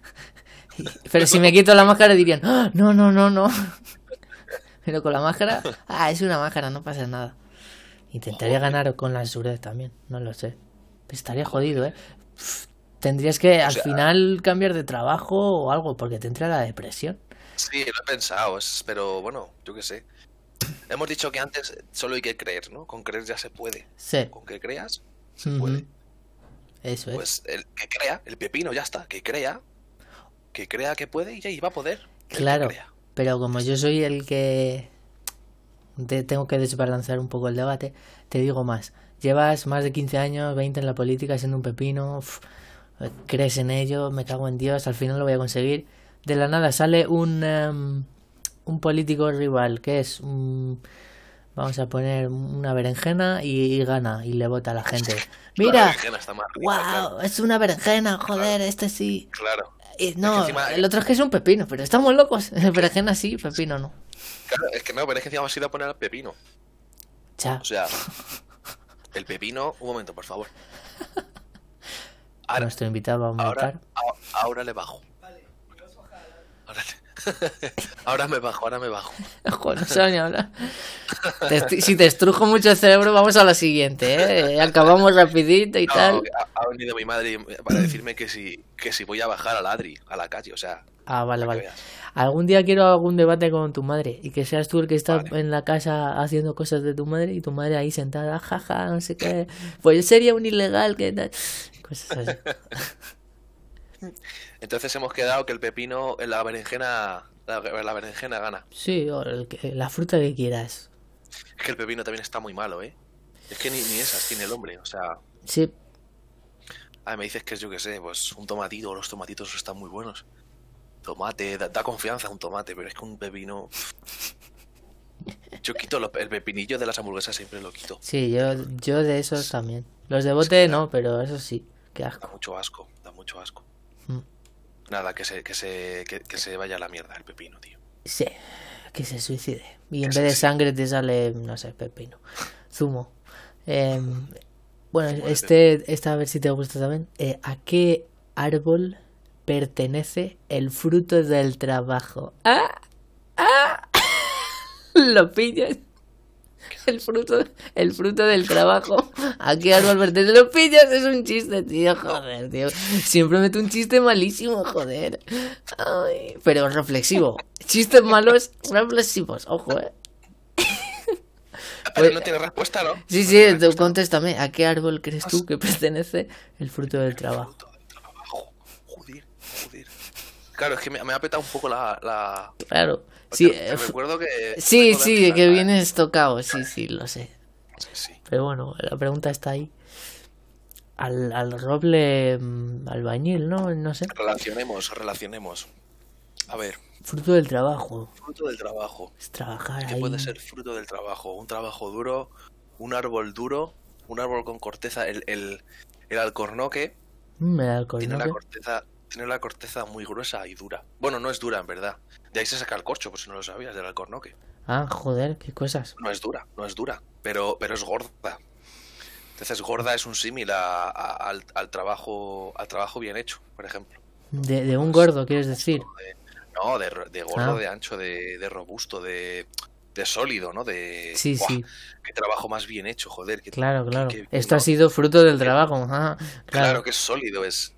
Speaker 1: Pero si me quito la máscara dirían, "Ah, no, no, no, no." Pero con la máscara, ah, es una máscara, no pasa nada. Intentaría
Speaker 2: Joder,
Speaker 1: ganar con la surdez también, no lo sé. Estaría jodido,
Speaker 2: joder.
Speaker 1: ¿eh? Pff, tendrías que
Speaker 2: O
Speaker 1: al
Speaker 2: sea,
Speaker 1: final cambiar de trabajo o algo porque te entra la depresión.
Speaker 2: sí, lo he pensado, es- pero bueno, yo qué sé. Hemos dicho que antes solo hay que creer, ¿no? Con creer ya se puede.
Speaker 1: Sí,
Speaker 2: Con que creas, se
Speaker 1: ujú,
Speaker 2: puede.
Speaker 1: eso es.
Speaker 2: Pues el que crea, el pepino ya está, que crea, que crea que puede y ya y va a poder. El que
Speaker 1: Claro,
Speaker 2: crea.
Speaker 1: pero como yo soy el que te- tengo que desbalancear un poco el debate, te digo más. Llevas más de quince años, veinte en la política, siendo un pepino, uf, eh, crees en ello, me cago en Dios, al final lo voy a conseguir. De la nada sale un, em, un político rival, que es, un- vamos a poner una berenjena y, y gana, y le vota a la gente.
Speaker 2: La
Speaker 1: Mira,
Speaker 2: berenjena está más rica, claro.
Speaker 1: wow, es una berenjena, joder,
Speaker 2: Claro,
Speaker 1: este sí.
Speaker 2: claro.
Speaker 1: Y
Speaker 2: Es que
Speaker 1: no,
Speaker 2: encima,
Speaker 1: el otro es que es un pepino, pero estamos locos. Berenjena sí, pepino no.
Speaker 2: claro, es que no, pero es que encima has ido a poner al pepino.
Speaker 1: Cha.
Speaker 2: O sea, el pepino, un momento, por favor. Ahora,
Speaker 1: Nuestro invitado va a
Speaker 2: ahora,
Speaker 1: aumentar.
Speaker 2: a- ahora le bajo. Ahora, le- ahora me bajo, ahora me bajo.
Speaker 1: Joder, no sé ni hablar. Te estru- si te estrujo mucho el cerebro, vamos a la siguiente, ¿eh? Acabamos rapidito y
Speaker 2: No,
Speaker 1: tal.
Speaker 2: que ha, ha venido mi madre para decirme que si, que si voy a bajar al Adri, a la calle, o sea,
Speaker 1: Ah, vale,
Speaker 2: para que
Speaker 1: vale.
Speaker 2: veas.
Speaker 1: Algún día quiero algún debate con tu madre y que seas tú el que está
Speaker 2: Vale.
Speaker 1: en la casa haciendo cosas de tu madre y tu madre ahí sentada, jaja, no sé qué. Pues yo sería un ilegal, ¿qué tal? Cosas así.
Speaker 2: Entonces hemos quedado que el pepino, en la berenjena, la, la berenjena gana.
Speaker 1: Sí, o el que- la fruta que quieras.
Speaker 2: Es que el pepino también está muy malo, ¿eh? Es que ni, ni esas tiene el hombre, o sea,
Speaker 1: Sí,
Speaker 2: ah, me dices que es, yo qué sé, pues un tomatito, los tomatitos están muy buenos. Tomate, da, da confianza un tomate, pero es que un pepino... Yo quito lo- el pepinillo de las hamburguesas, siempre lo quito.
Speaker 1: sí, yo, yo de esos también. Los de
Speaker 2: Es
Speaker 1: bote
Speaker 2: que da,
Speaker 1: no, pero eso sí, qué
Speaker 2: da
Speaker 1: asco.
Speaker 2: mucho asco, da mucho asco.
Speaker 1: Mm.
Speaker 2: Nada, que se, que se, que, que se vaya a la mierda el pepino, tío.
Speaker 1: Sí, que se suicide. Y en
Speaker 2: Que
Speaker 1: vez de
Speaker 2: se, sí,
Speaker 1: sangre te sale, no sé, pepino. Zumo. Em, bueno,
Speaker 2: zumo de pepino.
Speaker 1: este, esta a ver si te gusta también. Eh, ¿a qué árbol pertenece el fruto del trabajo? ¡Ah! ¡Ah! ¿Lo pillas? El fruto, el fruto del trabajo. ¿A qué árbol pertenece? ¿Lo pillas? Es un chiste, tío.
Speaker 2: No,
Speaker 1: Joder, tío. Siempre meto un chiste malísimo, joder. Ay, pero reflexivo. Chistes malos, reflexivos. Ojo, eh.
Speaker 2: pero
Speaker 1: Pues,
Speaker 2: no tiene respuesta, ¿no?
Speaker 1: sí,
Speaker 2: No
Speaker 1: sí,
Speaker 2: tiene
Speaker 1: tú
Speaker 2: respuesta.
Speaker 1: contéstame. ¿A qué árbol crees tú
Speaker 2: As-
Speaker 1: que pertenece el fruto del
Speaker 2: El
Speaker 1: trabajo?
Speaker 2: fruto del trabajo. Joder, joder. Claro, es que me, me ha petado un poco la... la...
Speaker 1: Claro.
Speaker 2: Porque
Speaker 1: Sí,
Speaker 2: te
Speaker 1: eh, fu-
Speaker 2: recuerdo que
Speaker 1: sí,
Speaker 2: vengo de
Speaker 1: sí, que
Speaker 2: Anglaterra, ¿eh?
Speaker 1: vienes tocado. Sí, sí, lo sé.
Speaker 2: Sí, sí.
Speaker 1: Pero bueno, la pregunta está ahí. Al, al roble mm, albañil, ¿no? No sé.
Speaker 2: Relacionemos, relacionemos. A ver,
Speaker 1: Fruto del trabajo.
Speaker 2: fruto del trabajo.
Speaker 1: Es trabajar
Speaker 2: ¿Qué puede
Speaker 1: ahí.
Speaker 2: ser fruto del trabajo? Un trabajo duro, un árbol duro, un árbol con corteza. El, el, el alcornoque
Speaker 1: Mm, me da el
Speaker 2: tiene la
Speaker 1: cornoque.
Speaker 2: corteza, tiene la corteza muy gruesa y dura. Bueno, no es dura en verdad. De ahí se saca el corcho, por si no lo sabías, del alcornoque.
Speaker 1: Ah, joder, qué cosas.
Speaker 2: No es dura, no es dura, pero, pero es gorda. Entonces gorda es un símil a- a- al, al trabajo, al trabajo bien hecho, por ejemplo.
Speaker 1: De, de un
Speaker 2: Pues
Speaker 1: gordo, quieres decir.
Speaker 2: robusto, de- no, de, ro- de gordo,
Speaker 1: Ah,
Speaker 2: de ancho, de, de robusto, de, de sólido, ¿no? De,
Speaker 1: sí,
Speaker 2: ¡buah!
Speaker 1: sí.
Speaker 2: Qué trabajo más bien hecho, joder. Qué,
Speaker 1: Claro,
Speaker 2: qué-
Speaker 1: claro.
Speaker 2: qué-
Speaker 1: Esto ha
Speaker 2: no,
Speaker 1: sido fruto del
Speaker 2: qué-
Speaker 1: trabajo. Ajá,
Speaker 2: claro
Speaker 1: claro.
Speaker 2: que es sólido, es.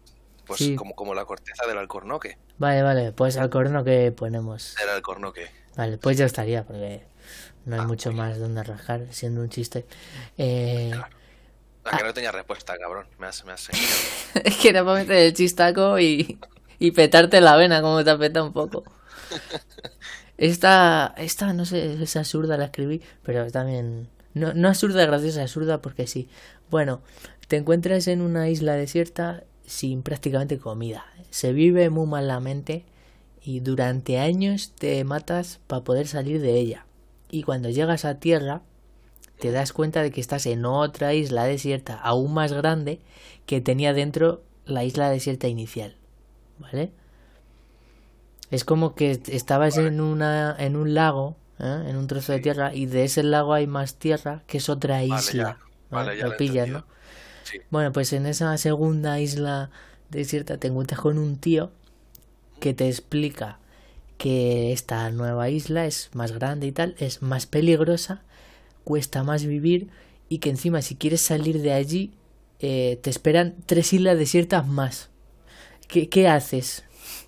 Speaker 2: pues
Speaker 1: Sí.
Speaker 2: como, como la corteza del alcornoque.
Speaker 1: Vale, vale, pues alcornoque ponemos.
Speaker 2: Del alcornoque.
Speaker 1: Vale, pues ya estaría, porque no hay
Speaker 2: Ah,
Speaker 1: mucho
Speaker 2: muy
Speaker 1: más donde rascar, siendo un chiste. Eh,
Speaker 2: claro. Ah, que no tenía respuesta, cabrón. Me has, me has engañado.
Speaker 1: Es que era para meter el chistaco y, y petarte la vena, como te apeta un poco. Esta, esta, no sé, es absurda, la escribí, pero también... No, no absurda, graciosa, absurda porque sí. Bueno, te encuentras en una isla desierta sin prácticamente comida. Se vive muy malamente y durante años te matas para poder salir de ella. Y cuando llegas a tierra, te das cuenta de que estás en otra isla desierta aún más grande que tenía dentro la isla desierta inicial. ¿Vale? Es como que estabas
Speaker 2: Vale.
Speaker 1: en una en un lago, ¿eh? En un trozo de
Speaker 2: Sí.
Speaker 1: tierra, y de ese lago hay más tierra, que es otra
Speaker 2: Vale,
Speaker 1: isla.
Speaker 2: ya.
Speaker 1: ¿Vale?
Speaker 2: Vale, ya
Speaker 1: Lo
Speaker 2: lo he
Speaker 1: pillas,
Speaker 2: entendido.
Speaker 1: ¿no?
Speaker 2: Sí.
Speaker 1: Bueno, pues en esa segunda isla desierta te encuentras con un tío que te explica que esta nueva isla es más grande y tal, es más peligrosa, cuesta más vivir, y que encima si quieres salir de allí eh, te esperan tres islas desiertas más. ¿Qué, qué haces?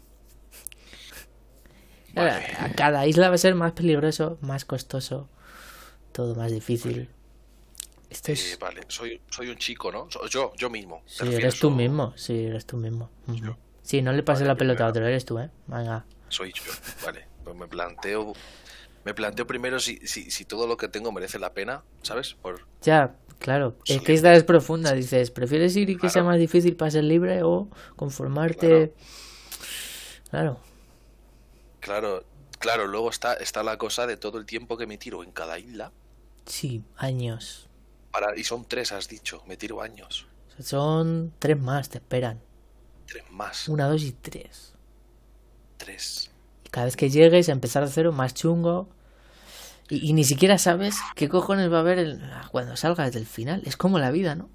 Speaker 1: Ahora,
Speaker 2: Vale.
Speaker 1: a cada isla va a ser más peligroso, más costoso, todo más difícil. Esto
Speaker 2: Eh,
Speaker 1: es...
Speaker 2: vale, soy, soy un chico, ¿no? So- yo, yo mismo. ¿Te
Speaker 1: Sí,
Speaker 2: refieres?
Speaker 1: eres tú
Speaker 2: O
Speaker 1: mismo, sí, eres tú mismo. Ujú.
Speaker 2: yo?
Speaker 1: Sí, no le pases
Speaker 2: Vale,
Speaker 1: la pelota a
Speaker 2: primero
Speaker 1: otro, eres tú, ¿eh? Venga.
Speaker 2: soy yo. Vale, pues me planteo, me planteo primero si, si, si todo lo que tengo merece la pena, ¿sabes? Por
Speaker 1: Ya, claro, es
Speaker 2: sí,
Speaker 1: que esta es profunda, dices, ¿prefieres ir y que sea
Speaker 2: claro,
Speaker 1: más difícil para ser libre o
Speaker 2: claro,
Speaker 1: conformarte? Claro,
Speaker 2: claro, claro. Luego está, está la cosa de todo el tiempo que me tiro en cada isla.
Speaker 1: sí, años.
Speaker 2: Para, y son tres, has dicho. Me tiro años.
Speaker 1: Son tres más, te esperan.
Speaker 2: Tres más.
Speaker 1: Una, dos y tres.
Speaker 2: Tres.
Speaker 1: Y cada vez que llegues a empezar de cero, más chungo. Y, y ni siquiera sabes qué cojones va a haber el- cuando salgas del final. Es como la vida, ¿no?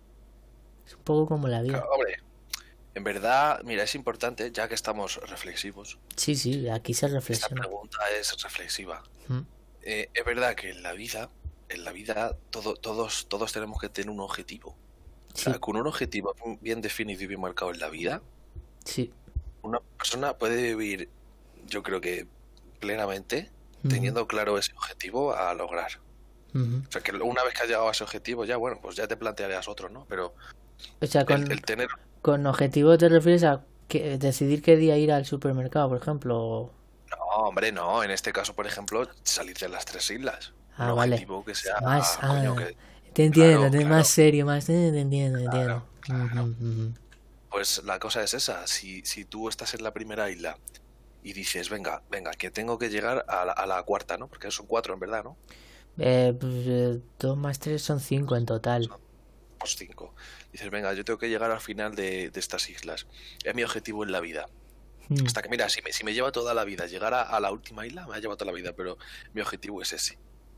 Speaker 1: Es un poco como la vida.
Speaker 2: Claro, hombre, en verdad, mira, es importante, ya que estamos reflexivos.
Speaker 1: Sí, sí, aquí se
Speaker 2: Esta
Speaker 1: reflexiona.
Speaker 2: pregunta es reflexiva.
Speaker 1: Mm.
Speaker 2: Eh, es verdad que en la vida, en la vida, todo, todos, todos tenemos que tener un objetivo. O sea,
Speaker 1: Sí,
Speaker 2: con un objetivo bien definido y bien marcado en la vida,
Speaker 1: sí.
Speaker 2: una persona puede vivir, yo creo que plenamente,
Speaker 1: Ujú,
Speaker 2: teniendo claro ese objetivo a lograr.
Speaker 1: ujú.
Speaker 2: O sea, que una vez que has llegado a ese objetivo, ya bueno, pues ya te plantearías otro, ¿no? Pero
Speaker 1: O sea,
Speaker 2: el,
Speaker 1: con,
Speaker 2: el tener...
Speaker 1: con objetivo te refieres a que, decidir qué día ir al supermercado, por ejemplo. o-
Speaker 2: No, hombre, no. En este caso, por ejemplo, salir de las tres islas. Un
Speaker 1: Ah, vale.
Speaker 2: objetivo que sea,
Speaker 1: Más,
Speaker 2: coño,
Speaker 1: ah,
Speaker 2: que...
Speaker 1: te entiendo,
Speaker 2: Claro,
Speaker 1: te-
Speaker 2: claro,
Speaker 1: más serio, más... eh, Te entiendo, te entiendo.
Speaker 2: claro, claro.
Speaker 1: Ujú, ujú.
Speaker 2: Pues la cosa es esa. Si, si tú estás en la primera isla y dices, venga, venga, que tengo que llegar a la, a la cuarta, ¿no? Porque son cuatro en verdad, ¿no?
Speaker 1: Eh, pues, eh, dos más tres son cinco en total.
Speaker 2: Son pues cinco. Dices, venga, yo tengo que llegar al final de, de estas islas. Es mi objetivo en la vida.
Speaker 1: Mm.
Speaker 2: Hasta que, mira, si me, si me lleva toda la vida llegar a, a la última isla, me ha llevado toda la vida, pero mi objetivo es ese.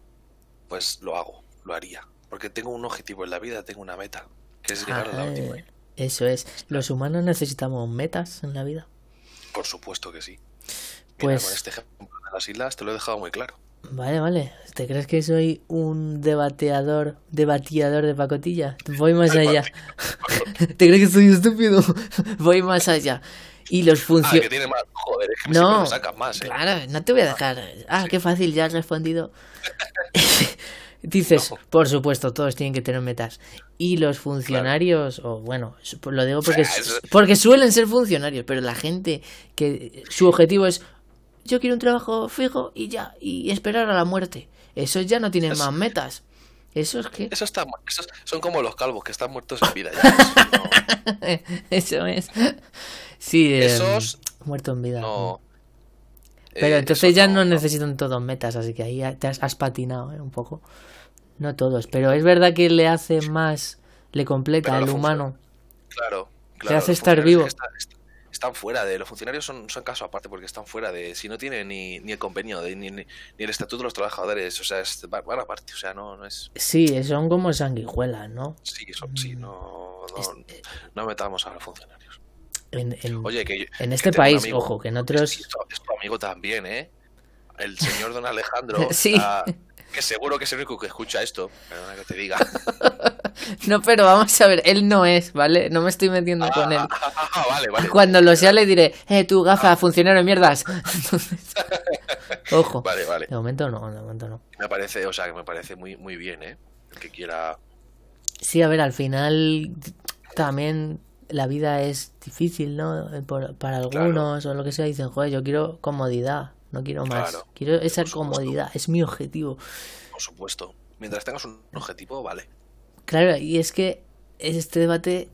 Speaker 2: Pues lo hago, lo haría. Porque tengo un objetivo en la vida, tengo una meta, que es llegar a la
Speaker 1: Ah,
Speaker 2: última
Speaker 1: eh,
Speaker 2: isla.
Speaker 1: eso es. Los humanos necesitamos metas en la vida.
Speaker 2: Por supuesto que sí. Mira, con
Speaker 1: Pues,
Speaker 2: este ejemplo de las islas te lo he dejado muy claro.
Speaker 1: vale, vale. ¿Te crees que soy un debateador, debateador de pacotilla? Voy más allá. ¿Te crees que soy estúpido? Voy más allá. Y los
Speaker 2: Ah,
Speaker 1: funcionarios...
Speaker 2: que tiene más. Joder, es que siempre
Speaker 1: No,
Speaker 2: me sacas más, ¿eh?
Speaker 1: claro, no te voy a dejar. Ah,
Speaker 2: Sí.
Speaker 1: qué fácil, ya has respondido. Dices,
Speaker 2: No.
Speaker 1: por supuesto, todos tienen que tener metas. Y los funcionarios, o bueno, su- lo digo porque,
Speaker 2: O sea, eso-
Speaker 1: porque suelen ser funcionarios, pero la gente que su objetivo es, yo quiero un trabajo fijo y ya, y esperar a la muerte. Esos ya no tienen
Speaker 2: Es-
Speaker 1: más metas. Eso es que...
Speaker 2: Eso está, esos son como los calvos que están muertos en vida ya. Eso no-
Speaker 1: Eso es. Sí, eh,
Speaker 2: Esos
Speaker 1: muerto en vida.
Speaker 2: no.
Speaker 1: Pero
Speaker 2: eh,
Speaker 1: entonces
Speaker 2: esos
Speaker 1: ya
Speaker 2: no,
Speaker 1: no
Speaker 2: no.
Speaker 1: necesitan todos metas, así que ahí te has, has patinado, ¿eh? Un poco. No todos, pero es verdad que le hace más, le completa
Speaker 2: Pero
Speaker 1: al
Speaker 2: los
Speaker 1: humano.
Speaker 2: Claro,
Speaker 1: Te
Speaker 2: claro.
Speaker 1: hace
Speaker 2: los
Speaker 1: estar
Speaker 2: funcionarios
Speaker 1: vivo.
Speaker 2: que están, est- están fuera de. Los funcionarios son, son caso aparte porque están fuera de. Si no tienen ni, ni el convenio, de, ni, ni, ni el estatuto de los trabajadores, o sea, es, van van aparte, o sea, no, no es.
Speaker 1: Sí, son como sanguijuelas, ¿no?
Speaker 2: Sí, son, sí, no,
Speaker 1: Es-
Speaker 2: no, no metamos a los funcionarios.
Speaker 1: En, en-
Speaker 2: Oye, que, yo-
Speaker 1: en
Speaker 2: que
Speaker 1: este
Speaker 2: tengo un
Speaker 1: país,
Speaker 2: amigo,
Speaker 1: ojo, que en
Speaker 2: es,
Speaker 1: otros...
Speaker 2: es tu es tu amigo también, ¿eh? El señor don Alejandro,
Speaker 1: Sí.
Speaker 2: ah, que seguro que es el único que escucha esto, perdona que te diga.
Speaker 1: No, pero vamos a ver, él no es, ¿vale? No me estoy metiendo con él.
Speaker 2: Ah, vale, vale.
Speaker 1: Cuando lo sea le diré, eh, tú gafa, funcionario de mierdas. Entonces, ojo.
Speaker 2: Vale, vale.
Speaker 1: De momento no, de momento no.
Speaker 2: Me parece, o sea, que me parece muy, muy bien, ¿eh? El que quiera...
Speaker 1: Sí, a ver, al final también la vida es difícil, ¿no? Por- para algunos
Speaker 2: Claro.
Speaker 1: o lo que sea, dicen, joder, yo quiero comodidad, no quiero más.
Speaker 2: Claro,
Speaker 1: Quiero esa
Speaker 2: por supuesto.
Speaker 1: comodidad, es mi objetivo.
Speaker 2: Por supuesto. Mientras tengas un objetivo, vale.
Speaker 1: Claro, y es que este debate,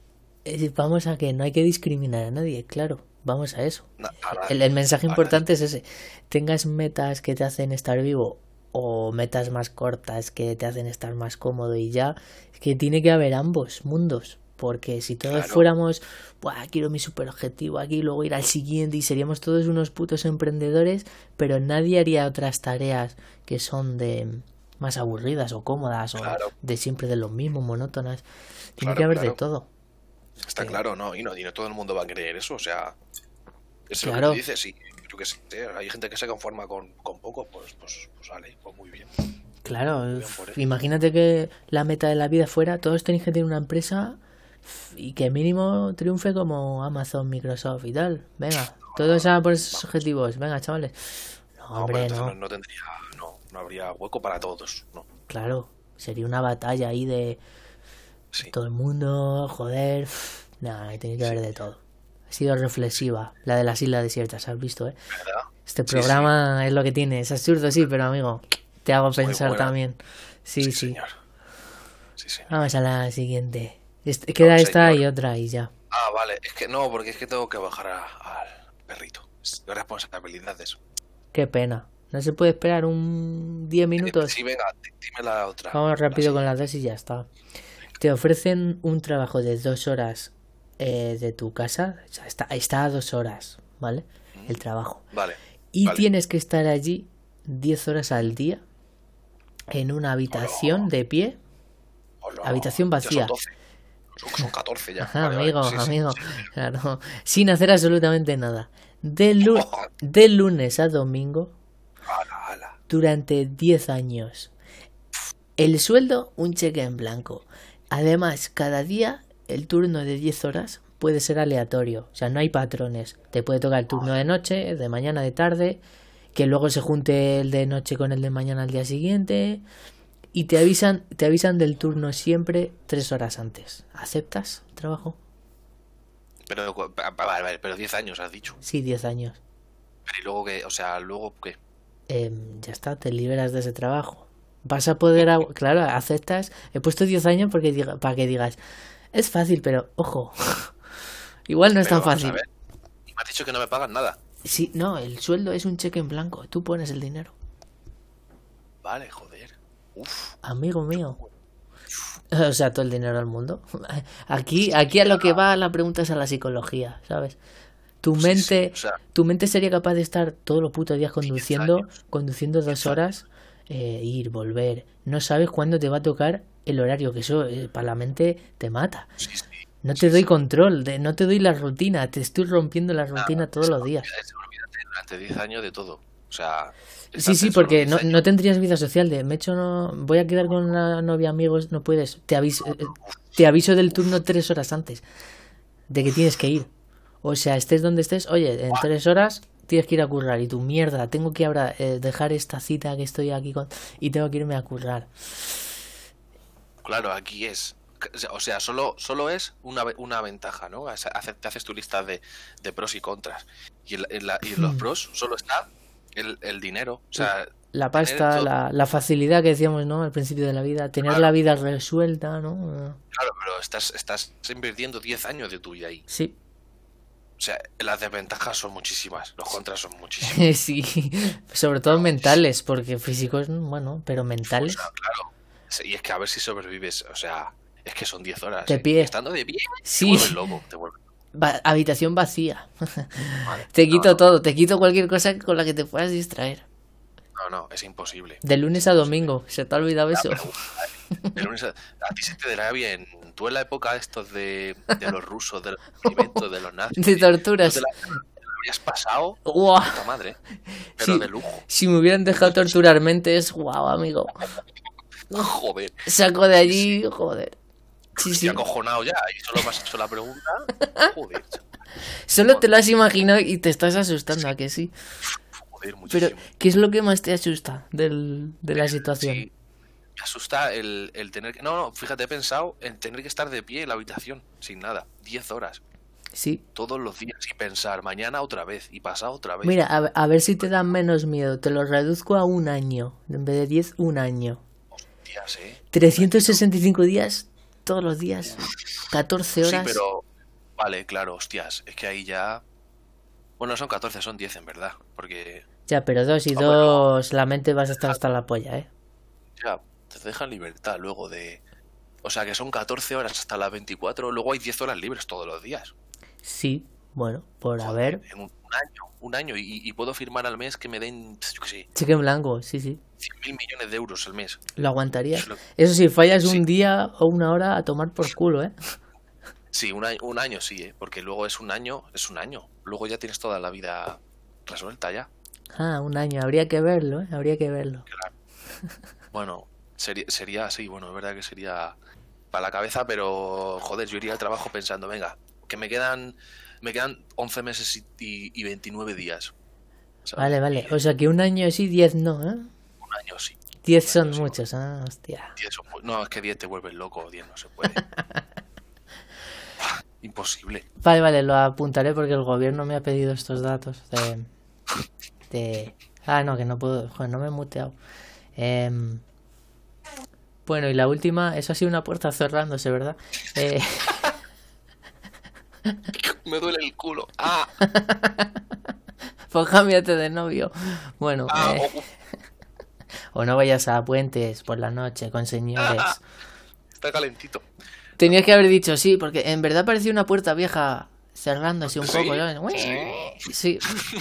Speaker 1: eh, vamos a que no hay que discriminar a nadie, claro, vamos a eso.
Speaker 2: Na- a nadie,
Speaker 1: El, el mensaje
Speaker 2: a
Speaker 1: importante es ese, tengas metas que te hacen estar vivo o metas más cortas que te hacen estar más cómodo y ya, es que tiene que haber ambos mundos, porque si todos
Speaker 2: Claro.
Speaker 1: fuéramos, buah, quiero mi super objetivo aquí, luego ir al siguiente y seríamos todos unos putos emprendedores, pero nadie haría otras tareas que son de más aburridas o cómodas o
Speaker 2: Claro.
Speaker 1: de siempre de lo mismo, monótonas. Tiene
Speaker 2: Claro,
Speaker 1: que haber
Speaker 2: claro.
Speaker 1: de todo.
Speaker 2: Está
Speaker 1: Sí.
Speaker 2: claro, ¿no? Y no, y no todo el mundo va a creer eso, o sea... Es lo que
Speaker 1: Claro.
Speaker 2: tú dices, y yo qué sé, hay gente que se conforma con, con poco, pues, pues, pues vale, pues muy bien.
Speaker 1: Claro,
Speaker 2: Bien
Speaker 1: f-
Speaker 2: por él.
Speaker 1: imagínate que la meta de la vida fuera, todos tenéis que tener una empresa f- y que mínimo triunfe como Amazon, Microsoft y tal. Venga, todos a por esos objetivos. Venga, chavales. No,
Speaker 2: No, pero
Speaker 1: hombre,
Speaker 2: entonces no,
Speaker 1: no.
Speaker 2: no tendría, no, no habría hueco para todos, no.
Speaker 1: Claro, sería una batalla ahí de
Speaker 2: Sí,
Speaker 1: todo el mundo, joder. f- Nah, tiene que haber
Speaker 2: sí,
Speaker 1: de todo. Ha sido reflexiva, la de las islas desiertas, has visto, ¿eh?
Speaker 2: ¿verdad?
Speaker 1: Este
Speaker 2: Sí, sí,
Speaker 1: programa es lo que tiene, es absurdo, sí, pero amigo, te hago
Speaker 2: es muy
Speaker 1: pensar
Speaker 2: buena.
Speaker 1: también. Sí,
Speaker 2: Sí,
Speaker 1: sí.
Speaker 2: señor. Sí, señor.
Speaker 1: Vamos a la siguiente. Este- queda
Speaker 2: Vamos,
Speaker 1: esta y
Speaker 2: señor.
Speaker 1: otra y ya.
Speaker 2: Ah, vale, es que no, porque es que tengo que bajar a- al perrito. Es responsabilidades.
Speaker 1: Qué pena. No se puede esperar un diez
Speaker 2: Eh,
Speaker 1: minutos.
Speaker 2: Sí, venga, di- dime la otra.
Speaker 1: Vamos
Speaker 2: La
Speaker 1: rápido con
Speaker 2: siguiente.
Speaker 1: las dos y ya está. Te ofrecen un trabajo de dos horas eh, de tu casa. O sea, está, está a dos horas, ¿vale? El trabajo.
Speaker 2: Vale,
Speaker 1: Y
Speaker 2: vale.
Speaker 1: tienes que estar allí diez horas al día en una habitación de pie.
Speaker 2: Hola.
Speaker 1: Habitación
Speaker 2: Ya son
Speaker 1: vacía.
Speaker 2: doce. Son, son catorce ya.
Speaker 1: Ajá,
Speaker 2: Vale, vale.
Speaker 1: amigo,
Speaker 2: Sí, sí,
Speaker 1: amigo.
Speaker 2: sí.
Speaker 1: Claro. Sin hacer absolutamente nada. De, lu- de lunes a domingo
Speaker 2: Ala, ala.
Speaker 1: durante diez años. El sueldo, un cheque en blanco. Además, cada día el turno de diez horas puede ser aleatorio. O sea, no hay patrones. Te puede tocar el turno de noche, de mañana, de tarde, que luego se junte el de noche con el de mañana al día siguiente. Y te avisan, te avisan del turno siempre tres horas antes. ¿Aceptas trabajo?
Speaker 2: Pero, cu- va- va- vale, vale, pero diez años has dicho.
Speaker 1: Sí, diez años.
Speaker 2: Pero y luego que, o sea, luego qué.
Speaker 1: Em, ya está, te liberas de ese trabajo. Vas a poder, a- claro, aceptas. He puesto diez años porque diga, para que digas, es fácil, pero ojo, igual no es
Speaker 2: Pero
Speaker 1: tan
Speaker 2: vamos a
Speaker 1: fácil.
Speaker 2: ver. Y me has dicho que no me pagan nada.
Speaker 1: Sí, no, el sueldo es un cheque en blanco, tú pones el dinero.
Speaker 2: Vale, joder. Uf.
Speaker 1: Amigo mío. O sea, todo el dinero del mundo. Aquí, aquí a lo que va la pregunta es a la psicología, ¿sabes? Tu
Speaker 2: Sí, sí,
Speaker 1: mente,
Speaker 2: o sea,
Speaker 1: tu mente sería capaz de estar todos los putos días conduciendo,
Speaker 2: años.
Speaker 1: conduciendo dos
Speaker 2: diez
Speaker 1: horas, eh, ir, volver. No sabes cuándo te va a tocar el horario, que eso eh, para la mente te mata.
Speaker 2: Sí, sí.
Speaker 1: No te doy control, de, no te doy la rutina, te estoy rompiendo la rutina
Speaker 2: Nada,
Speaker 1: todos
Speaker 2: se
Speaker 1: los días.
Speaker 2: olvida- se olvídate durante diez años de todo. O sea,
Speaker 1: Sí,
Speaker 2: estás
Speaker 1: sí,
Speaker 2: en solo
Speaker 1: porque
Speaker 2: diez
Speaker 1: no,
Speaker 2: años.
Speaker 1: no tendrías vida social de, me echo no, voy a quedar con una novia, amigos, no puedes. Te aviso, eh, te aviso del turno tres horas antes de que tienes que ir. O sea, estés donde estés, oye, en tres horas tienes que ir a currar y tu mierda, tengo que ahora eh, dejar esta cita que estoy aquí con y tengo que irme a currar.
Speaker 2: Claro, aquí es. O sea, solo, solo es una, ve- una ventaja, ¿no? O sea, hace- te haces tu lista de, de pros y contras. Y en, en la- y en los pros solo está el, el dinero. O sea,
Speaker 1: La
Speaker 2: tener
Speaker 1: pasta,
Speaker 2: todo-
Speaker 1: la, la facilidad que decíamos, ¿no? Al principio de la vida, tener
Speaker 2: Claro.
Speaker 1: la vida resuelta, ¿no?
Speaker 2: Claro, pero estás, estás invirtiendo diez años de tu vida ahí.
Speaker 1: Sí,
Speaker 2: O sea, las desventajas son muchísimas, los contras son muchísimos.
Speaker 1: sí, sobre todo mentales, porque físicos, bueno, pero
Speaker 2: O
Speaker 1: mentales.
Speaker 2: sea, claro. Sí, y es que a ver si sobrevives. O sea, es que son diez horas.
Speaker 1: De
Speaker 2: ¿eh?
Speaker 1: pie.
Speaker 2: Estando de pie,
Speaker 1: Sí.
Speaker 2: te vuelves loco. Te vuelves...
Speaker 1: Va- habitación vacía.
Speaker 2: Vale.
Speaker 1: Te
Speaker 2: No,
Speaker 1: quito
Speaker 2: no,
Speaker 1: todo, te quito cualquier cosa con la que te puedas distraer.
Speaker 2: No, no, es imposible.
Speaker 1: De lunes a domingo, ¿se te ha olvidado eso?
Speaker 2: De lunes a, a ti se te dará bien. Tú en la época estos de, de los rusos, de los experimentos, de los nazis.
Speaker 1: De
Speaker 2: tú
Speaker 1: torturas.
Speaker 2: te la, te la habrías pasado
Speaker 1: Guau.
Speaker 2: puta madre. Pero
Speaker 1: Sí.
Speaker 2: de lujo.
Speaker 1: Si me hubieran dejado torturar mentes, guau, amigo.
Speaker 2: Joder.
Speaker 1: Saco de allí, joder. Sí,
Speaker 2: Estoy
Speaker 1: sí.
Speaker 2: acojonado ya y solo me has hecho la pregunta. Joder,
Speaker 1: Solo te lo has imaginado y te estás asustando, ¿a que sí?
Speaker 2: joder,
Speaker 1: Pero,
Speaker 2: muchísimo.
Speaker 1: ¿qué es lo que más te asusta del, de la situación?
Speaker 2: Sí, me asusta el, el tener que... No, no, fíjate, he pensado en tener que estar de pie en la habitación, sin nada, diez horas,
Speaker 1: Sí.
Speaker 2: todos los días, y pensar, mañana otra vez, y pasado otra vez.
Speaker 1: Mira, a, a ver si te dan menos miedo. Te lo reduzco a un año. En vez de diez, un año.
Speaker 2: Hostias, ¿eh?
Speaker 1: trescientos sesenta y cinco días, todos los días. catorce
Speaker 2: Sí,
Speaker 1: horas.
Speaker 2: pero... Vale, claro, hostias, es que ahí ya... Bueno, son catorce, son diez en verdad, porque
Speaker 1: Ya, pero dos y
Speaker 2: Ah, bueno.
Speaker 1: dos, la mente vas a estar hasta la polla, ¿eh?
Speaker 2: ya te dejan libertad luego de... O sea, que son catorce horas hasta las veinticuatro, luego hay diez horas libres todos los días.
Speaker 1: Sí, bueno, por a
Speaker 2: Joder,
Speaker 1: ver.
Speaker 2: en un, un año, un año, y, y puedo firmar al mes que me den, yo qué sé,
Speaker 1: Cheque en blanco, sí, sí.
Speaker 2: cien mil millones de euros al mes.
Speaker 1: Lo aguantarías.
Speaker 2: Eso es lo-
Speaker 1: Eso sí, fallas
Speaker 2: Sí.
Speaker 1: un día o una hora a tomar por culo, ¿eh?
Speaker 2: Sí, un año, un año sí, ¿eh? Porque luego es un año, es un año. Luego ya tienes toda la vida resuelta ya.
Speaker 1: Ah, un año, habría que verlo, ¿eh? Habría que verlo.
Speaker 2: Bueno, sería, sería sí, bueno, es verdad que sería para la cabeza, pero joder, yo iría al trabajo pensando, venga, que me quedan, me quedan once meses y, y, y veintinueve días. ¿sabes?
Speaker 1: Vale, vale.
Speaker 2: Y
Speaker 1: O sea que un año sí, diez no, ¿eh?
Speaker 2: un año sí.
Speaker 1: Diez
Speaker 2: Un
Speaker 1: son
Speaker 2: año sí.
Speaker 1: muchos, ah, hostia.
Speaker 2: diez son mu- no, es que diez te vuelves loco, diez no se puede. Imposible.
Speaker 1: Vale, vale, lo apuntaré porque el gobierno me ha pedido estos datos de... de... Ah, no, que no puedo... Joder, no me he muteado. Em, Bueno, y la última, eso ha sido una puerta cerrándose, ¿verdad? Eh...
Speaker 2: Me duele el culo. Ah,
Speaker 1: Pues cámbiate de novio. Bueno,
Speaker 2: ah,
Speaker 1: eh,
Speaker 2: oh,
Speaker 1: o no vayas a puentes por la noche con señores.
Speaker 2: está calentito.
Speaker 1: Tenías que haber dicho sí, porque en verdad parecía una puerta vieja cerrándose un
Speaker 2: ¿Sí?
Speaker 1: poco. ¿sabes? Sí,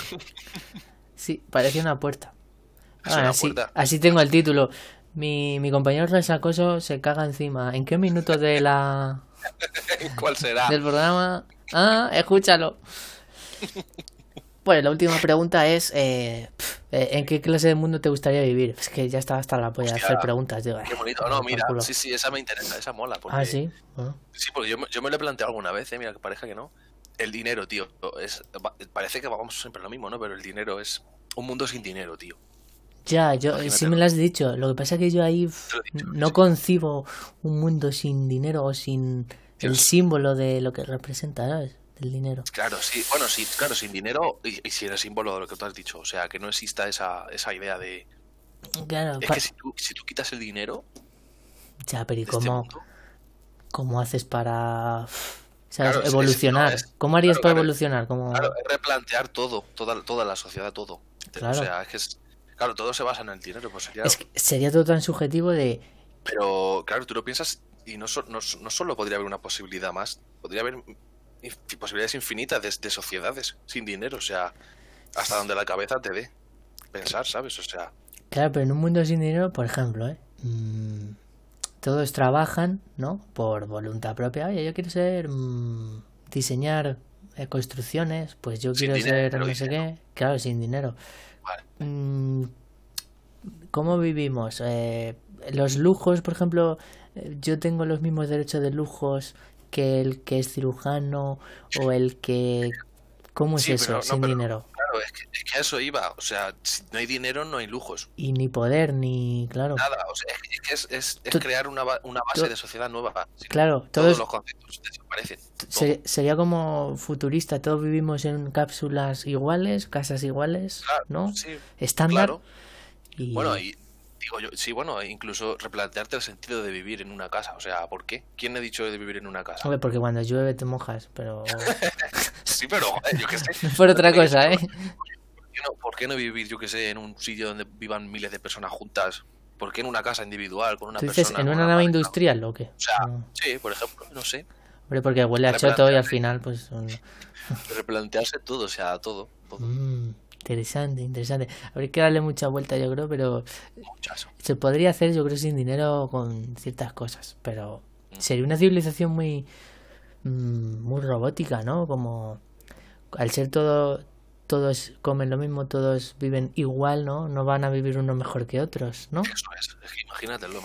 Speaker 1: sí, parecía una puerta.
Speaker 2: Es
Speaker 1: Ah,
Speaker 2: una
Speaker 1: así,
Speaker 2: puerta.
Speaker 1: así tengo el título. Mi, mi compañero resacoso se caga encima. ¿En qué minuto de la
Speaker 2: ¿Cuál será?
Speaker 1: del programa? Ah, escúchalo. Pues la última pregunta es eh, pf, eh, ¿en qué clase de mundo te gustaría vivir? Es que ya está hasta la polla de
Speaker 2: Hostia,
Speaker 1: hacer preguntas. Digo,
Speaker 2: Qué
Speaker 1: eh,
Speaker 2: bonito.
Speaker 1: por
Speaker 2: No,
Speaker 1: culo.
Speaker 2: mira, sí, sí, esa me interesa, esa mola. Porque...
Speaker 1: Ah, sí. Bueno.
Speaker 2: Sí, porque yo, me- yo me lo he planteado alguna vez, eh, mira, que pareja que no. El dinero, tío, es, va- parece que vamos siempre a lo mismo, ¿no? Pero el dinero es un mundo sin dinero, tío.
Speaker 1: Ya, yo
Speaker 2: Imagínate.
Speaker 1: sí me lo has dicho. Lo que pasa es que yo ahí pf,
Speaker 2: Te lo he dicho,
Speaker 1: no
Speaker 2: sí.
Speaker 1: concibo un mundo sin dinero o sin el
Speaker 2: Dios.
Speaker 1: símbolo de lo que representa, ¿sabes? Del dinero.
Speaker 2: Claro, sí, bueno, sí, claro, sin dinero y, y sin el símbolo de lo que tú has dicho. O sea, que no exista esa, esa idea de...
Speaker 1: Claro,
Speaker 2: Es
Speaker 1: pa-
Speaker 2: que si tú, si tú quitas el dinero
Speaker 1: ya, pero ¿y
Speaker 2: de este
Speaker 1: cómo,
Speaker 2: mundo...
Speaker 1: cómo haces para, pf, ¿sabes?
Speaker 2: Claro, es- es-
Speaker 1: evolucionar?
Speaker 2: no, es-
Speaker 1: ¿Cómo harías
Speaker 2: claro,
Speaker 1: para
Speaker 2: claro,
Speaker 1: evolucionar? ¿Cómo...
Speaker 2: Claro, es replantear todo, toda, toda la sociedad, todo.
Speaker 1: Claro.
Speaker 2: O sea, es que es... Claro, todo se basa en el dinero, pues sería...
Speaker 1: Es que sería todo tan subjetivo de...
Speaker 2: Pero, claro, tú lo piensas y no, so- no, no solo podría haber una posibilidad más, podría haber inf- posibilidades infinitas de, de sociedades sin dinero, o sea, hasta donde la cabeza te dé pensar, ¿sabes? O sea,
Speaker 1: Claro, pero en un mundo sin dinero, por ejemplo, ¿eh? Mm, todos trabajan, ¿no? Por voluntad propia. Oye, yo quiero ser... mm, diseñar eh, construcciones, pues yo
Speaker 2: Sin
Speaker 1: quiero
Speaker 2: dinero,
Speaker 1: ser
Speaker 2: pero
Speaker 1: no sé
Speaker 2: dinero.
Speaker 1: qué. Claro, sin dinero.
Speaker 2: vale.
Speaker 1: Mm, ¿Cómo vivimos? Eh, los lujos, por ejemplo, eh, yo tengo los mismos derechos de lujos que el que es cirujano o el que... ¿Cómo es
Speaker 2: Sí,
Speaker 1: eso?
Speaker 2: pero no,
Speaker 1: Sin
Speaker 2: pero
Speaker 1: dinero.
Speaker 2: claro, es que, es que a eso iba, o sea, si no hay dinero no hay lujos,
Speaker 1: Y ni poder, ni... Claro.
Speaker 2: nada, o sea, es, que es, que es, es- es
Speaker 1: Tú-
Speaker 2: crear una, ba- una base
Speaker 1: tú-
Speaker 2: de sociedad nueva, sin-
Speaker 1: Claro,
Speaker 2: todos
Speaker 1: todos...
Speaker 2: los conceptos desaparecen, todo.
Speaker 1: se- sería como futurista, todos vivimos en cápsulas iguales, casas iguales,
Speaker 2: Claro,
Speaker 1: ¿no?
Speaker 2: sí,
Speaker 1: Estándar.
Speaker 2: claro.
Speaker 1: Y...
Speaker 2: Bueno, y digo yo, sí, bueno, e incluso replantearte el sentido de vivir en una casa. O sea, ¿por qué? ¿Quién ha dicho de vivir en una casa?
Speaker 1: Hombre, porque cuando llueve te mojas, pero...
Speaker 2: Sí, pero joder, yo qué sé.
Speaker 1: No por otra
Speaker 2: ¿Por qué-
Speaker 1: cosa, ¿eh?
Speaker 2: ¿Por qué no, por qué no vivir, yo qué sé, en un sitio donde vivan miles de personas juntas? ¿Por qué en una casa individual con una
Speaker 1: ¿Tú dices
Speaker 2: persona?
Speaker 1: en
Speaker 2: con
Speaker 1: una
Speaker 2: una
Speaker 1: nave
Speaker 2: pareja?
Speaker 1: industrial o qué?
Speaker 2: O sea,
Speaker 1: No.
Speaker 2: sí, por ejemplo, no sé.
Speaker 1: Hombre, porque huele a choto y al final, pues... un-
Speaker 2: Replantearse todo, o sea, todo. todo.
Speaker 1: Mm, interesante, interesante. Habría que darle mucha vuelta, yo creo, pero
Speaker 2: Muchas.
Speaker 1: se podría hacer, yo creo, sin dinero con ciertas cosas. Pero sería una civilización muy, mm, muy robótica, ¿no? Como al ser todo, todos comen lo mismo, todos viven igual, ¿no? No van a vivir unos mejor que otros, ¿no?
Speaker 2: Eso es. Es que imagínatelo, macho.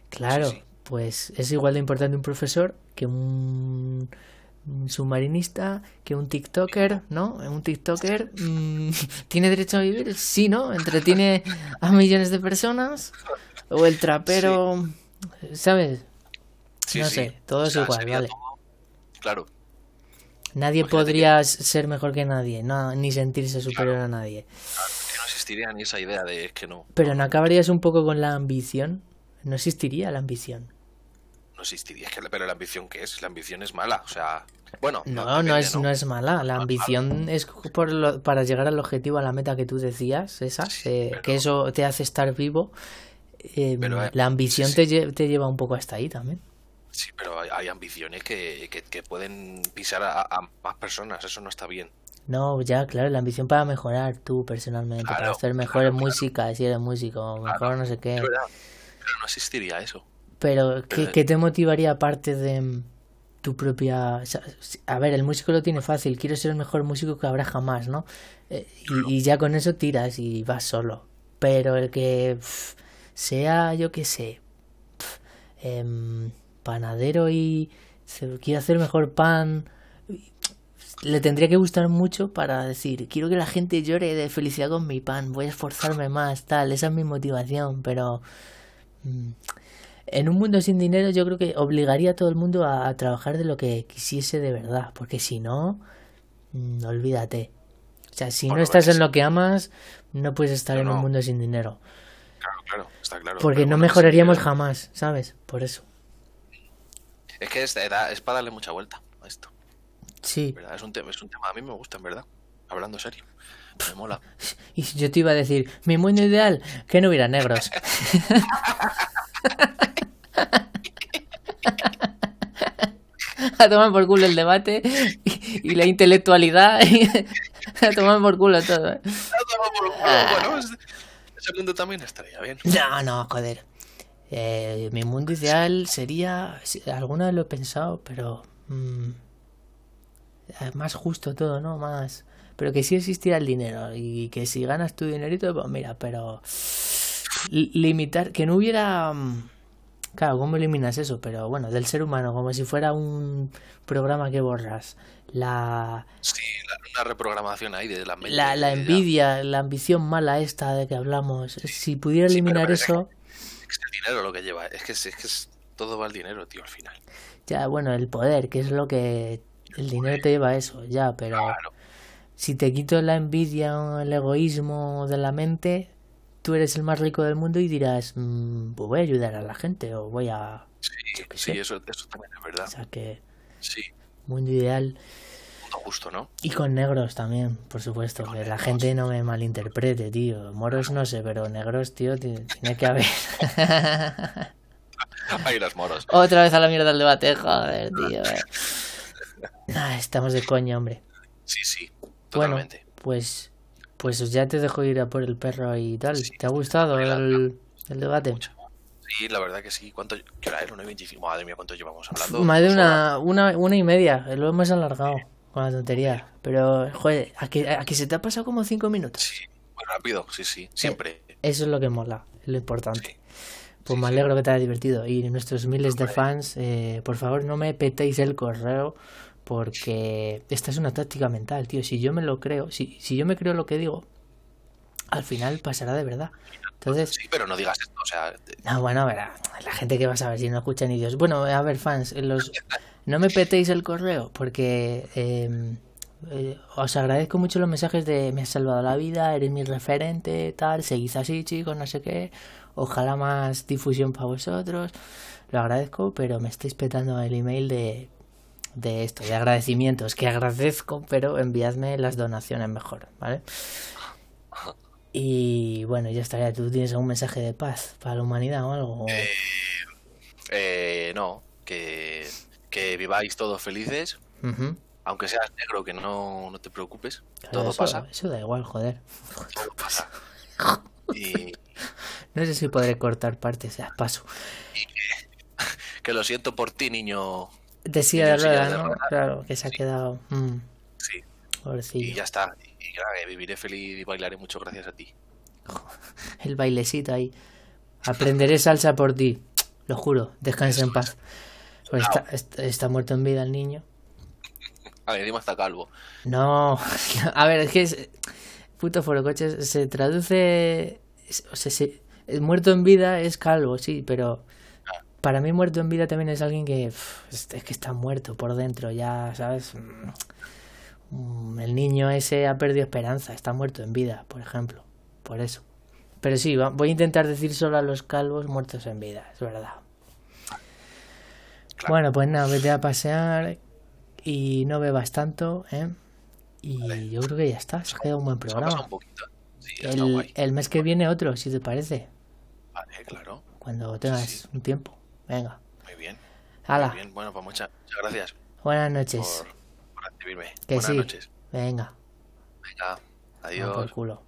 Speaker 1: Claro,
Speaker 2: Sí, sí.
Speaker 1: pues es igual de importante un profesor que un, un submarinista, que un TikToker, ¿no? Un TikToker mm, tiene derecho a vivir, sí, ¿no? Entretiene a millones de personas. O el
Speaker 2: Sí,
Speaker 1: trapero, ¿sabes?
Speaker 2: sí,
Speaker 1: No
Speaker 2: sí.
Speaker 1: sé, todo
Speaker 2: O
Speaker 1: es
Speaker 2: sea,
Speaker 1: igual,
Speaker 2: sería
Speaker 1: ¿vale?
Speaker 2: todo. Claro.
Speaker 1: Nadie
Speaker 2: Imagínate que,
Speaker 1: podría ser mejor que nadie, no, ni sentirse superior
Speaker 2: claro,
Speaker 1: a nadie.
Speaker 2: claro, es que no existiría ni esa idea de es que no,
Speaker 1: Pero
Speaker 2: no,
Speaker 1: ¿no
Speaker 2: no,
Speaker 1: acabarías un poco con la ambición? No existiría la ambición.
Speaker 2: no existiría. Es que, pero la ambición, ¿qué es? La ambición es mala. O sea, bueno, no,
Speaker 1: No, no
Speaker 2: depende,
Speaker 1: es, no
Speaker 2: ¿no?
Speaker 1: es mala. La
Speaker 2: No es mala.
Speaker 1: ambición es por lo- para llegar al objetivo, a la meta que tú decías, esa,
Speaker 2: Sí,
Speaker 1: eh, que
Speaker 2: pero,
Speaker 1: eso te hace estar vivo. Eh,
Speaker 2: pero, eh,
Speaker 1: la
Speaker 2: sí,
Speaker 1: ambición
Speaker 2: sí,
Speaker 1: te, lle- te lleva un poco hasta ahí también.
Speaker 2: sí, pero hay, hay ambiciones que, que, que pueden pisar a, a más personas. Eso no está bien.
Speaker 1: No, ya, claro, la ambición para mejorar tú personalmente, para
Speaker 2: Claro,
Speaker 1: ser mejor en
Speaker 2: claro, claro,
Speaker 1: música, si eres músico,
Speaker 2: claro.
Speaker 1: mejor no sé
Speaker 2: Es
Speaker 1: qué.
Speaker 2: verdad. Pero no existiría eso.
Speaker 1: Pero,
Speaker 2: Pero,
Speaker 1: ¿qué, qué te motivaría aparte de mm, tu propia... o sea, si- a ver, el músico lo tiene fácil, quiero ser el mejor músico que habrá jamás, ¿no? Eh, y, y ya con eso tiras y vas solo. Pero el que pf, sea, yo qué sé, em, panadero y se quiere hacer mejor pan, le tendría que gustar mucho para decir, quiero que la gente llore de felicidad con mi pan, voy a esforzarme más, tal, esa es mi motivación, pero mm, en un mundo sin dinero yo creo que obligaría a todo el mundo a, a trabajar de lo que quisiese de verdad, porque si no, mm, olvídate. O sea, si no
Speaker 2: bueno,
Speaker 1: estás
Speaker 2: es
Speaker 1: en
Speaker 2: que
Speaker 1: lo que amas, no puedes estar
Speaker 2: no,
Speaker 1: en un
Speaker 2: no,
Speaker 1: mundo sin dinero,
Speaker 2: claro, claro, está claro.
Speaker 1: porque
Speaker 2: Pero
Speaker 1: no
Speaker 2: bueno, ese
Speaker 1: mejoraríamos
Speaker 2: dinero
Speaker 1: jamás, ¿sabes? Por eso.
Speaker 2: es que es, era- es para darle mucha vuelta a esto.
Speaker 1: Sí.
Speaker 2: ¿Verdad? Es un tema, es un tema. A mí me gusta, en verdad. Hablando serio. Me mola.
Speaker 1: Y yo te iba a decir, mi mundo ideal, que no hubiera negros. A tomar por culo el debate y, y la intelectualidad. A tomar por culo todo. ¿Eh?
Speaker 2: Bueno, es- ese mundo también estaría bien.
Speaker 1: No, no, joder. Eh, mi mundo ideal sería... sí, alguna vez lo he pensado, pero... mm, más justo todo, ¿no? Más... Pero que sí existiera el dinero y que si ganas tu dinerito, pues mira, pero... li- Limitar... Que no hubiera... mm, Claro, ¿cómo eliminas eso? Pero bueno, del ser humano, como si fuera un programa que borras. La,
Speaker 2: Sí, la- una reprogramación ahí de la
Speaker 1: la, la
Speaker 2: mente. Ya.
Speaker 1: envidia, la ambición mala esta de que hablamos. Si pudiera
Speaker 2: Sí, pero,
Speaker 1: eliminar
Speaker 2: pero es, que,
Speaker 1: eso,
Speaker 2: es el dinero lo que lleva. Es que, es, es que es- todo va al dinero, tío, al final.
Speaker 1: ya bueno, el poder, que es lo que el dinero te lleva a eso, ya, pero
Speaker 2: Claro.
Speaker 1: si te quito la envidia o el egoísmo de la mente, tú eres el más rico del mundo y dirás, "Mm, pues voy a ayudar a la gente o voy a,
Speaker 2: Sí,
Speaker 1: yo qué
Speaker 2: sí,
Speaker 1: sé.
Speaker 2: eso, eso también es
Speaker 1: O
Speaker 2: verdad.
Speaker 1: sea que,
Speaker 2: Sí,
Speaker 1: mundo ideal.
Speaker 2: mundo justo, ¿no?
Speaker 1: Y con negros también, por supuesto,
Speaker 2: Con
Speaker 1: que la
Speaker 2: negros.
Speaker 1: gente no me malinterprete, tío. Moros no sé, pero negros, tío, ti- tiene que haber.
Speaker 2: Ahí los moros.
Speaker 1: Otra vez a la mierda el debate, joder, tío. eh. Ah, estamos de coña, hombre.
Speaker 2: Sí, sí,
Speaker 1: Bueno,
Speaker 2: totalmente.
Speaker 1: pues pues ya te dejo ir a por el perro y tal.
Speaker 2: Sí,
Speaker 1: ¿Te ha gustado
Speaker 2: hombre, la- la-
Speaker 1: el, el debate?
Speaker 2: mucho. Sí, la verdad que sí. ¿Cuánto? ¿Qué hora era? una y veinticinco. Madre mía, ¿cuánto llevamos hablando?
Speaker 1: Más de
Speaker 2: Dos horas.
Speaker 1: una, una, una y media, lo hemos alargado con la tontería. Pero, joder, ¿a que, a que se te ha pasado como cinco minutos?
Speaker 2: Sí, muy rápido, sí, sí,
Speaker 1: Eh,
Speaker 2: siempre.
Speaker 1: Eso es lo que mola, es lo
Speaker 2: Sí,
Speaker 1: importante. Pues
Speaker 2: sí,
Speaker 1: me
Speaker 2: sí.
Speaker 1: alegro que te haya divertido. Y nuestros miles de
Speaker 2: Hombre,
Speaker 1: fans, eh, por favor no me petéis el correo porque esta es una táctica mental, tío. Si yo me lo creo, si, si yo me creo lo que digo, al final pasará de verdad. Entonces,
Speaker 2: sí, pero no digas esto, o sea, te-
Speaker 1: ah, bueno, a ver, la gente que va a saber si no escucha ni Dios. Bueno, a ver, fans, los no me petéis el correo porque eh, eh, os agradezco mucho los mensajes de me has salvado la vida, eres mi referente, tal, seguid así, chicos, no sé qué. Ojalá más difusión para vosotros. Lo agradezco, pero me estáis petando el email de, de esto, de agradecimientos, que agradezco, pero enviadme las donaciones mejor, ¿vale? Y bueno, ya estaría. ¿Tú tienes algún mensaje de paz para la humanidad o algo? O-
Speaker 2: eh, eh, no, que, que viváis todos felices,
Speaker 1: Ujú.
Speaker 2: aunque seas negro, que no, no te preocupes,
Speaker 1: Claro,
Speaker 2: todo
Speaker 1: eso,
Speaker 2: pasa,
Speaker 1: eso da igual, joder.
Speaker 2: todo pasa. Y,
Speaker 1: No sé si podré cortar partes, ya paso.
Speaker 2: y que lo siento por ti, niño,
Speaker 1: De silla
Speaker 2: niño
Speaker 1: de
Speaker 2: en silla
Speaker 1: ruedas,
Speaker 2: de
Speaker 1: ¿no?
Speaker 2: ruedas,
Speaker 1: Claro, que se ha
Speaker 2: sí,
Speaker 1: quedado. Mm,
Speaker 2: sí, y
Speaker 1: pobrecillo.
Speaker 2: ya está. Y nada, que viviré feliz y bailaré mucho gracias a ti.
Speaker 1: El bailecito ahí. Aprenderé salsa por ti. lo juro, descanse en
Speaker 2: Eso
Speaker 1: paz. Pues está, está, está muerto en vida el niño.
Speaker 2: A ver, encima está calvo.
Speaker 1: No, a ver, es que es, puto forocoches se traduce, o sea, se, el muerto en vida es calvo, sí, pero para mí muerto en vida también es alguien que pff, es, es que está muerto por dentro, ya, ¿sabes? Mm, El niño ese ha perdido esperanza, está muerto en vida, por ejemplo, por eso. Pero sí, va- voy a intentar decir solo a los calvos muertos en vida, es verdad.
Speaker 2: Claro.
Speaker 1: Bueno, pues nada, vete a pasear y no bebas tanto, ¿eh? Y
Speaker 2: Vale.
Speaker 1: yo creo que ya está, se ha quedado un buen
Speaker 2: Se ha pasado un
Speaker 1: programa.
Speaker 2: poquito. Sí, está
Speaker 1: El,
Speaker 2: guay.
Speaker 1: el mes que viene otro, si te parece,
Speaker 2: Vale, claro.
Speaker 1: cuando
Speaker 2: Sí,
Speaker 1: tengas
Speaker 2: sí.
Speaker 1: un tiempo. Venga,
Speaker 2: Muy bien. Muy
Speaker 1: hala,
Speaker 2: bien. Bueno, pues muchas, muchas gracias
Speaker 1: buenas noches.
Speaker 2: por, por recibirme.
Speaker 1: Que
Speaker 2: Buenas
Speaker 1: sí,
Speaker 2: noches.
Speaker 1: venga,
Speaker 2: Venga,
Speaker 1: a por
Speaker 2: adiós.
Speaker 1: culo.